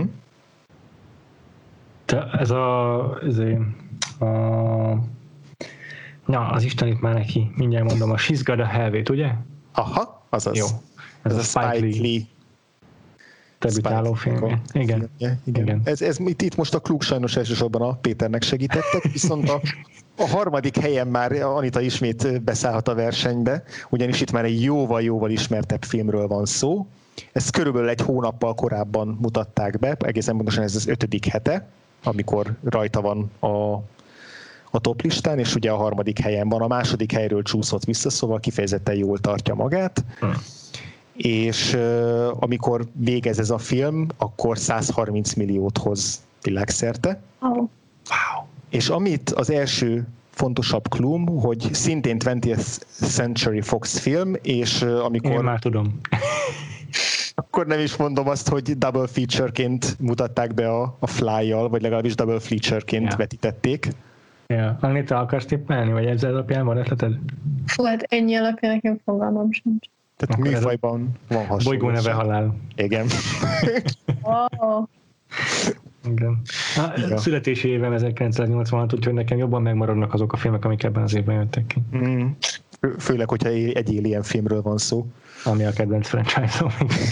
Te ez a... Ez a, a na, az Isten itt már neki. Mindjárt mondom, a She's Got a Helvét, ugye? Aha, azaz. Jó. Ez, ez a Spike, Spike Lee. Lee. Debütáló film. Igen. Igen. igen. igen. Ez, ez itt, itt most a klub sajnos elsősorban a Péternek segítettek, viszont a, a harmadik helyen már Anita ismét beszállhat a versenybe, ugyanis itt már egy jóval-jóval ismertebb filmről van szó. Ezt körülbelül egy hónappal korábban mutatták be, egészen pontosan ez az ötödik hete, amikor rajta van a, a toplistán, és ugye a harmadik helyen van, a második helyről csúszott vissza, szóval kifejezetten jól tartja magát. Hmm. És uh, amikor végez ez a film, akkor száz harminc milliót hoz világszerte. Oh. Wow. És amit az első fontosabb klum, hogy szintén twentieth Century Fox film, és uh, amikor... Én már tudom. Akkor nem is mondom azt, hogy double feature-ként mutatták be a, a Fly-jal, vagy legalábbis double feature-ként yeah. vetítették. Ja. Anita, akarsz tippelni, vagy ezzel alapján van ötleted? Fú, hát ennyi alapján nekem fogalmam sincs. Tehát akkor műfajban van hasonló. Bolygó neve halál. Igen. Wow. Igen. A születési évem ezerkilencszáznyolcvanhat, úgyhogy nekem jobban megmaradnak azok a filmek, amik ebben az évben jöttek ki. Mm. Főleg, hogyha egy Alien filmről van szó. Ami a kedvenc franchise-om.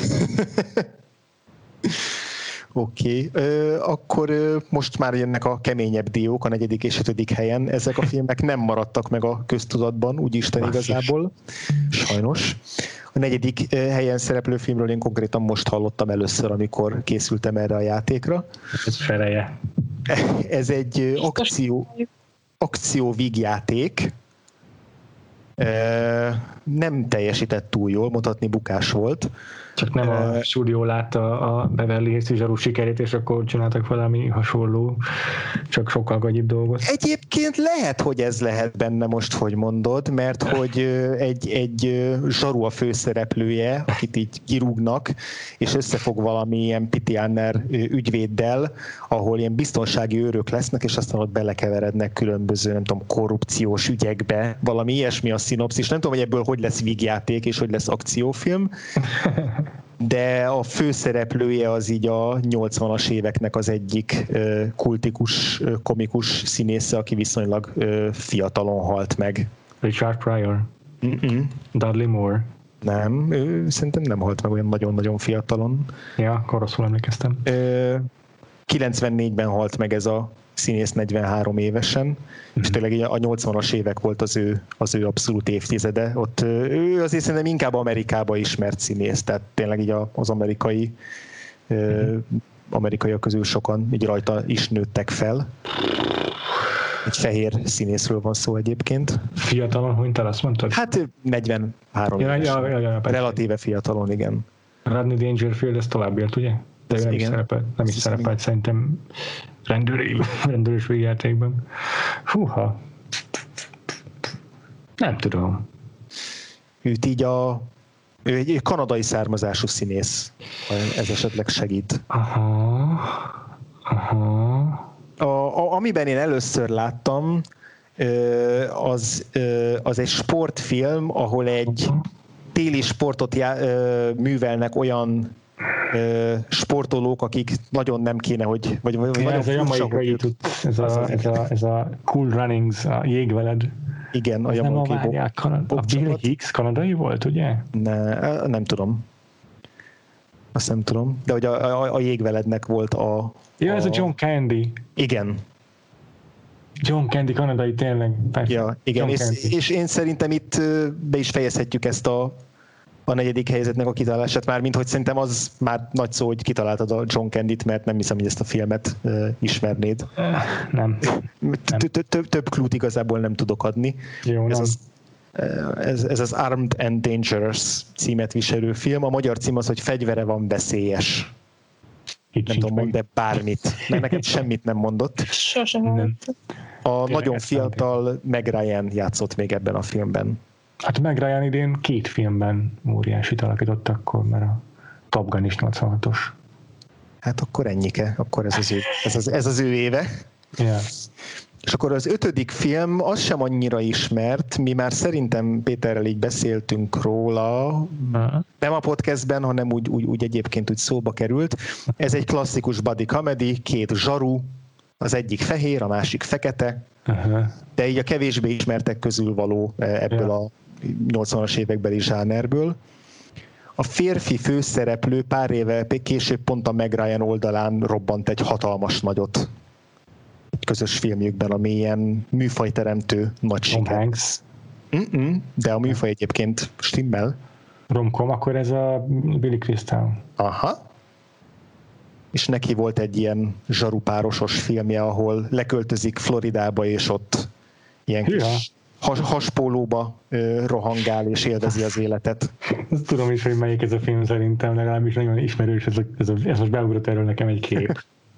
Oké, okay. Akkor most már jönnek a keményebb diók a negyedik és ötödik helyen. Ezek a filmek nem maradtak meg a köztudatban, úgyisten igazából. Sajnos. A negyedik helyen szereplő filmről én konkrétan most hallottam először, amikor készültem erre a játékra. Ez fereje. Ez egy akció, akció vígjáték. Nem teljesített túl jól, mondhatni bukás volt. Csak nem a stúdió látta a Beverly Hills zsarú sikerét, és akkor csináltak valami hasonló, csak sokkal gagyibb dolgot. Egyébként lehet, hogy ez lehet benne most, hogy mondod, mert hogy egy, egy zsaru a főszereplője, akit így kirúgnak, és összefog valami ilyen Pitiáner ügyvéddel, ahol ilyen biztonsági őrök lesznek, és aztán ott belekeverednek különböző, nem tudom, korrupciós ügyekbe, valami ilyesmi a szinopszis. Nem tudom, hogy ebből hogy lesz vígjáték, és hogy lesz akciófilm. De a főszereplője az így a nyolcvanas éveknek az egyik kultikus, komikus színésze, aki viszonylag fiatalon halt meg. Richard Pryor? Mm-mm. Dudley Moore? Nem, ő szerintem nem halt meg olyan nagyon-nagyon fiatalon. Ja, akkor rosszul emlékeztem. kilencvennégyben halt meg ez a színész negyvenhárom évesen, mm-hmm. és tényleg a nyolcvanas évek volt az ő, az ő abszolút évtizede. Ott ő azért szerintem inkább Amerikában ismert színész, tehát tényleg így az amerikai mm-hmm. amerikaiak közül sokan így rajta is nőttek fel. Egy fehér színészről van szó egyébként. Fiatalon, hogy te azt mondtad? Hát negyvenhárom ja, évesen. Ja, ja, ja, relatíve fiatalon, igen. Rodney Dangerfield, ez tovább élt, ugye? De ő nem is szerepelt, nem is szerepelt szerintem rendőri, rendőrös végjátékban. Húha. Nem tudom. Őt így a... Ő egy kanadai származású színész. Ez esetleg segít. Aha. Aha. A, a, amiben én először láttam, az, az egy sportfilm, ahol egy téli sportot já, művelnek olyan sportolók, akik nagyon nem kéne, hogy... Vagy, vagy ja, nagyon ez, a jamaikai, ez, a, ez, a, ez a Cool Runnings, a jégveled. Igen, a ez jamaikai nem a, várják, Kanad- a Bill Hicks kanadai volt, ugye? Ne, nem tudom. Azt nem tudom. De hogy a, a, a jégvelednek volt a... Ja, a... ez a John Candy. Igen. John Candy kanadai, tényleg. Persze. Ja, igen, és, és én szerintem itt be is fejezhetjük ezt a a negyedik helyzetnek a kitalálását már, mint hogy szerintem az már nagy szó, hogy kitaláltad a John Candyt, mert nem hiszem, hogy ezt a filmet uh, ismernéd. Nem. Több klút igazából nem tudok adni. Jó, ez, nem. Az, ez, ez az Armed and Dangerous címet viselő film. A magyar cím az, hogy Fegyvere van, veszélyes. Itt nem tudom, mond-e bármit, mert nekem semmit nem mondott. Sosem hallottam. A nagyon fiatal Meg Ryan játszott még ebben a filmben. Hát Meg Ryan idén két filmben óriásit alakított akkor, mert a Top Gun is nyolcvanhatos. Hát akkor ennyike, akkor ez az ő, ez az, ez az ő éve. Yeah. És akkor az ötödik film, az sem annyira ismert, mi már szerintem Péterrel így beszéltünk róla, uh-huh. nem a podcastben, hanem úgy, úgy, úgy egyébként úgy szóba került. Ez egy klasszikus buddy comedy, két zsaru, az egyik fehér, a másik fekete, uh-huh. de így a kevésbé ismertek közül való ebből yeah. a nyolcvanas évekbeli zsánerből. A férfi főszereplő pár éve később pont a Meg Ryan oldalán robbant egy hatalmas nagyot. Egy közös filmjükben, ami ilyen műfajteremtő nagy siker. De a műfaj egyébként stimmel. Romcom, akkor ez a Billy Crystal. Aha. És neki volt egy ilyen zsarupárosos filmje, ahol leköltözik Floridába, és ott ilyen Hűha. kis has, haspólóba ö, rohangál, és élvezi az életet. Ezt tudom is, hogy melyik ez a film szerintem, legalábbis nagyon ismerős, ez, a, ez, a, ez most beugrott erről nekem egy kép.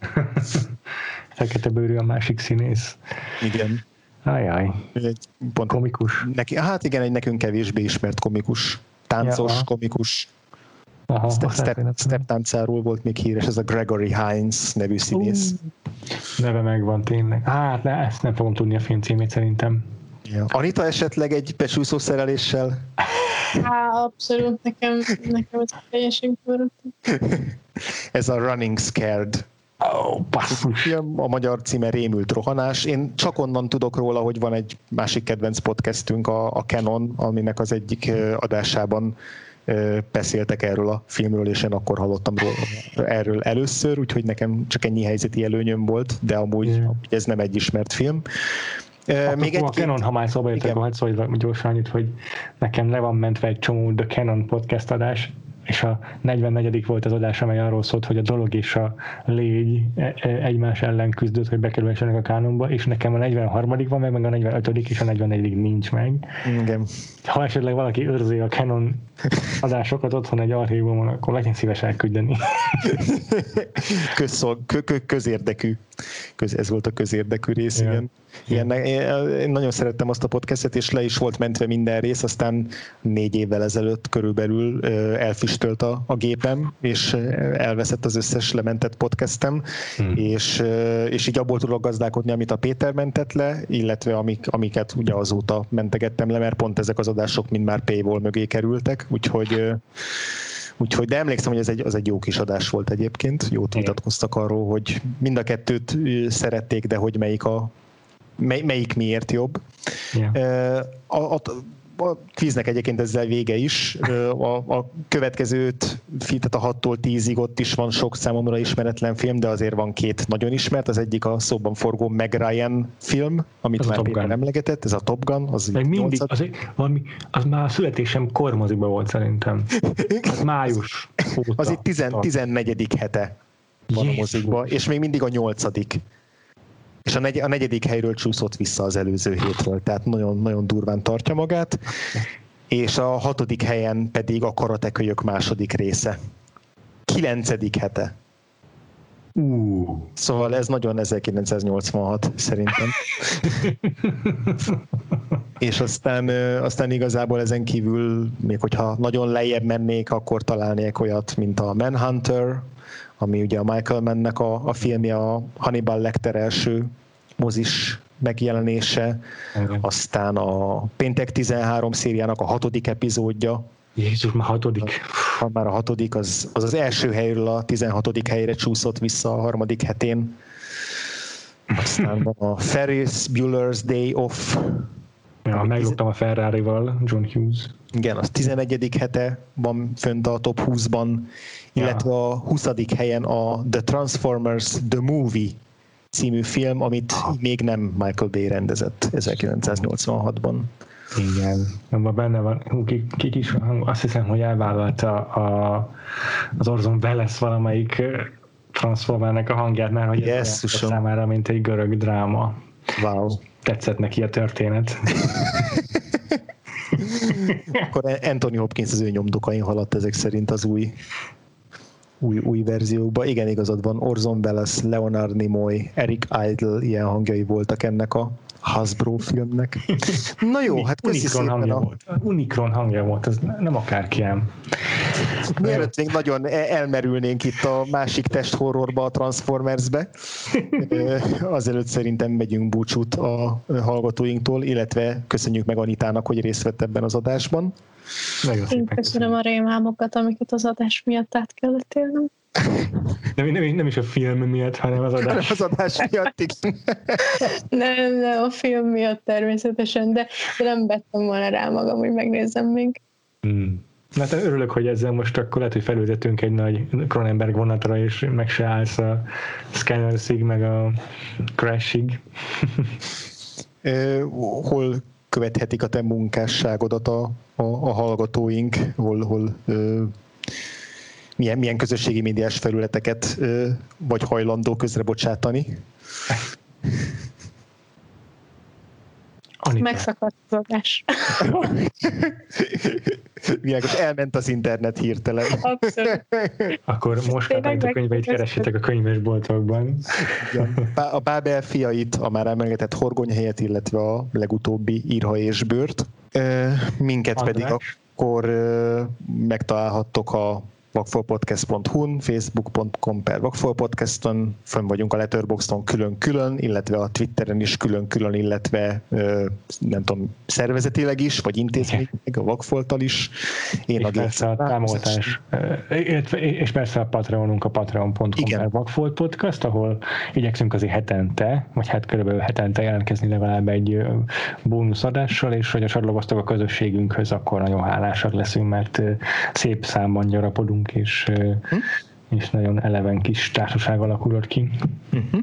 Fekete bőrű a másik színész. Igen. Ajaj. Egy pont komikus. Neki, hát igen, egy nekünk kevésbé ismert komikus. Táncos, ja, komikus. Aha, step, step, step táncáról volt még híres, ez a Gregory Hines nevű színész. Uh, neve megvan tényleg. Hát ne, ezt nem fogom tudni a film címét szerintem. Ja. Anita esetleg egy becsúszó szereléssel? Há, abszolút, nekem, nekem ez teljesen körülött. Ez a Running Scared. Oh, basszus. A magyar címe Rémült rohanás. Én csak onnan tudok róla, hogy van egy másik kedvenc podcastünk, a, a Canon, aminek az egyik adásában beszéltek erről a filmről, és én akkor hallottam róla, erről először, úgyhogy nekem csak ennyi helyzeti előnyöm volt, de amúgy yeah. ez nem egy ismert film. Hát még egy a Canon, ha már szóba jöttek, hogy szólj gyorsan annyit, hogy nekem le van mentve egy csomó The Canon podcast adás, és a negyvennegyedik volt az adás, amely arról szólt, hogy a dolog és a légy egymás ellen küzdött, hogy bekerülhessenek a kánonba, és nekem a negyvenharmadik van meg, meg a negyvenötödik és a negyvennegyedik nincs meg. Igen. Ha esetleg valaki őrzi a Canon adásokat otthon egy archívumon, akkor legyen szíves elküldeni. Közszol, kö, kö, közérdekű. Köz, ez volt a közérdekű rész, igen. igen. Ilyen, én nagyon szerettem azt a podcastet, és le is volt mentve minden rész, aztán négy évvel ezelőtt körülbelül elfüstölt a, a gépem, és elveszett az összes lementett podcastem, hmm. és, és így abból tudok gazdálkodni, amit a Péter mentett le, illetve amik, amiket ugye azóta mentegettem le, mert pont ezek az adások mind már paywall mögé kerültek, úgyhogy Úgyhogy, de emlékszem, hogy ez egy, az egy jó kis adás volt egyébként, jót vitatkoztak arról, hogy mind a kettőt szerették, de hogy melyik, a, mely, melyik miért jobb. Yeah. A, a, a kvíznek egyébként ezzel vége is. A, a következőt, tehát a hattól tízig ott is van sok számomra ismeretlen film, de azért van két nagyon ismert. Az egyik a szóban forgó Meg Ryan film, amit az már Péter emlegetett, ez a Top Gun. Az meg mindig, az, valami, az már a születésem kormoziba volt szerintem. Az május óta. Az itt tizen, tizennegyedik hete van a mozikba, és még mindig a nyolcadik. És a, negy, a negyedik helyről csúszott vissza az előző hétről, tehát nagyon, nagyon durván tartja magát. És a hatodik helyen pedig a Karatekölyök második része. Kilencedik hete. Uh. Szóval ez nagyon ezerkilencszáznyolcvanhat szerintem. És aztán, aztán igazából ezen kívül, még hogyha nagyon lejjebb mennék, akkor találnék olyat, mint a Manhunter, ami ugye a Michael Mannnek a, a filmje, a Hannibal Lecter első mozis megjelenése, okay. Aztán a Péntek tizenhárom szériának a hatodik epizódja. Jézus, már hatodik. Ha már a hatodik, az, az az első helyről a tizenhatodik helyre csúszott vissza a harmadik hetén. Aztán van a Ferris Bueller's Day Off. Ja, megloptam a Ferrari-val, John Hughes. Igen, az tizenegyedik hete van fönt a top húszban, illetve ja. a huszadik helyen a The Transformers The Movie című film, amit még nem Michael Bay rendezett ezerkilencszáznyolcvanhatban. Igen, abban benne van, ki, ki is, azt hiszem, hogy elvállalta a, az Orson Welles valamelyik Transformernek a hangját, mert hogy ez számára, mint egy görög dráma. Wow. Tetszett neki a történet. Akkor Anthony Hopkins az ő nyomdokain haladt ezek szerint az új új, új verziókba. Igen, igazad van, Orson Welles, Leonard Nimoy, Eric Idle, ilyen hangjai voltak ennek a Hasbro filmnek. Na jó, hát köszi Unicron szépen hangja a... volt. Unicron hangja volt, ez nem akárki ám. Mielőtt még nagyon elmerülnénk itt a másik testhorrorba, a Transformersbe, azelőtt szerintem megyünk búcsút a hallgatóinktól, illetve köszönjük meg Anitának, hogy részt vett ebben az adásban. Én köszönöm a rémálmokat, amiket az adás miatt át kellett élnem. Nem, nem, nem is a film miatt, hanem az adás. az adás miatt, igen. Nem, nem, a film miatt természetesen, de, de nem vettem volna rá magam, hogy megnézzem még. Hmm. Na, hát örülök, hogy ezzel most akkor lehet, hogy felültetünk egy nagy Cronenberg vonatra, és meg se állsz a Scanners-ig, meg a Crash-ig. Hol követhetik a te munkásságodat a, a, a hallgatóink, hol, hol ö, milyen, milyen közösségi médiás felületeket ö, vagy hajlandó közre bocsátani? Anita. Megszakadt az adás. Világos, elment az internet hirtelen. Abszolút. Akkor most a könyveit keressétek a könyvesboltokban. A Bábel fiait, a már emlegetett Horgonyhelyet, illetve a legutóbbi Írha és Bőrt. Minket András. Pedig akkor megtalálhattok a vakfolpodcast pont hu-n, facebook pont com per vakfolpodcaston, fönn vagyunk a Letterboxdon külön-külön, illetve a Twitteren is külön-külön, illetve nem tudom, szervezetileg is, vagy intézményleg, a Vakfolttal is. Én és persze a támogatás, és persze a Patreonunk a patreon pont com per Vakfolt Podcast, ahol igyekszünk azért hetente, vagy hát körülbelül hetente jelentkezni legalább egy bónuszadással, és hogy a csatlakoztok a közösségünkhöz, akkor nagyon hálásak leszünk, mert szép számban gyarapodunk, és, hm? és nagyon eleven kis társaság alakulott ki. Uh-huh.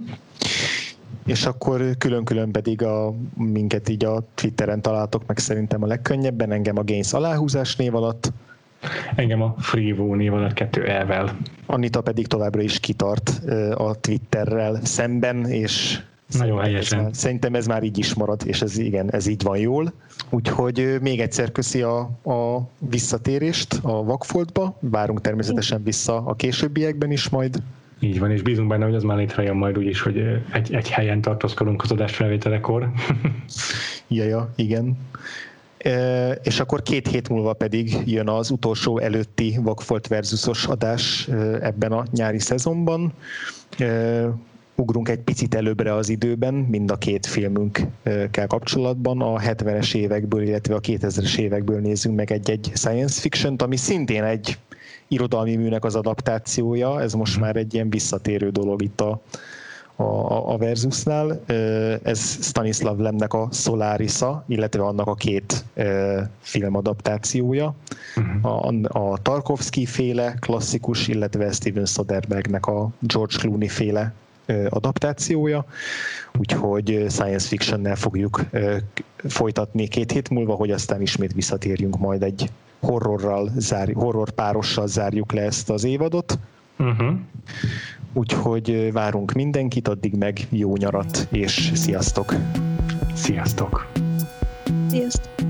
És akkor külön-külön pedig a, minket így a Twitteren találtok meg szerintem a legkönnyebben, engem a Gains aláhúzás név alatt. Engem a Freevo név alatt kettő elvel. Anita pedig továbbra is kitart a Twitterrel szemben, és nagyon helyesen. Ez, szerintem ez már így is marad, és ez igen, ez így van jól. Úgyhogy még egyszer köszi a, a visszatérést a Vakfoltba, várunk természetesen vissza a későbbiekben is majd. Így van, és bízunk benne, hogy az már létrejön majd úgyis, hogy egy, egy helyen tartózkodunk az adásfelvételekor. Jaja, igen. E, és akkor két hét múlva pedig jön az utolsó előtti Vakfolt versusos adás ebben a nyári szezonban. E, ugrunk egy picit előbbre az időben, mind a két filmünkkel kapcsolatban. A hetvenes évekből, illetve a kétezres évekből nézzünk meg egy-egy science fiction-t, ami szintén egy irodalmi műnek az adaptációja. Ez most már egy ilyen visszatérő dolog itt a, a, a Versusnál. Ez Stanislav Lemnek a Solarisa, illetve annak a két filmadaptációja. A, a Tarkovsky féle klasszikus, illetve Steven Soderberghnek a George Clooney féle adaptációja, úgyhogy science fiction-nel fogjuk folytatni két hét múlva, hogy aztán ismét visszatérjünk majd egy horrorral, zár, horror párossal zárjuk le ezt az évadot. Uh-huh. Úgyhogy várunk mindenkit, addig meg jó nyarat, és sziasztok! Sziasztok! Sziasztok!